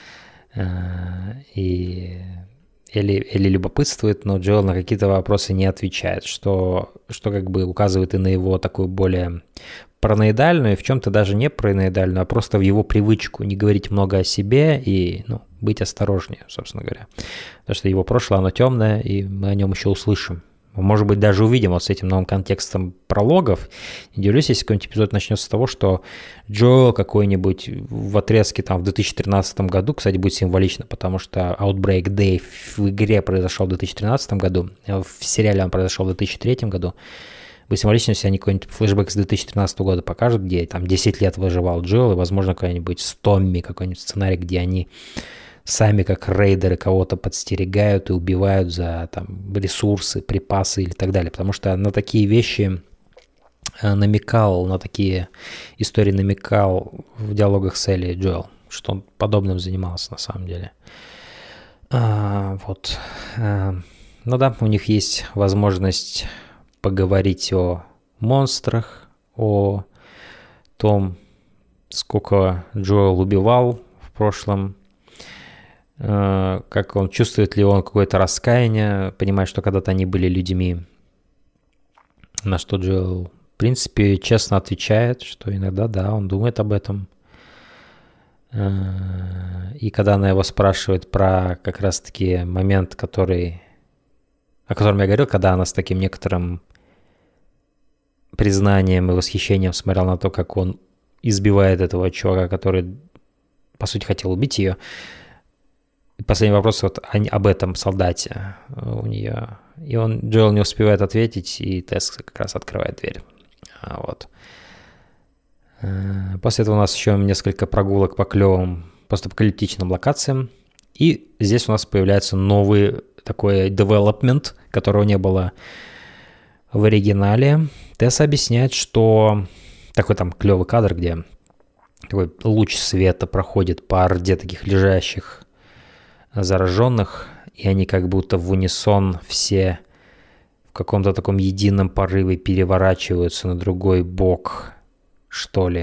А, и Элли, Элли любопытствует, но Джоэл на какие-то вопросы не отвечает, что, что как бы указывает и на его такую более... параноидальную, в чем-то даже не параноидальную, а просто в его привычку не говорить много о себе и, ну, быть осторожнее, собственно говоря. Потому что его прошлое, оно темное, и мы о нем еще услышим. Может быть, даже увидим вот с этим новым контекстом прологов. Не удивлюсь, если какой-нибудь эпизод начнется с того, что Джоэл какой-нибудь в отрезке там в две тысячи тринадцатом году, кстати, будет символично, потому что Outbreak Day в игре произошел в две тысячи тринадцатом году, в сериале он произошел в две тысячи третьем году. Будет символично, если они какой-нибудь флешбэк с две тысячи тринадцатого года покажут, где там десять лет выживал Джоэл, и, возможно, какой-нибудь с Томми, какой-нибудь сценарий, где они сами как рейдеры кого-то подстерегают и убивают за там ресурсы, припасы или так далее. Потому что на такие вещи намекал, на такие истории намекал в диалогах с Элли Джоэл, что он подобным занимался на самом деле. А, вот. А, ну да, у них есть возможность поговорить о монстрах, о том, сколько Джоэл убивал в прошлом, как он, чувствует ли он какое-то раскаяние, понимает, что когда-то они были людьми, на что Джоэл, в принципе, честно отвечает, что иногда, да, он думает об этом. И когда она его спрашивает про как раз-таки момент, который, о котором я говорил, когда она с таким некоторым признанием и восхищением смотрел на то, как он избивает этого чувака, который, по сути, хотел убить ее. И последний вопрос вот об этом солдате у нее. И он, Джоэл не успевает ответить, и Тесс как раз открывает дверь. Вот. После этого у нас еще несколько прогулок по клевым постапокалиптичным локациям. И здесь у нас появляется новый такой development, которого не было в оригинале. Тесс объясняет, что такой там клевый кадр, где такой луч света проходит по орде таких лежащих зараженных, и они как будто в унисон все в каком-то таком едином порыве переворачиваются на другой бок, что ли.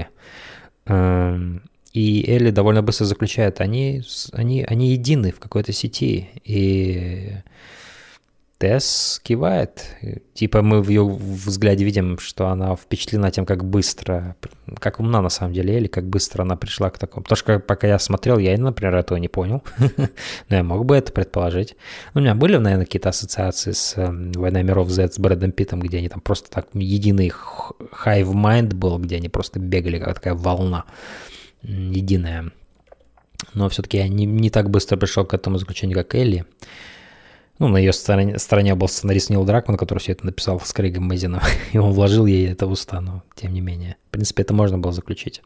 И Элли довольно быстро заключает, они, они, они едины в какой-то сети. И Тесс кивает. Типа мы в ее взгляде видим, что она впечатлена тем, как быстро, как умна на самом деле Элли, как быстро она пришла к такому. Потому что пока я смотрел, я, например, этого не понял. Но я мог бы это предположить. У меня были, наверное, какие-то ассоциации с «Война миров Z» с Брэдом Питтом, где они там просто так единый hive mind был, где они просто бегали, как такая волна единая. Но все-таки я не, не так быстро пришел к этому заключению, как Элли. Ну, на ее стороне, стороне был сценарист Нил Дракман, который все это написал с Крейгом Мэзином, и он вложил ей это в уста, но тем не менее. В принципе, это можно было заключить.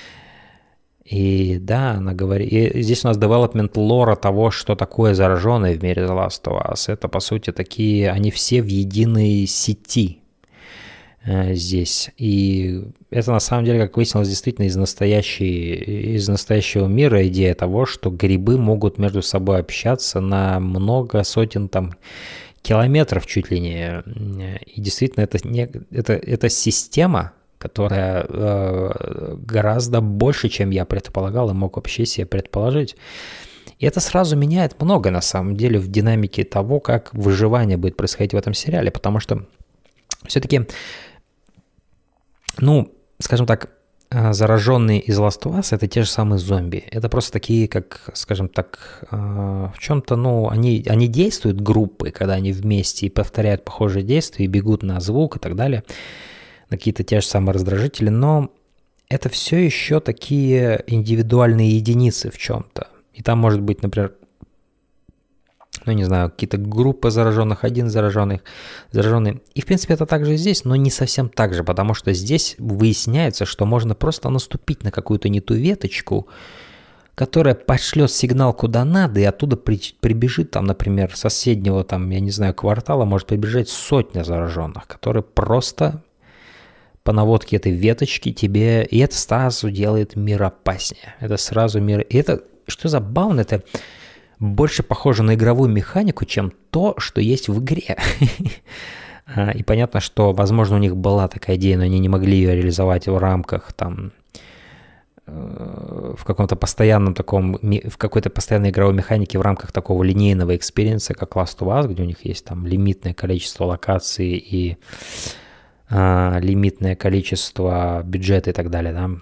И да, она говорит... И здесь у нас development лора того, что такое зараженные в мире The Last of Us. Это, по сути, такие... Они все в единой сети э, здесь. И это, на самом деле, как выяснилось, действительно из, настоящей, из настоящего мира идея того, что грибы могут между собой общаться на много сотен там километров чуть ли не. И действительно, это, не, это, это система, которая э, гораздо больше, чем я предполагал и мог вообще себе предположить. И это сразу меняет много, на самом деле, в динамике того, как выживание будет происходить в этом сериале, потому что все-таки, ну, скажем так, зараженные из Last of Us — это те же самые зомби. Это просто такие, как, скажем так, в чем-то, ну, они, они действуют группой, когда они вместе и повторяют похожие действия, и бегут на звук и так далее, на какие-то те же самые раздражители, но это все еще такие индивидуальные единицы в чем-то. И там может быть, например, ну, не знаю, какие-то группы зараженных, один зараженный, зараженный. И, в принципе, это также и здесь, но не совсем так же, потому что здесь выясняется, что можно просто наступить на какую-то не ту веточку, которая пошлет сигнал куда надо, и оттуда при, прибежит там, например, с соседнего, там, я не знаю, квартала, может прибежать сотня зараженных, которые просто по наводке этой веточки тебе... И это сразу делает мир опаснее. Это сразу мир... И это, что забавно, это... больше похоже на игровую механику, чем то, что есть в игре. И понятно, что, возможно, у них была такая идея, но они не могли ее реализовать в рамках там в каком-то постоянном таком, в какой-то постоянной игровой механике в рамках такого линейного экспириенса, как Last of Us, где у них есть там лимитное количество локаций и а, лимитное количество бюджета и так далее, да.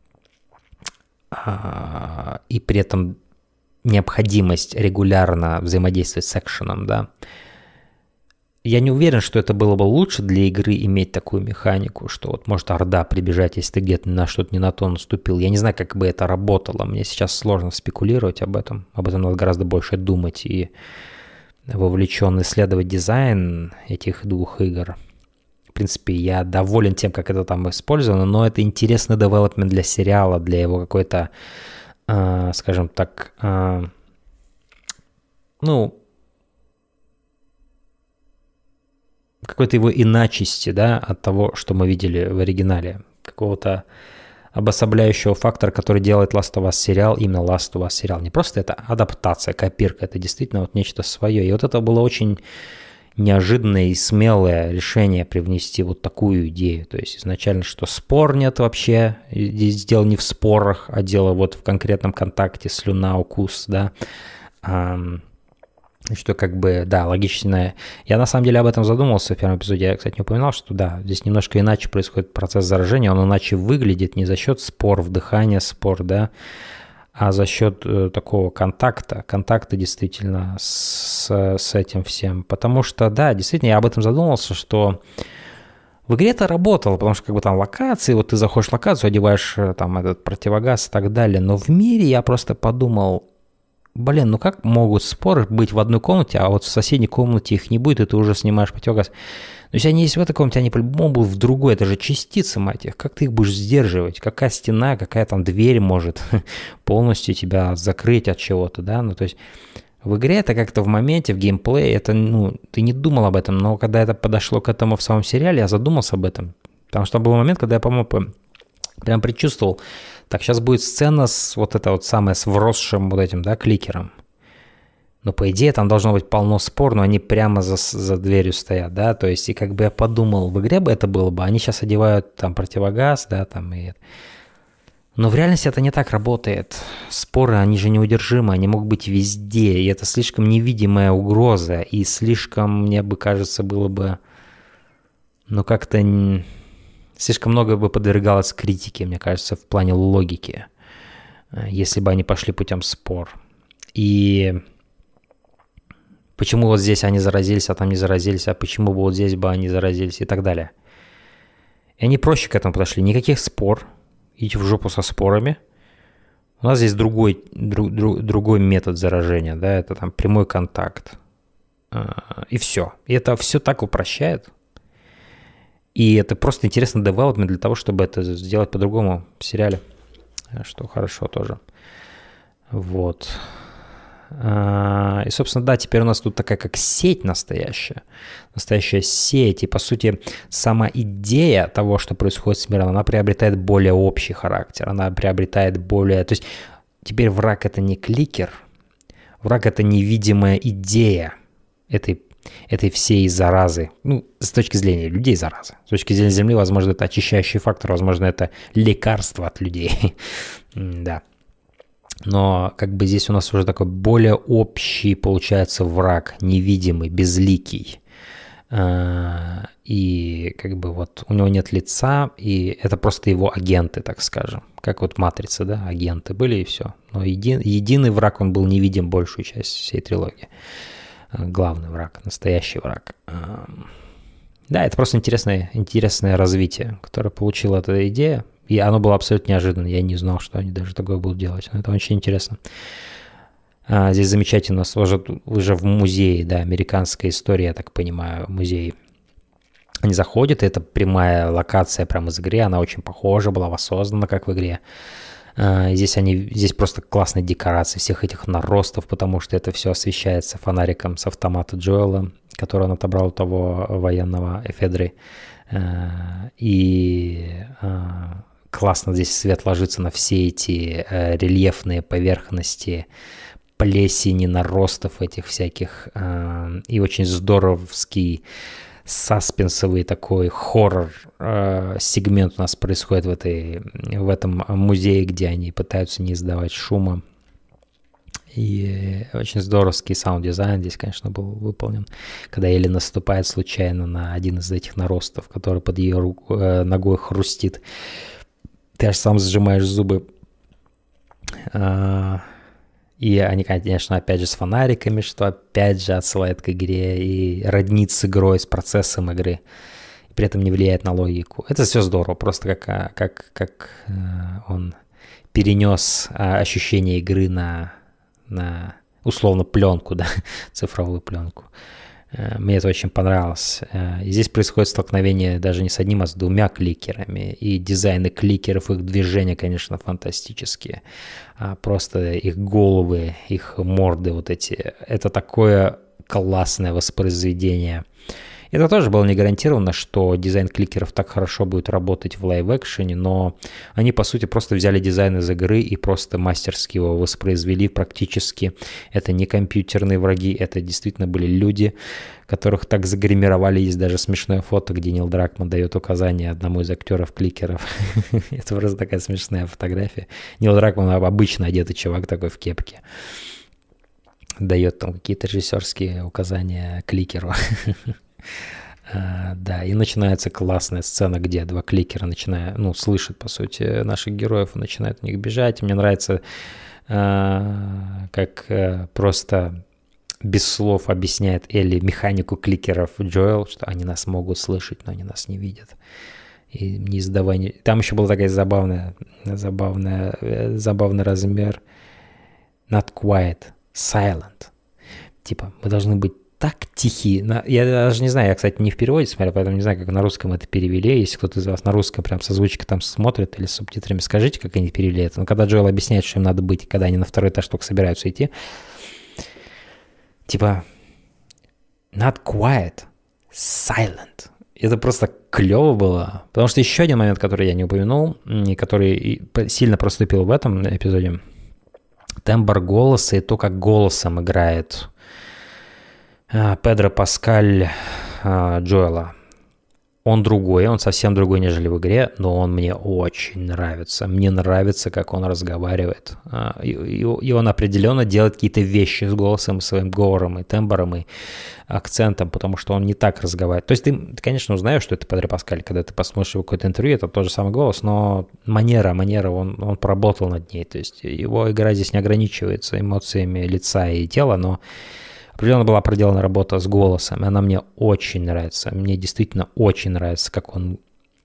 А, и при этом необходимость регулярно взаимодействовать с экшеном, да. Я не уверен, что это было бы лучше для игры иметь такую механику, что вот может орда прибежать, если ты где-то на что-то не на то наступил. Я не знаю, как бы это работало. Мне сейчас сложно спекулировать об этом. Об этом надо гораздо больше думать и вовлечен исследовать дизайн этих двух игр. В принципе, я доволен тем, как это там использовано, но это интересный девелопмент для сериала, для его какой-то, э, скажем так, э, ну, какой-то его иначести, да, от того, что мы видели в оригинале. Какого-то обособляющего фактора, который делает Last of Us сериал, именно Last of Us сериал. Не просто это адаптация, копирка, это действительно вот нечто свое. И вот это было очень неожиданное и смелое решение привнести вот такую идею. То есть изначально, что спор нет вообще, здесь дело не в спорах, а дело вот в конкретном контакте, слюна, укус, да, что как бы, да, логичное. Я на самом деле об этом задумался в первом эпизоде. Я, кстати, не упоминал, что да, здесь немножко иначе происходит процесс заражения, он иначе выглядит не за счет спор, вдыхания спор, да, а за счет э, такого контакта, контакта действительно с, с этим всем. Потому что, да, действительно, я об этом задумался, что в игре это работало, потому что как бы там локации, вот ты заходишь в локацию, одеваешь там этот противогаз и так далее, но в мире я просто подумал, блин, ну как могут споры быть в одной комнате, а вот в соседней комнате их не будет, и ты уже снимаешь противогаз. То есть они есть в этой комнате, они по-любому будут в другой, это же частицы, мать их. Как ты их будешь сдерживать? Какая стена, какая там дверь может полностью тебя закрыть от чего-то, да? Ну, то есть в игре это как-то в моменте, в геймплее, это, ну, ты не думал об этом, но когда это подошло к этому в самом сериале, я задумался об этом. Потому что был момент, когда я, по-моему, прям предчувствовал, так, сейчас будет сцена с вот это вот самое, с вросшим вот этим, да, кликером. Но по идее там должно быть полно спор, но они прямо за, за дверью стоят, да, то есть и как бы я подумал, в игре бы это было бы, они сейчас одевают там противогаз, да, там и... Но в реальности это не так работает. Споры, они же неудержимы, они могут быть везде, и это слишком невидимая угроза, и слишком, мне бы кажется, было бы, ну как-то... Слишком много бы подвергалось критике, мне кажется, в плане логики, если бы они пошли путем спор. И почему вот здесь они заразились, а там не заразились, а почему бы вот здесь бы они заразились и так далее. И они проще к этому подошли. Никаких спор, идите в жопу со спорами. У нас здесь другой, друг, друг, другой метод заражения, да, это там прямой контакт. И все. И это все так упрощает. И это просто интересный девелопмент для того, чтобы это сделать по-другому в сериале, что хорошо тоже. Вот. И, собственно, да, теперь у нас тут такая как сеть настоящая. Настоящая сеть. И, по сути, сама идея того, что происходит с миром, она приобретает более общий характер. Она приобретает более... То есть теперь враг — это не кликер. Враг — это невидимая идея этой этой всей заразы, ну, с точки зрения людей заразы, с точки зрения Земли, возможно, это очищающий фактор, возможно, это лекарство от людей, да. Но как бы здесь у нас уже такой более общий, получается, враг, невидимый, безликий. И как бы вот у него нет лица, и это просто его агенты, так скажем. Как вот «Матрица», да, агенты были и все. Но един, единый враг, он был невидим большую часть всей трилогии. Главный враг, настоящий враг. Да, это просто интересное, интересное развитие, которое получила эта идея, и оно было абсолютно неожиданно. Я не знал, что они даже такое будут делать, но это очень интересно. Здесь замечательно, у нас уже, уже в музее, да, американская история, я так понимаю, музей. Они заходят, и это прямая локация прямо из игры, она очень похожа была, воссоздана, как в игре. Здесь, они, здесь просто классные декорации всех этих наростов, потому что это все освещается фонариком с автомата Джоэла, который он отобрал у того военного эфедры. И классно здесь свет ложится на все эти рельефные поверхности, плесени, наростов этих всяких. И очень здоровский саспенсовый такой хоррор э, сегмент у нас происходит в, этой, в этом музее, где они пытаются не издавать шума. И очень здоровский саунд-дизайн здесь, конечно, был выполнен. Когда Элли наступает случайно на один из этих наростов, который под ее руку, э, ногой хрустит. Ты аж сам сжимаешь зубы. Э, И они, конечно, опять же с фонариками, что опять же отсылает к игре и роднит с игрой, с процессом игры, и при этом не влияет на логику. Это все здорово, просто как, как, как он перенес ощущение игры на, на условно пленку, да, цифровую пленку. Мне это очень понравилось. И здесь происходит столкновение даже не с одним, а с двумя кликерами. И дизайны кликеров, их движения, конечно, фантастические. Просто их головы, их морды вот эти. Это такое классное воспроизведение. Это тоже было не гарантировано, что дизайн кликеров так хорошо будет работать в лайв-экшене, но они, по сути, просто взяли дизайн из игры и просто мастерски его воспроизвели практически. Это не компьютерные враги, это действительно были люди, которых так загримировали. Есть даже смешное фото, где Нил Дракман дает указания одному из актеров кликеров. Это просто такая смешная фотография. Нил Дракман обычно одетый чувак такой в кепке. Дает там какие-то режиссерские указания кликеру. Uh, да, и начинается классная сцена, где два кликера начинают, ну, слышат, по сути, наших героев и начинают в них бежать. Мне нравится, uh, как uh, просто без слов объясняет Элли механику кликеров Джоэл, что они нас могут слышать, но они нас не видят. И не издавая... Не... Там еще был такой забавный, забавный, забавный размер. Not quiet, Silent. Типа, мы должны быть так тихи. Я даже не знаю, я, кстати, не в переводе смотрел, поэтому не знаю, как на русском это перевели. Если кто-то из вас на русском прям с озвучкой там смотрит или с субтитрами, скажите, как они перевели это. Но когда Джоэл объясняет, что им надо быть, когда они на второй этаж только собираются идти, типа, not quiet, silent. Это просто клево было. Потому что еще один момент, который я не упомянул, и который сильно проступил в этом эпизоде, тембр голоса и то, как голосом играет Педро Паскаль Джоэла. Он другой, он совсем другой, нежели в игре, но он мне очень нравится. Мне нравится, как он разговаривает. И он определенно делает какие-то вещи с голосом, своим говором и тембром, и акцентом, потому что он не так разговаривает. То есть ты, ты конечно, узнаешь, что это Педро Паскаль, когда ты посмотришь его какое-то интервью, это тот же самый голос, но манера, манера, он, он поработал над ней. То есть его игра здесь не ограничивается эмоциями лица и тела, но определенно была проделана работа с голосом, и она мне очень нравится. Мне действительно очень нравится, как он,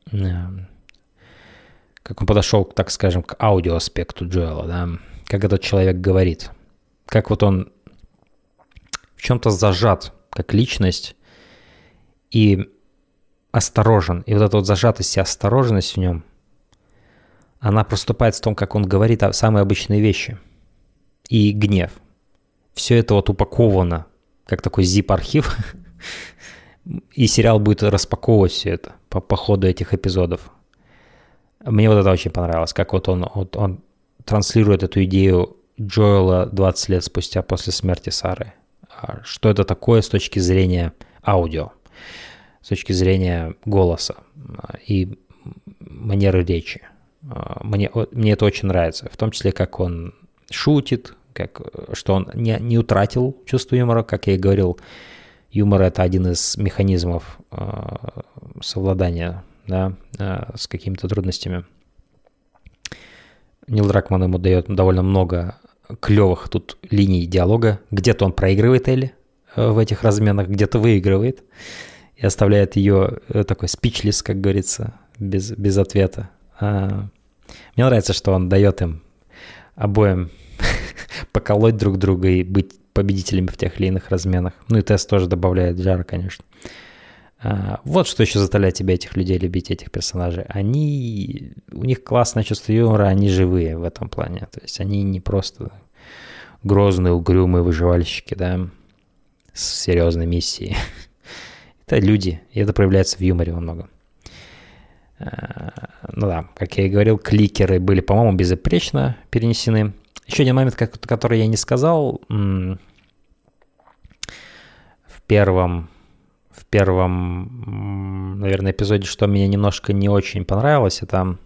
как он подошел, так скажем, к аудиоаспекту Джоэла, да? Как этот человек говорит, как вот он в чем-то зажат, как личность, и осторожен. И вот эта вот зажатость и осторожность в нем, она проступает в том, как он говорит самые обычные вещи. И гнев. Все это вот упаковано, как такой zip-архив, и сериал будет распаковывать все это по, по ходу этих эпизодов. Мне вот это очень понравилось, как вот он, вот он транслирует эту идею Джоэла двадцать лет спустя после смерти Сары. Что это такое с точки зрения аудио, с точки зрения голоса и манеры речи. Мне, мне это очень нравится, в том числе, как он шутит, как, что он не, не утратил чувство юмора, как я и говорил, юмор – это один из механизмов э, совладания, да, э, с какими-то трудностями. Нил Дракман ему дает довольно много клевых тут линий диалога. Где-то он проигрывает Элли э, в этих разменах, где-то выигрывает и оставляет ее э, такой speechless, как говорится, без, без ответа. А, мне нравится, что он дает им обоим поколоть друг друга и быть победителями в тех или иных разменах. Ну и Тесс тоже добавляет жара, конечно. А, вот что еще заставляет тебя, этих людей, любить, этих персонажей. Они, у них классное чувство юмора, они живые в этом плане. То есть они не просто грозные, угрюмые выживальщики, да, с серьезной миссией. Это люди, и это проявляется в юморе во многом. А, ну да, как я и говорил, кликеры были, по-моему, безупречно перенесены. Еще один момент, который я не сказал, в первом, в первом, наверное, эпизоде, что мне немножко не очень понравилось, это,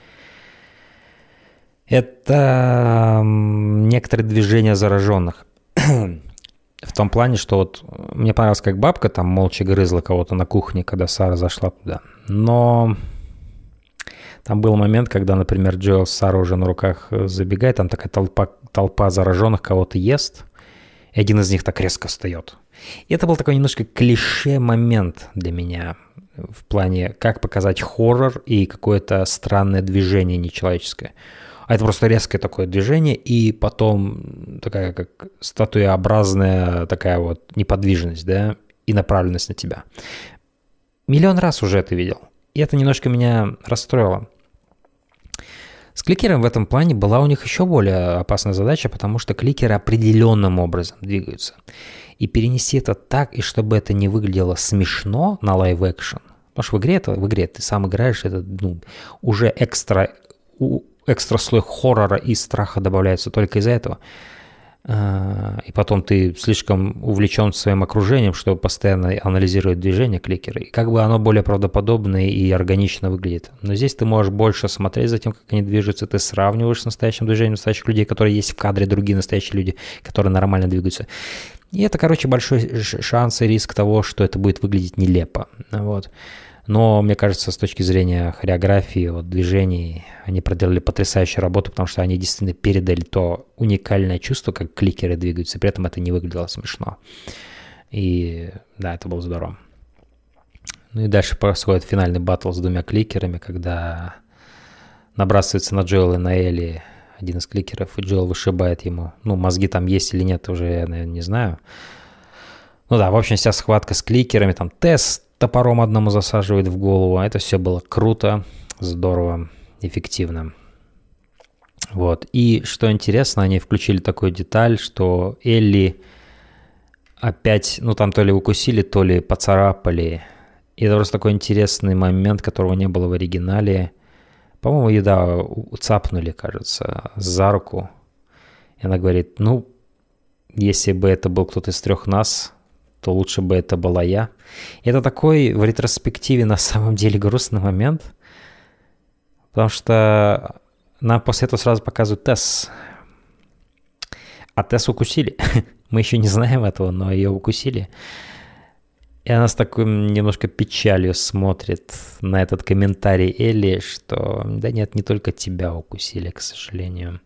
это некоторые движения зараженных. В том плане, что вот мне понравилось, как бабка там молча грызла кого-то на кухне, когда Сара зашла туда. Но там был момент, когда, например, Джоэл с Сарой уже на руках забегает, там такая толпа, толпа зараженных кого-то ест, и один из них так резко встает. И это был такой немножко клише-момент для меня в плане, как показать хоррор и какое-то странное движение нечеловеческое. А это просто резкое такое движение, и потом такая как статуеобразная такая вот неподвижность, да, и направленность на тебя. Миллион раз уже это видел. И это немножко меня расстроило. С кликером в этом плане была у них еще более опасная задача, потому что кликеры определенным образом двигаются. И перенести это так, и чтобы это не выглядело смешно на лайв-экшен. Потому что в игре, это, в игре ты сам играешь, это ну, уже экстра, экстра слой хоррора и страха добавляется только из-за этого. И потом ты слишком увлечен своим окружением, чтобы постоянно анализировать движения кликера. И как бы оно более правдоподобно и органично выглядит. Но здесь ты можешь больше смотреть за тем, как они движутся. Ты сравниваешь с настоящим движением настоящих людей, которые есть в кадре, другие настоящие люди, которые нормально двигаются. И это, короче, большой шанс и риск того, что это будет выглядеть нелепо. Вот. Но, мне кажется, с точки зрения хореографии, вот, движений, они проделали потрясающую работу, потому что они действительно передали то уникальное чувство, как кликеры двигаются, и при этом это не выглядело смешно. И да, это было здорово. Ну и дальше происходит финальный баттл с двумя кликерами, когда набрасывается на Джоэла и на Элли один из кликеров, и Джоэл вышибает ему. Ну, мозги там есть или нет, уже я, наверное, не знаю. Ну да, в общем, вся схватка с кликерами, там Тесс топором одному засаживает в голову. Это все было круто, здорово, эффективно. Вот. И что интересно, они включили такую деталь, что Элли опять, ну там то ли укусили, то ли поцарапали. И это просто такой интересный момент, которого не было в оригинале. По-моему, ее, да, цапнули, кажется, за руку. И она говорит, ну, если бы это был кто-то из трех нас, то лучше бы это была я. И это такой в ретроспективе на самом деле грустный момент, потому что нам после этого сразу показывают Тесс. А Тесс укусили. Мы еще не знаем этого, но ее укусили. И она с такой немножко печалью смотрит на этот комментарий Элли, что да нет, не только тебя укусили, к сожалению.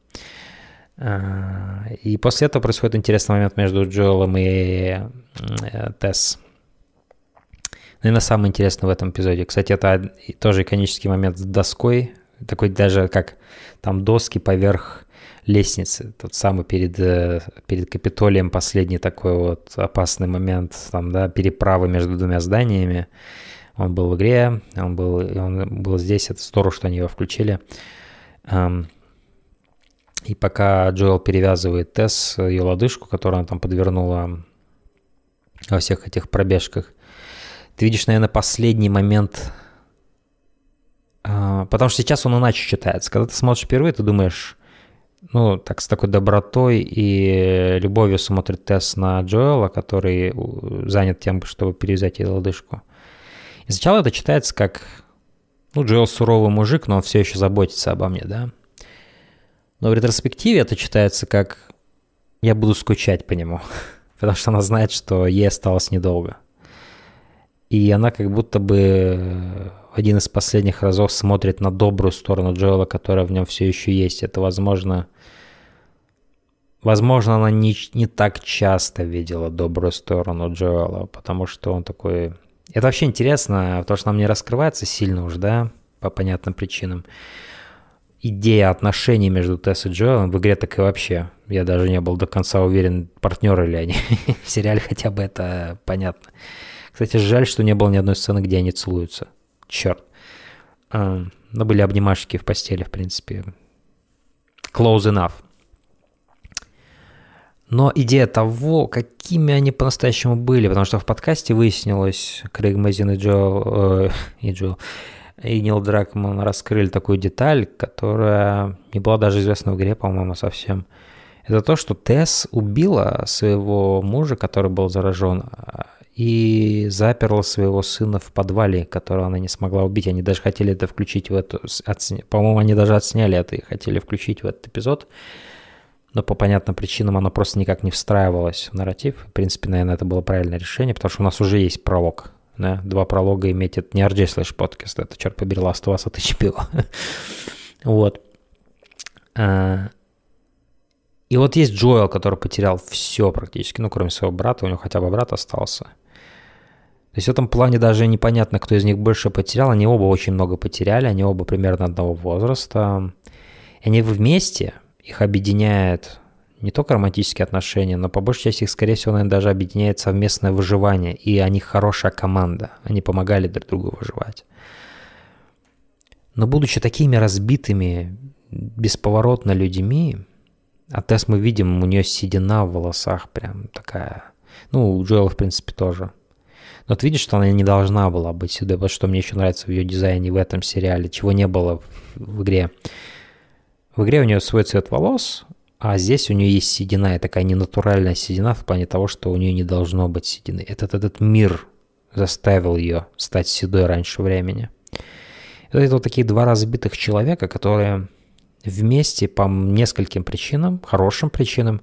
И после этого происходит интересный момент между Джоэлом и Тесс. Наверное, самый интересный в этом эпизоде. Кстати, это тоже иконический момент с доской. Такой даже как там доски поверх лестницы. Тот самый перед, перед Капитолием последний такой вот опасный момент. Там, да, переправа между двумя зданиями. Он был в игре, он был, он был здесь. Это здорово, что они его включили. И пока Джоэл перевязывает Тесс, ее лодыжку, которую она там подвернула во всех этих пробежках, ты видишь, наверное, последний момент, потому что сейчас он иначе читается. Когда ты смотришь впервые, ты думаешь, ну, так с такой добротой и любовью смотрит Тесс на Джоэла, который занят тем, чтобы перевязать ей лодыжку. И сначала это читается как, ну, Джоэл суровый мужик, но он все еще заботится обо мне, да. Но в ретроспективе это читается как «я буду скучать по нему», потому что она знает, что ей осталось недолго. И она как будто бы в один из последних разов смотрит на добрую сторону Джоэла, которая в нем все еще есть. Это, возможно, возможно, она не, не так часто видела добрую сторону Джоэла, потому что он такой... Это вообще интересно, потому что нам не раскрывается сильно уж, да, по понятным причинам. Идея отношений между Тесс и Джоэлом в игре так и вообще. Я даже не был до конца уверен, партнеры ли они. В сериале хотя бы это понятно. Кстати, жаль, что не было ни одной сцены, где они целуются. Черт. Но были обнимашки в постели, в принципе. Close enough. Но идея того, какими они по-настоящему были, потому что в подкасте выяснилось, Крейг Мэзин и Джоэл... Э, и Джоэл... и Нил Дракман раскрыли такую деталь, которая не была даже известна в игре, по-моему, совсем. Это то, что Тесс убила своего мужа, который был заражен, и заперла своего сына в подвале, которого она не смогла убить. Они даже хотели это включить в эту... Отсня... По-моему, они даже отсняли это и хотели включить в этот эпизод. Но по понятным причинам оно просто никак не встраивалось в нарратив. В принципе, наверное, это было правильное решение, потому что у нас уже есть пролог. Да? Два пролога иметь, это не ар джей слэш подкаст, это, черт побери, Last of Us от эйч би о. Вот. И вот есть Джоэл, который потерял все практически, ну, кроме своего брата, у него хотя бы брат остался. То есть в этом плане даже непонятно, кто из них больше потерял. Они оба очень много потеряли, они оба примерно одного возраста. И они вместе, их объединяет не только романтические отношения, но по большей части их, скорее всего, наверное, даже объединяет совместное выживание. И они хорошая команда, они помогали друг другу выживать. Но будучи такими разбитыми, бесповоротно людьми, а Тесс мы видим, у нее седина в волосах прям такая. Ну, у Джоэла, в принципе, тоже. Но ты видишь, что она не должна была быть сюда. Вот что мне еще нравится в ее дизайне в этом сериале, чего не было в, в игре. В игре у нее свой цвет волос, а здесь у нее есть седина, и такая ненатуральная седина в плане того, что у нее не должно быть седины. Этот, этот мир заставил ее стать седой раньше времени. Это вот такие два разбитых человека, которые вместе по нескольким причинам, хорошим причинам,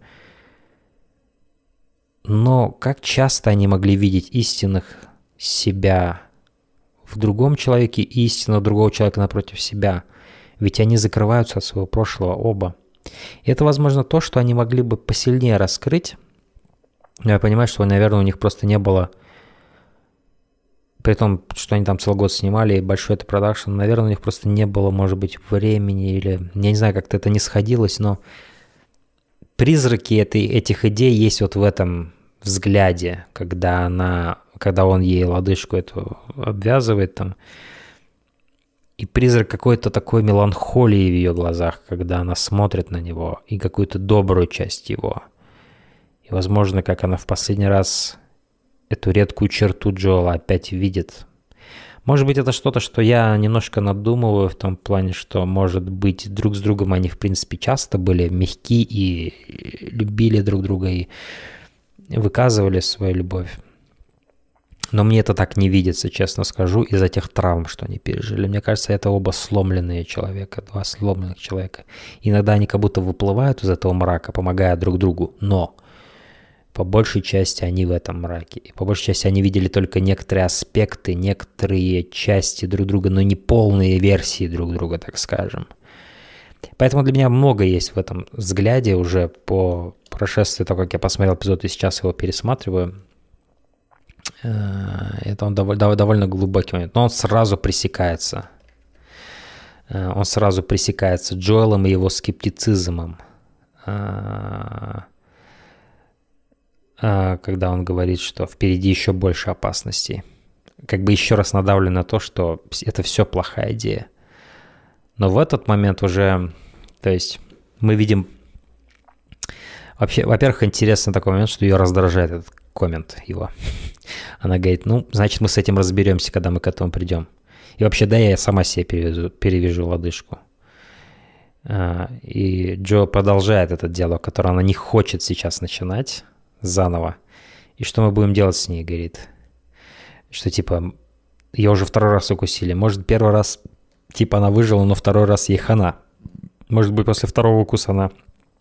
но как часто они могли видеть истинных себя в другом человеке и истинного другого человека напротив себя. Ведь они закрываются от своего прошлого оба. И это, возможно, то, что они могли бы посильнее раскрыть. Но я понимаю, что, наверное, у них просто не было При том, что они там целый год снимали, и большой это продакшн, наверное, у них просто не было, может быть, времени, или, я не знаю, как-то это не сходилось, но призраки этой, этих идей есть вот в этом взгляде, когда она, когда он ей лодыжку эту обвязывает там, и призрак какой-то такой меланхолии в ее глазах, когда она смотрит на него, и какую-то добрую часть его. И, возможно, как она в последний раз эту редкую черту Джоэла опять видит. Может быть, это что-то, что я немножко надумываю в том плане, что, может быть, друг с другом они, в принципе, часто были мягки и любили друг друга, и выказывали свою любовь. Но мне это так не видится, честно скажу, из-за тех травм, что они пережили. Мне кажется, это оба сломленные человека, два сломленных человека. Иногда они как будто выплывают из этого мрака, помогая друг другу, но по большей части они в этом мраке. И по большей части они видели только некоторые аспекты, некоторые части друг друга, но не полные версии друг друга, так скажем. Поэтому для меня много есть в этом взгляде уже по прошествии того, как я посмотрел эпизод и сейчас его пересматриваю. Это он довольно, довольно глубокий момент, но он сразу пресекается. Он сразу пресекается Джоэлом и его скептицизмом. Когда он говорит, что впереди еще больше опасностей. Как бы еще раз надавлю на то, что это все плохая идея. Но в этот момент уже, то есть мы видим... Вообще, во-первых, интересный такой момент, что ее раздражает этот коммент его. Она говорит, ну, значит, мы с этим разберемся, когда мы к этому придем. И вообще, да, я сама себе перевяжу, перевяжу лодыжку. И Джо продолжает этот диалог, который она не хочет сейчас начинать заново. И что мы будем делать с ней, говорит. Что типа, ее уже второй раз укусили. Может, первый раз, типа, она выжила, но второй раз ей хана. Может быть, после второго укуса она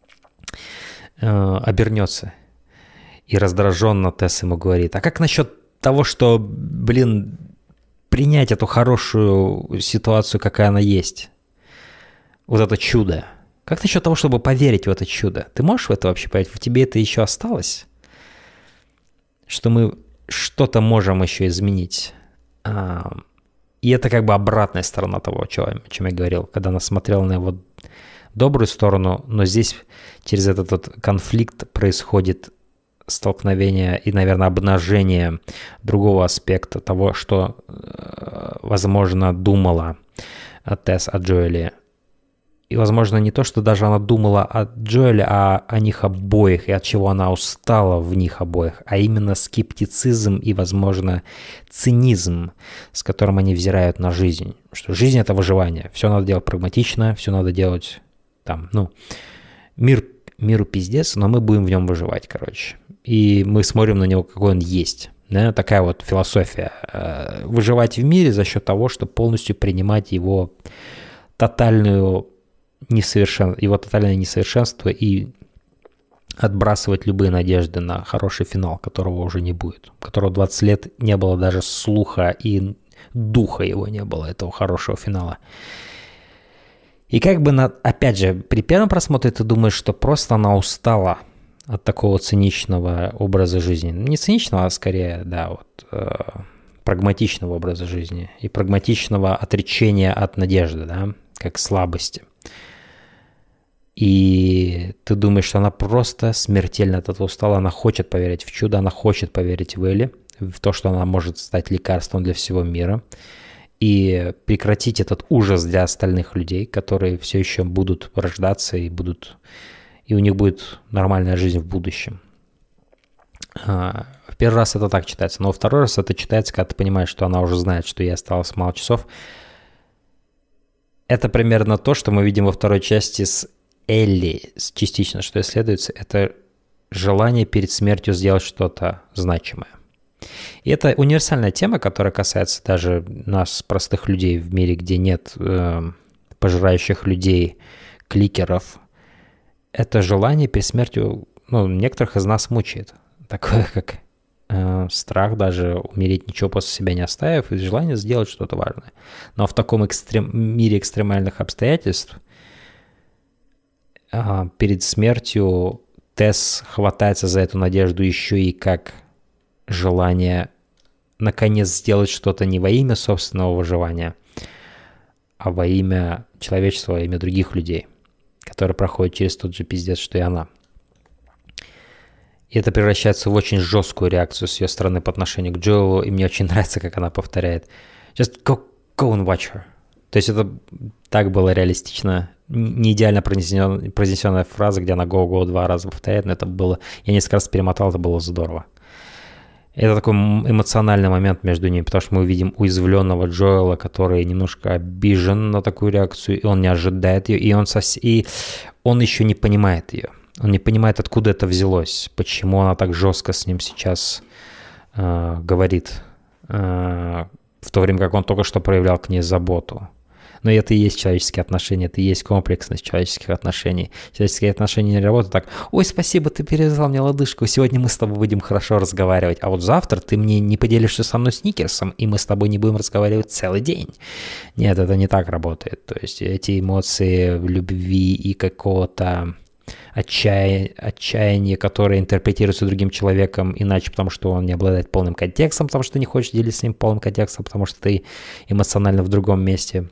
э, обернется. И раздраженно Тесс ему говорит, а как насчет того, что, блин, принять эту хорошую ситуацию, какая она есть? Вот это чудо. Как насчет того, чтобы поверить в это чудо? Ты можешь в это вообще поверить? В тебе это еще осталось? Что мы что-то можем еще изменить. И это как бы обратная сторона того, о чем я говорил, когда она смотрела на его добрую сторону, но здесь через этот вот конфликт происходит столкновение и, наверное, обнажение другого аспекта того, что, возможно, думала Тесс о Джоэле. И, возможно, не то, что даже она думала о Джоэле, а о них обоих, и от чего она устала в них обоих, а именно скептицизм и, возможно, цинизм, с которым они взирают на жизнь. Что жизнь — это выживание. Все надо делать прагматично, все надо делать там, ну, мир, миру пиздец, но мы будем в нем выживать, короче. И мы смотрим на него, какой он есть. Да? Такая вот философия. Выживать в мире за счет того, чтобы полностью принимать его тотальную несовершен... его тотальное несовершенство и отбрасывать любые надежды на хороший финал, которого уже не будет. Которого двадцать лет не было даже слуха и духа его не было, этого хорошего финала. И как бы, на... опять же, при первом просмотре ты думаешь, что просто она устала от такого циничного образа жизни. Не циничного, а скорее, да, вот э, прагматичного образа жизни и прагматичного отречения от надежды, да, как слабости. И ты думаешь, что она просто смертельно от этого устала, она хочет поверить в чудо, она хочет поверить в Элли, в то, что она может стать лекарством для всего мира, и прекратить этот ужас для остальных людей, которые все еще будут рождаться и будут... и у них будет нормальная жизнь в будущем. В первый раз это так читается, но во второй раз это читается, когда ты понимаешь, что она уже знает, что ей осталось мало часов. Это примерно то, что мы видим во второй части с Элли, частично, что исследуется, это желание перед смертью сделать что-то значимое. И это универсальная тема, которая касается даже нас, простых людей в мире, где нет э, пожирающих людей, кликеров. Это желание перед смертью, ну, некоторых из нас мучает. Такое, как э, страх даже умереть, ничего после себя не оставив, и желание сделать что-то важное. Но в таком экстрем, мире экстремальных обстоятельств э, перед смертью Тесс хватается за эту надежду еще и как желание наконец сделать что-то не во имя собственного выживания, а во имя человечества, во имя других людей, которые проходят через тот же пиздец, что и она. И это превращается в очень жесткую реакцию с ее стороны по отношению к Джоэлу, и мне очень нравится, как она повторяет «Just go, go and watch her». То есть это так было реалистично, не идеально произнесенная, произнесенная фраза, где она go, go два раза повторяет, но это было, я несколько раз перемотал, это было здорово. Это такой эмоциональный момент между ними, потому что мы увидим уязвленного Джоэла, который немножко обижен на такую реакцию, и он не ожидает ее, и он, сос... и он еще не понимает ее. Он не понимает, откуда это взялось, почему она так жестко с ним сейчас э, говорит, э, в то время как он только что проявлял к ней заботу. Но это и есть человеческие отношения, это и есть комплексность человеческих отношений. Человеческие отношения не работают так: «Ой, спасибо, ты перевязал мне лодыжку, сегодня мы с тобой будем хорошо разговаривать, а вот завтра ты мне не поделишься со мной сникерсом, и мы с тобой не будем разговаривать целый день». Нет, это не так работает. То есть эти эмоции любви и какого-то отчаяния, отчаяние, которое интерпретируется другим человеком иначе, потому что он не обладает полным контекстом, потому что ты не хочешь делиться с ним полным контекстом, потому что ты эмоционально в другом месте.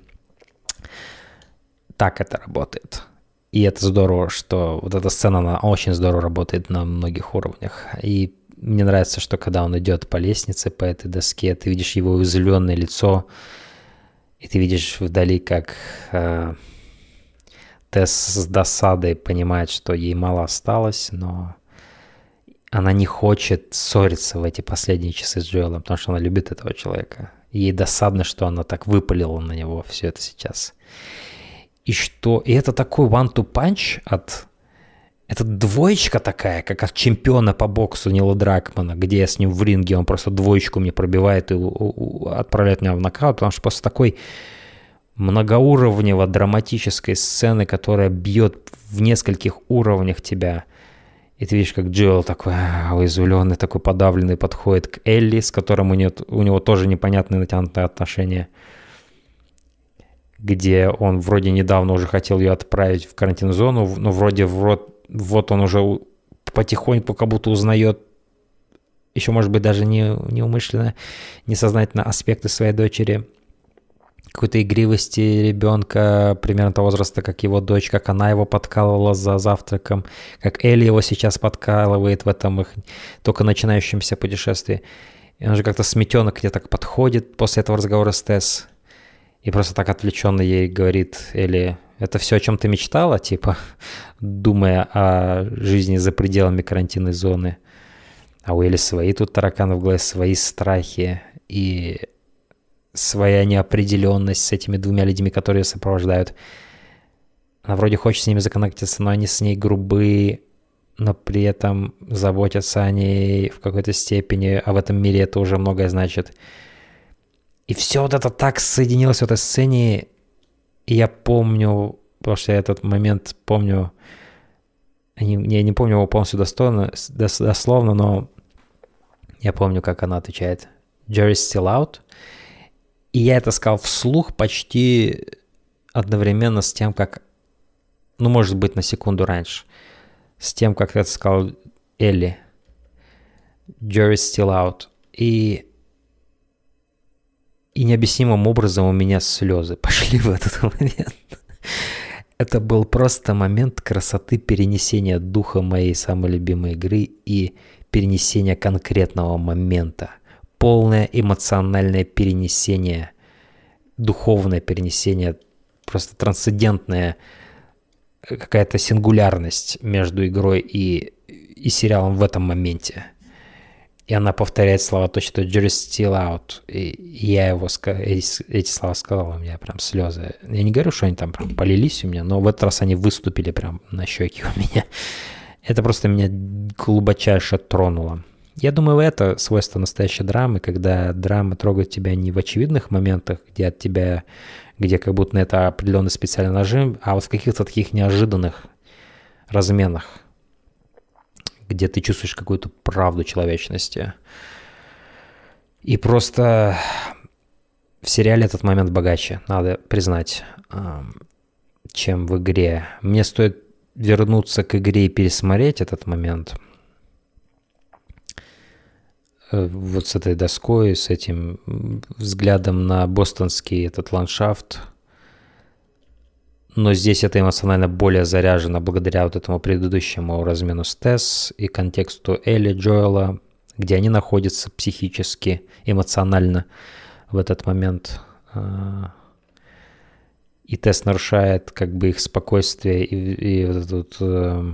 Так это работает. И это здорово, что вот эта сцена, она очень здорово работает на многих уровнях. И мне нравится, что когда он идет по лестнице, по этой доске, ты видишь его уязвленное лицо, и ты видишь вдали, как э, Тесс с досадой понимает, что ей мало осталось, но она не хочет ссориться в эти последние часы с Джоэлом, потому что она любит этого человека. И ей досадно, что она так выпалила на него все это сейчас. И что... И это такой one-two punch от... Это двоечка такая, как от чемпиона по боксу Нила Дракмана, где я с ним в ринге, он просто двоечку мне пробивает и отправляет меня в нокаут, потому что после такой многоуровневой драматической сцены, которая бьет в нескольких уровнях тебя, и ты видишь, как Джоэл такой уязвленный, такой подавленный подходит к Элли, с которым у него, у него тоже непонятные натянутые отношения, где он вроде недавно уже хотел ее отправить в карантинную зону, но вроде вот, вот он уже потихоньку как будто узнает, еще, может быть, даже не, неумышленно, несознательно аспекты своей дочери, какой-то игривости ребенка примерно того возраста, как его дочь, как она его подкалывала за завтраком, как Элли его сейчас подкалывает в этом их только начинающемся путешествии. И он же как-то сметенок где-то так подходит после этого разговора с Тесс. И просто так отвлеченно ей говорит: Элли, это все, о чем ты мечтала, типа, думая о жизни за пределами карантинной зоны. А у Элли свои тут тараканы в голове, свои страхи и своя неопределенность с этими двумя людьми, которые ее сопровождают. Она вроде хочет с ними законнектиться, но они с ней грубые, но при этом заботятся о ней в какой-то степени, а в этом мире это уже многое значит. И все вот это так соединилось в этой сцене, и я помню, потому что я этот момент помню, я не помню его полностью дословно, дословно, но я помню, как она отвечает «Jury's still out», и я это сказал вслух почти одновременно с тем, как, ну, может быть, на секунду раньше, с тем, как это сказал Элли «Jury's still out», и И необъяснимым образом у меня слезы пошли в этот момент. Это был просто момент красоты перенесения духа моей самой любимой игры и перенесения конкретного момента. Полное эмоциональное перенесение, духовное перенесение, просто трансцендентная какая-то сингулярность между игрой и, и сериалом в этом моменте. И она повторяет слова точно «Jury's still out». И я его, эти, эти слова сказал, у меня прям слезы. Я не говорю, что они там прям полились у меня, но в этот раз они выступили прям на щеки у меня. Это просто меня глубочайше тронуло. Я думаю, это свойство настоящей драмы, когда драма трогает тебя не в очевидных моментах, где от тебя, где как будто на это определенный специальный нажим, а вот в каких-то таких неожиданных разменах, где ты чувствуешь какую-то правду человечности. И просто в сериале этот момент богаче, надо признать, чем в игре. Мне стоит вернуться к игре и пересмотреть этот момент. вот с этой доской, с этим взглядом на бостонский этот ландшафт. Но здесь это эмоционально более заряжено благодаря вот этому предыдущему размену с Тесс и контексту Элли, Джоэла, где они находятся психически, эмоционально в этот момент. И Тесс нарушает как бы их спокойствие и, и вот этот э,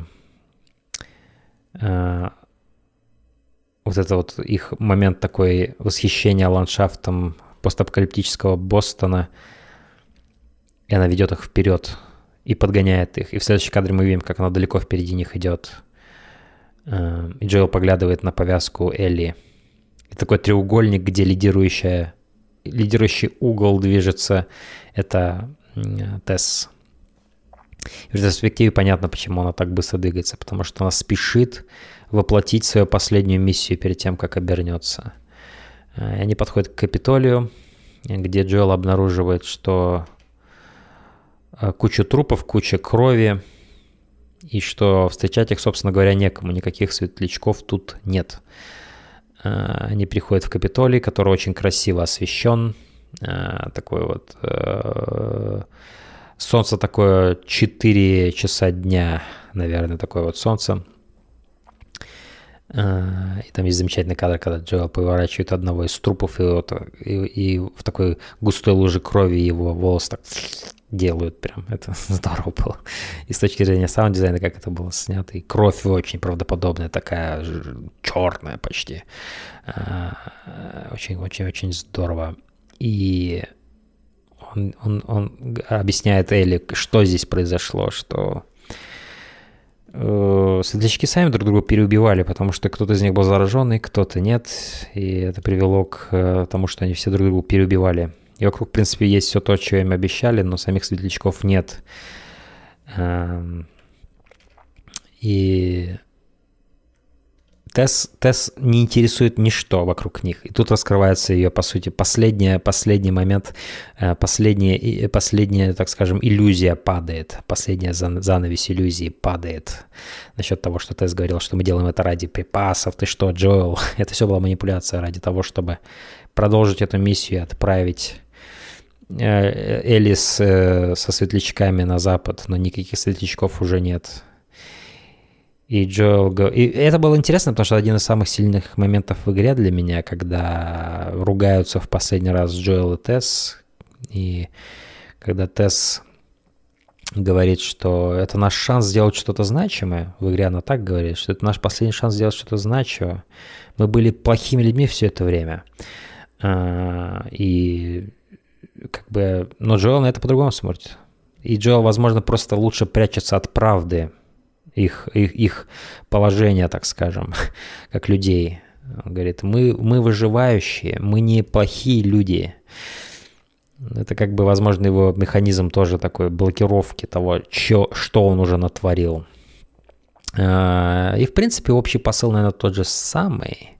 э, вот это вот их момент такой восхищения ландшафтом постапокалиптического Бостона, и она ведет их вперед и подгоняет их. И в следующем кадре мы видим, как она далеко впереди них идет. Э, и Джоэл поглядывает на повязку Элли. И такой треугольник, где лидирующая, лидирующий угол движется, это Тесс. В ретроспективе понятно, почему она так быстро двигается, потому что она спешит воплотить свою последнюю миссию перед тем, как обернется. И они подходят к Капитолию, где Джоэл обнаруживает, что куча трупов, куча крови, и что встречать их, собственно говоря, некому, никаких светлячков тут нет. Они приходят в Капитолий, который очень красиво освещен. Такой вот солнце такое четыре часа дня, наверное, такое вот солнце. И там есть замечательный кадр, когда Джоэл поворачивает одного из трупов, и, вот, и, и в такой густой луже крови его волосы так делают прям. Это здорово было. И с точки зрения саунд-дизайна, как это было снято. И кровь очень правдоподобная, такая черная почти. Очень-очень-очень здорово. И он, он, он объясняет Элли, что здесь произошло, что э, светлячки сами друг друга переубивали, потому что кто-то из них был зараженный, кто-то нет, и это привело к э, тому, что они все друг друга переубивали. И вокруг, в принципе, есть все то, что им обещали, но самих светлячков нет. Э, и... Тесс, Тесс не интересует ничто вокруг них. И тут раскрывается ее, по сути, последняя, последний момент, последняя, последняя, так скажем, иллюзия падает. Последняя занавес иллюзии падает. Насчет того, что Тесс говорил, что мы делаем это ради припасов. Ты что, Джоэл? Это все была манипуляция ради того, чтобы продолжить эту миссию и отправить Элли со светлячками на запад. Но никаких светлячков уже нет. И Джоэл... И это было интересно, потому что один из самых сильных моментов в игре для меня, когда ругаются в последний раз Джоэл и Тесс, и когда Тесс говорит, что это наш шанс сделать что-то значимое, в игре она так говорит, что это наш последний шанс сделать что-то значимое. Мы были плохими людьми все это время. И как бы... Но Джоэл на это по-другому смотрит. И Джоэл, возможно, просто лучше прячется от правды, Их, их, их положение, так скажем, как людей. Он говорит, мы, мы выживающие, мы не плохие люди. Это как бы, возможно, его механизм тоже такой блокировки того, чё, что он уже натворил. И, в принципе, общий посыл, наверное, тот же самый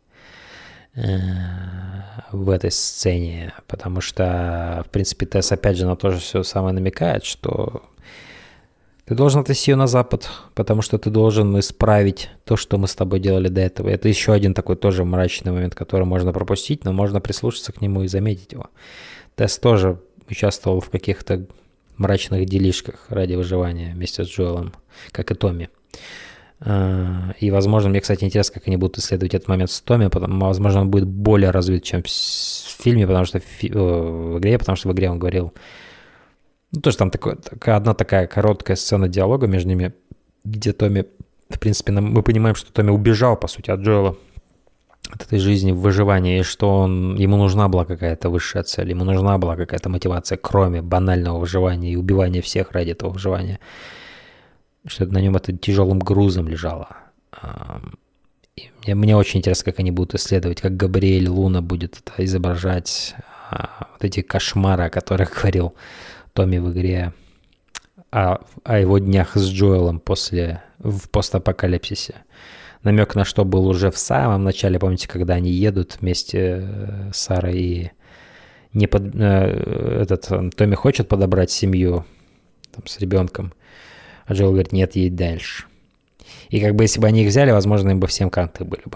в этой сцене, потому что, в принципе, Тесс, опять же, на то же все самое намекает, что ты должен отвезти ее на запад, потому что ты должен исправить то, что мы с тобой делали до этого. Это еще один такой тоже мрачный момент, который можно пропустить, но можно прислушаться к нему и заметить его. Тесс тоже участвовал в каких-то мрачных делишках ради выживания вместе с Джоэлом, как и Томми. И, возможно, мне, кстати, интересно, как они будут исследовать этот момент с Томми, потому, возможно, он будет более развит, чем в фильме, потому что в, фи- в игре, потому что в игре он говорил... Ну, тоже там такое, такая, одна такая короткая сцена диалога между ними, где Томми, в принципе, нам, мы понимаем, что Томми убежал, по сути, от Джоэла, от этой жизни в выживании, и что он, ему нужна была какая-то высшая цель, ему нужна была какая-то мотивация, кроме банального выживания и убивания всех ради этого выживания, что на нем это тяжелым грузом лежало. И мне, мне очень интересно, как они будут исследовать, как Габриэль Луна будет это изображать, вот эти кошмары, о которых говорил Томми в игре, о, о его днях с Джоэлом после, в постапокалипсисе. Намек на что был уже в самом начале, помните, когда они едут вместе с Сарой и не под, э, этот, Томми хочет подобрать семью там, с ребенком, а Джоэл говорит, нет, едь дальше. И как бы если бы они их взяли, возможно, им бы всем канты были бы.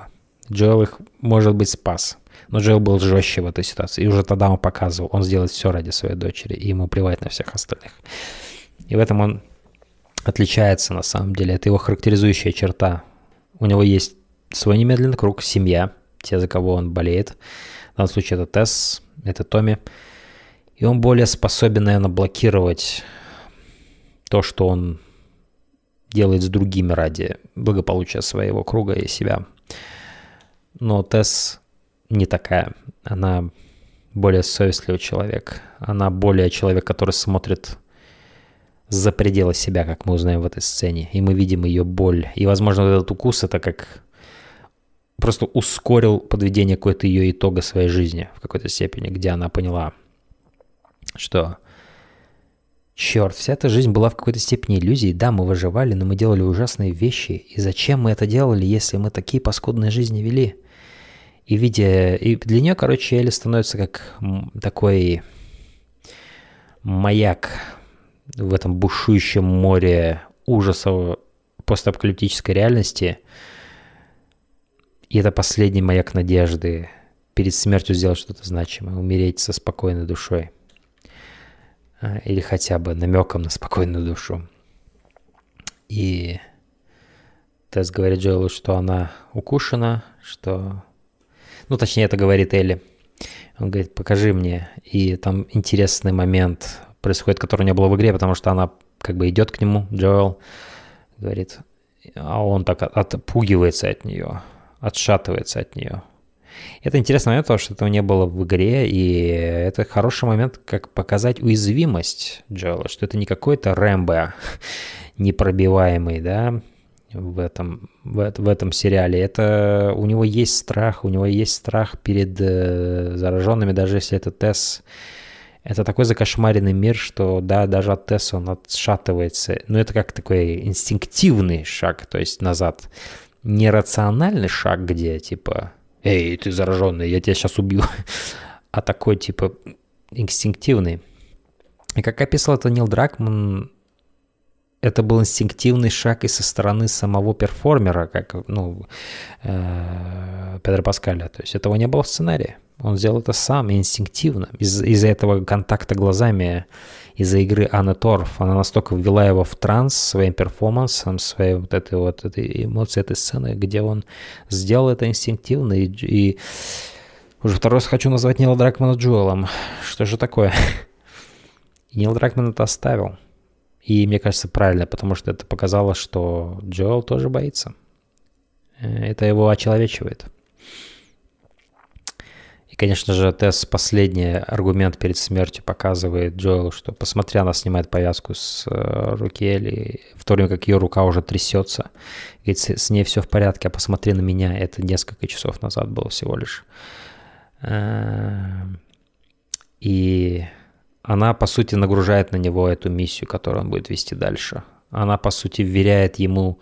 Джоэл их, может быть, спас. Но Джоэл был жестче в этой ситуации. И уже тогда он показывал, он сделает все ради своей дочери, и ему плевать на всех остальных. И в этом он отличается на самом деле. Это его характеризующая черта. У него есть свой немедленный круг, семья, те, за кого он болеет. В данном случае это Тесс, это Томми. И он более способен, наверное, блокировать то, что он делает с другими ради благополучия своего круга и себя. Но Тесс не такая. Она более совестливый человек. Она более человек, который смотрит за пределы себя, как мы узнаем в этой сцене. И мы видим ее боль. И, возможно, вот этот укус — это как просто ускорил подведение какой-то ее итога своей жизни в какой-то степени, где она поняла, что черт, вся эта жизнь была в какой-то степени иллюзией. Да, мы выживали, но мы делали ужасные вещи. И зачем мы это делали, если мы такие паскудные жизни вели? И видя... И для нее, короче, Элли становится как такой маяк в этом бушующем море ужасов постапокалиптической реальности. И это последний маяк надежды перед смертью сделать что-то значимое, умереть со спокойной душой. Или хотя бы намеком на спокойную душу. И Тесс говорит Джоэлу, что она укушена, что... Ну, точнее, это говорит Элли. Он говорит, покажи мне. И там интересный момент происходит, который не было в игре, потому что она как бы идет к нему, Джоэл, говорит, а он так отпугивается от нее, отшатывается от нее. Это интересный момент, потому что этого не было в игре, и это хороший момент, как показать уязвимость Джоэла, что это не какой-то Рэмбо непробиваемый, да, в этом, в, в этом сериале. Это у него есть страх, у него есть страх перед э, зараженными, даже если это Тесс. Это такой закошмаренный мир, что, да, даже от Тесса он отшатывается. Но это как такой инстинктивный шаг, то есть назад. Нерациональный шаг, где, типа, эй, ты зараженный, я тебя сейчас убью. А такой, типа, инстинктивный. И как описал это Нил Дракман, это был инстинктивный шаг и со стороны самого перформера, как, ну, э, Педро Паскаля. То есть этого не было в сценарии. Он сделал это сам, инстинктивно. Из- из-за этого контакта глазами, из-за игры Анны Торф, она настолько ввела его в транс своим перформансом, своей вот этой вот этой эмоцией, этой сцены, где он сделал это инстинктивно. И, и уже второй раз хочу назвать Нила Дракмана Джоэлом. Что же такое? И Нил Дракман это оставил. И мне кажется, правильно, потому что это показало, что Джоэл тоже боится. Это его очеловечивает. И, конечно же, Тесс последний аргумент перед смертью показывает Джоэлу, что, посмотри, она снимает повязку с э, руки Элли, в то время как ее рука уже трясется. Говорит, с, с ней все в порядке, а посмотри на меня. Это несколько часов назад было всего лишь. И она, по сути, нагружает на него эту миссию, которую он будет вести дальше. Она, по сути, вверяет ему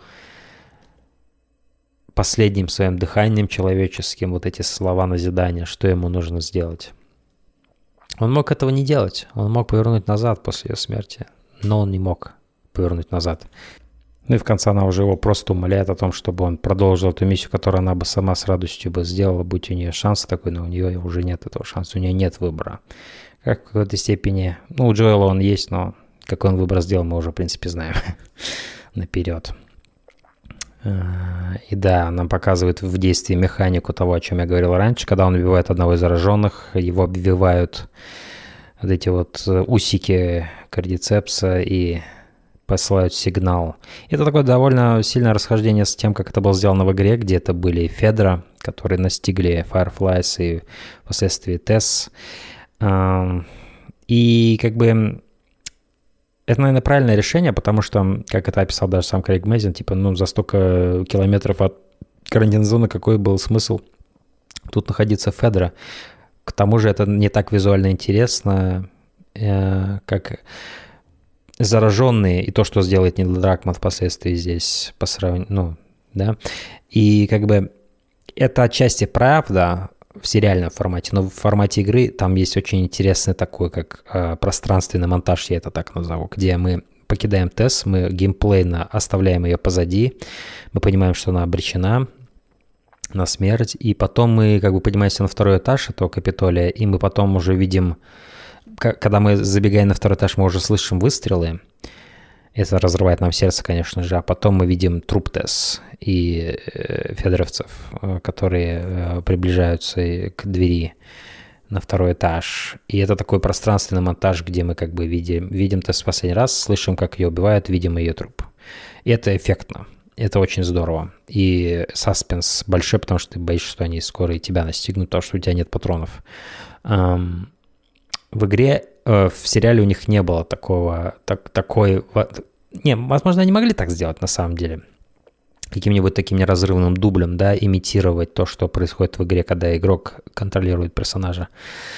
последним своим дыханием человеческим вот эти слова назидания, что ему нужно сделать. Он мог этого не делать. Он мог повернуть назад после ее смерти, но он не мог повернуть назад. Ну и в конце она уже его просто умоляет о том, чтобы он продолжил эту миссию, которую она бы сама с радостью бы сделала, будь у нее шанс такой, но у нее уже нет этого шанса, у нее нет выбора. Как в какой-то степени, ну, у Джоэла он есть, но какой он выбор сделал, мы уже, в принципе, знаем наперед. И да, нам показывает в действии механику того, о чем я говорил раньше, когда он убивает одного из зараженных, его обвивают вот эти вот усики кардицепса и посылают сигнал. Это такое довольно сильное расхождение с тем, как это было сделано в игре, где это были Федра, которые настигли Fireflies и впоследствии Тесс. И как бы это, наверное, правильное решение, потому что, как это описал даже сам Крейг Мэзин, типа, ну, за столько километров от карантинной зоны какой был смысл тут находиться Федра? К тому же это не так визуально интересно, э, как зараженные, и то, что сделает Нил Дракман впоследствии здесь по сравнению, ну, да, и как бы это отчасти правда в сериальном формате, но в формате игры там есть очень интересный такой, как э, пространственный монтаж, я это так назову, где мы покидаем Тесс, мы геймплейно оставляем ее позади, мы понимаем, что она обречена, на смерть. И потом мы как бы поднимаемся на второй этаж этого Капитолия, и мы потом уже видим, когда мы забегаем на второй этаж, мы уже слышим выстрелы. Это разрывает нам сердце, конечно же. А потом мы видим труп Тесс и федоровцев, которые приближаются к двери на второй этаж. И это такой пространственный монтаж, где мы как бы видим, видим Тесс в последний раз, слышим, как ее убивают, видим ее труп. И это эффектно. Это очень здорово. И саспенс большой, потому что ты боишься, что они скоро и тебя настигнут, потому что у тебя нет патронов. В игре, в сериале у них не было такого, так, такой... Не, возможно, они могли так сделать на самом деле. Каким-нибудь таким неразрывным дублем, да, имитировать то, что происходит в игре, когда игрок контролирует персонажа.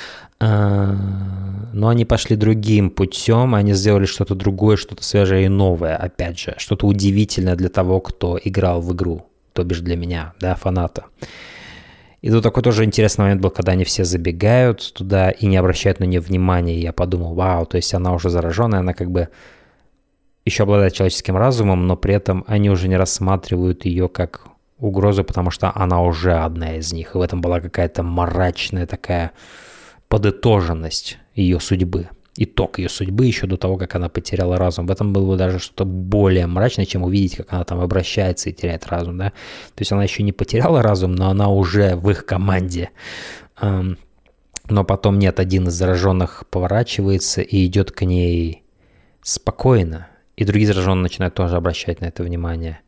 Но они пошли другим путем, они сделали что-то другое, что-то свежее и новое, опять же, что-то удивительное для того, кто играл в игру, то бишь для меня, да, фаната. И тут такой тоже интересный момент был, когда они все забегают туда и не обращают на нее внимания, и я подумал, вау, то есть она уже зараженная, она как бы еще обладает человеческим разумом, но при этом они уже не рассматривают ее как угрозу, потому что она уже одна из них, и в этом была какая-то мрачная такая подытоженность ее судьбы, итог ее судьбы еще до того, как она потеряла разум. В этом было бы даже что-то более мрачное, чем увидеть, как она там обращается и теряет разум, да. То есть она еще не потеряла разум, но она уже в их команде. Но потом нет, один из зараженных поворачивается и идет к ней спокойно, и другие зараженные начинают тоже обращать на это внимание.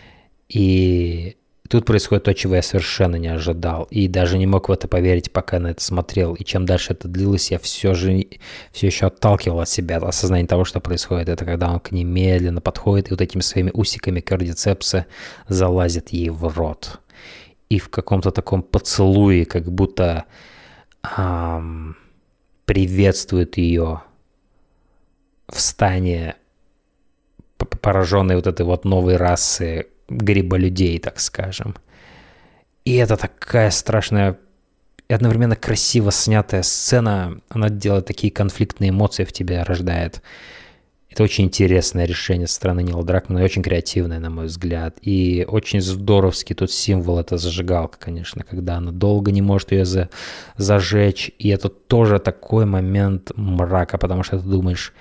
И тут происходит то, чего я совершенно не ожидал, и даже не мог в это поверить, пока на это смотрел. И чем дальше это длилось, я все же все еще отталкивал от себя от осознания того, что происходит. Это когда он к ней медленно подходит и вот этими своими усиками кардицепса залазит ей в рот. И в каком-то таком поцелуе, как будто эм, приветствует ее в стане пораженной вот этой вот новой расы гриболюдей, так скажем. И это такая страшная и одновременно красиво снятая сцена. Она делает такие конфликтные эмоции в тебе, рождает. Это очень интересное решение со стороны Нила Дракмана и очень креативное, на мой взгляд. И очень здоровский тут символ — это зажигалка, конечно, когда она долго не может ее за... зажечь. И это тоже такой момент мрака, потому что ты думаешь,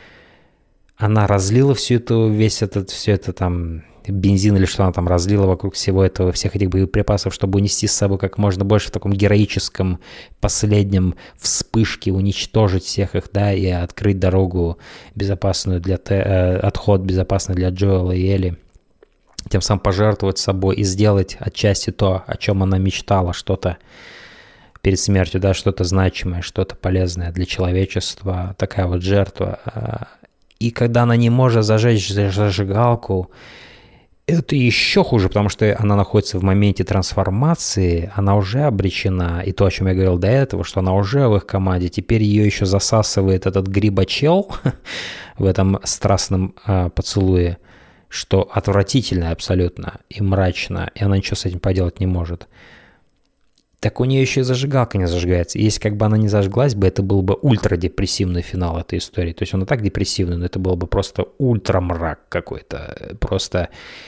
она разлила всю эту, весь этот, все это там, бензин или что она там разлила вокруг всего этого, всех этих боеприпасов, чтобы унести с собой как можно больше в таком героическом последнем вспышке, уничтожить всех их, да, и открыть дорогу безопасную для, э, отход безопасный для Джоэла и Элли, тем самым пожертвовать собой и сделать отчасти то, о чем она мечтала, что-то перед смертью, да, что-то значимое, что-то полезное для человечества, такая вот жертва. И когда она не может зажечь зажигалку, это еще хуже, потому что она находится в моменте трансформации, она уже обречена. И то, о чем я говорил до этого, что она уже в их команде, теперь ее еще засасывает этот грибочел в этом страстном э, поцелуе, что отвратительно абсолютно и мрачно, и она ничего с этим поделать не может. Так у нее еще и зажигалка не зажигается. И если как бы она не зажглась бы, это был бы ультрадепрессивный финал этой истории. То есть он и так депрессивный, но это был бы просто ультрамрак какой-то. Просто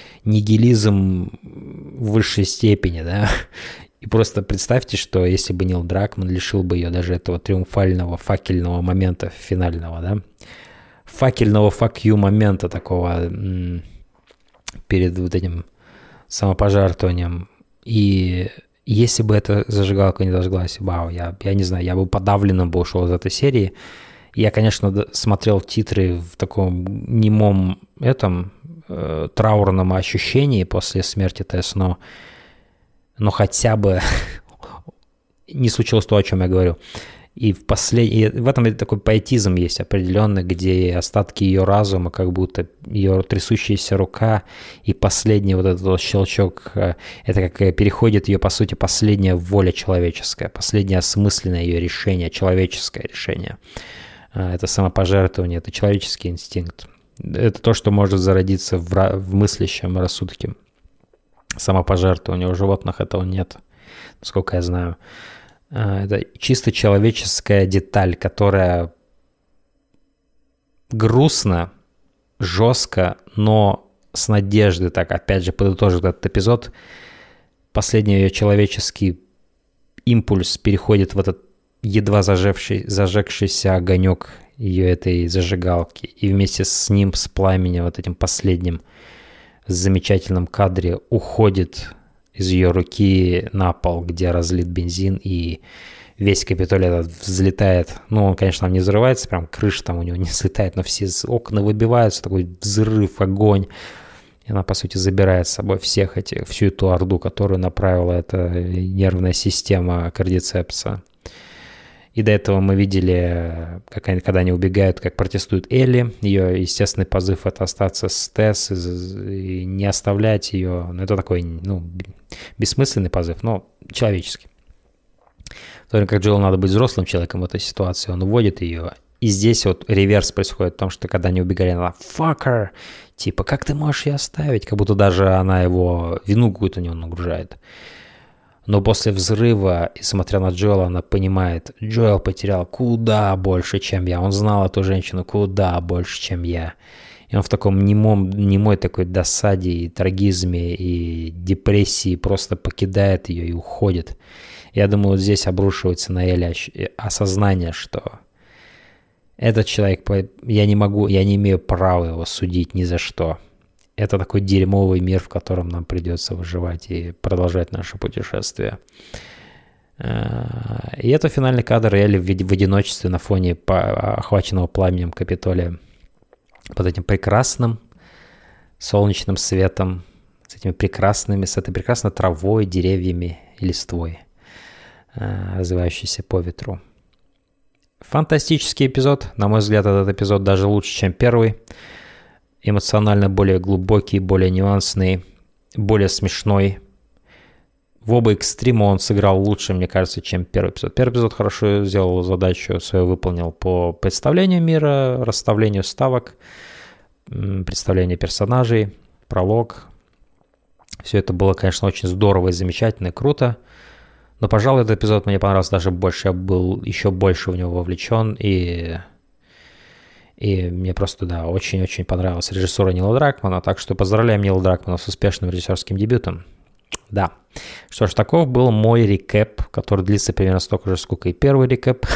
нигилизм в высшей степени, да. И просто представьте, что если бы Нил Дракман лишил бы ее даже этого триумфального факельного момента финального, да. Факельного fuck you момента такого м- перед вот этим самопожертвованием. И если бы эта зажигалка не зажглась, вау, я, я не знаю, я бы подавленным бы ушел из этой серии. Я, конечно, смотрел титры в таком немом этом э, траурном ощущении после смерти Тесс, но, но хотя бы не случилось то, о чем я говорю. И в, послед... и в этом такой поэтизм есть определенный, где остатки ее разума, как будто ее трясущаяся рука и последний вот этот вот щелчок, это как переходит ее, по сути, последняя воля человеческая, последнее осмысленное ее решение, человеческое решение. Это самопожертвование, это человеческий инстинкт. Это то, что может зародиться в, в мыслящем рассудке. Самопожертвование у животных этого нет, насколько я знаю. Это чисто человеческая деталь, которая грустно, жестко, но с надеждой, так опять же подытожит этот эпизод, последний ее человеческий импульс переходит в этот едва зажегший, зажегшийся огонек ее этой зажигалки. И вместе с ним, с пламенем, вот этим последним замечательном кадре уходит из ее руки на пол, где разлит бензин, и весь Капитолий этот взлетает. Ну, он, конечно, там не взрывается, прям крыша там у него не взлетает, но все окна выбиваются, такой взрыв, огонь. И она, по сути, забирает с собой всех этих, всю эту орду, которую направила эта нервная система кардицепса. И до этого мы видели, как они, когда они убегают, как протестует Элли. Ее естественный позыв — это остаться с Тесс и, и не оставлять ее. Ну, это такой, ну, бессмысленный позыв, но человеческий. В то время как Джоэлу надо быть взрослым человеком в этой ситуации, он уводит ее. И здесь вот реверс происходит в том, что когда они убегали, она «fucker», типа «как ты можешь ее оставить?» Как будто даже она его, вину какую-то на него нагружает. Но после взрыва, и смотря на Джоэла, она понимает, Джоэл потерял куда больше, чем я. Он знал эту женщину куда больше, чем я. И он в таком немом, немой такой досаде и трагизме и депрессии просто покидает ее и уходит. Я думаю, вот здесь обрушивается на Элли осознание, что этот человек, я не могу, я не имею права его судить ни за что. Это такой дерьмовый мир, в котором нам придется выживать и продолжать наше путешествие. И это финальный кадр Элли в одиночестве на фоне охваченного пламенем Капитолия. Под этим прекрасным солнечным светом, с этими прекрасными, с этой прекрасной травой, деревьями и листвой, развивающейся по ветру. Фантастический эпизод. На мой взгляд, этот эпизод даже лучше, чем первый. Эмоционально более глубокий, более нюансный, более смешной. В оба экстрима он сыграл лучше, мне кажется, чем первый эпизод. Первый эпизод хорошо сделал задачу свою, выполнил по представлению мира, расставлению ставок, представлению персонажей, пролог. Все это было, конечно, очень здорово и замечательно, и круто. Но, пожалуй, этот эпизод мне понравился даже больше. Я был еще больше в него вовлечен, и... И мне просто, да, очень-очень понравилась режиссура Нила Дракмана, так что поздравляем Нила Дракмана с успешным режиссерским дебютом. Да. Что ж, таков был мой рекэп, который длится примерно столько же, сколько и первый рекэп.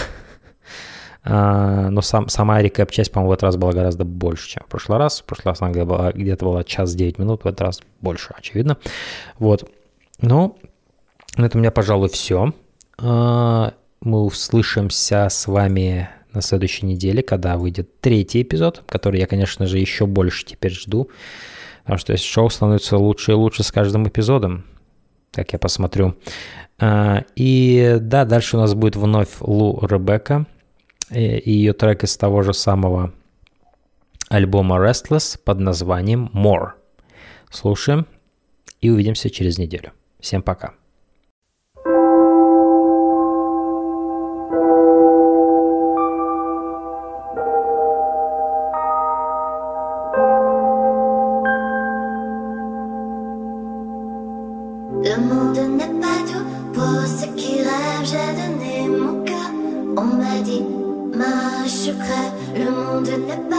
Но сам, сама рекэп-часть, по-моему, в этот раз была гораздо больше, чем в прошлый раз. В прошлый раз она была, где-то была час девять минут, в этот раз больше, очевидно. Вот. Ну, на этом у меня, пожалуй, все. Мы услышимся с вами на следующей неделе, когда выйдет третий эпизод, который я, конечно же, еще больше теперь жду, потому что шоу становится лучше и лучше с каждым эпизодом, как я посмотрю. И да, дальше у нас будет вновь Лу Ребекка и ее трек из того же самого альбома Restless под названием More. Слушаем и увидимся через неделю. Всем пока. Le monde n'est pas tout pour ceux qui rêvent. J'ai donné mon cœur, on m'a dit, moi je crève. Le monde n'est pas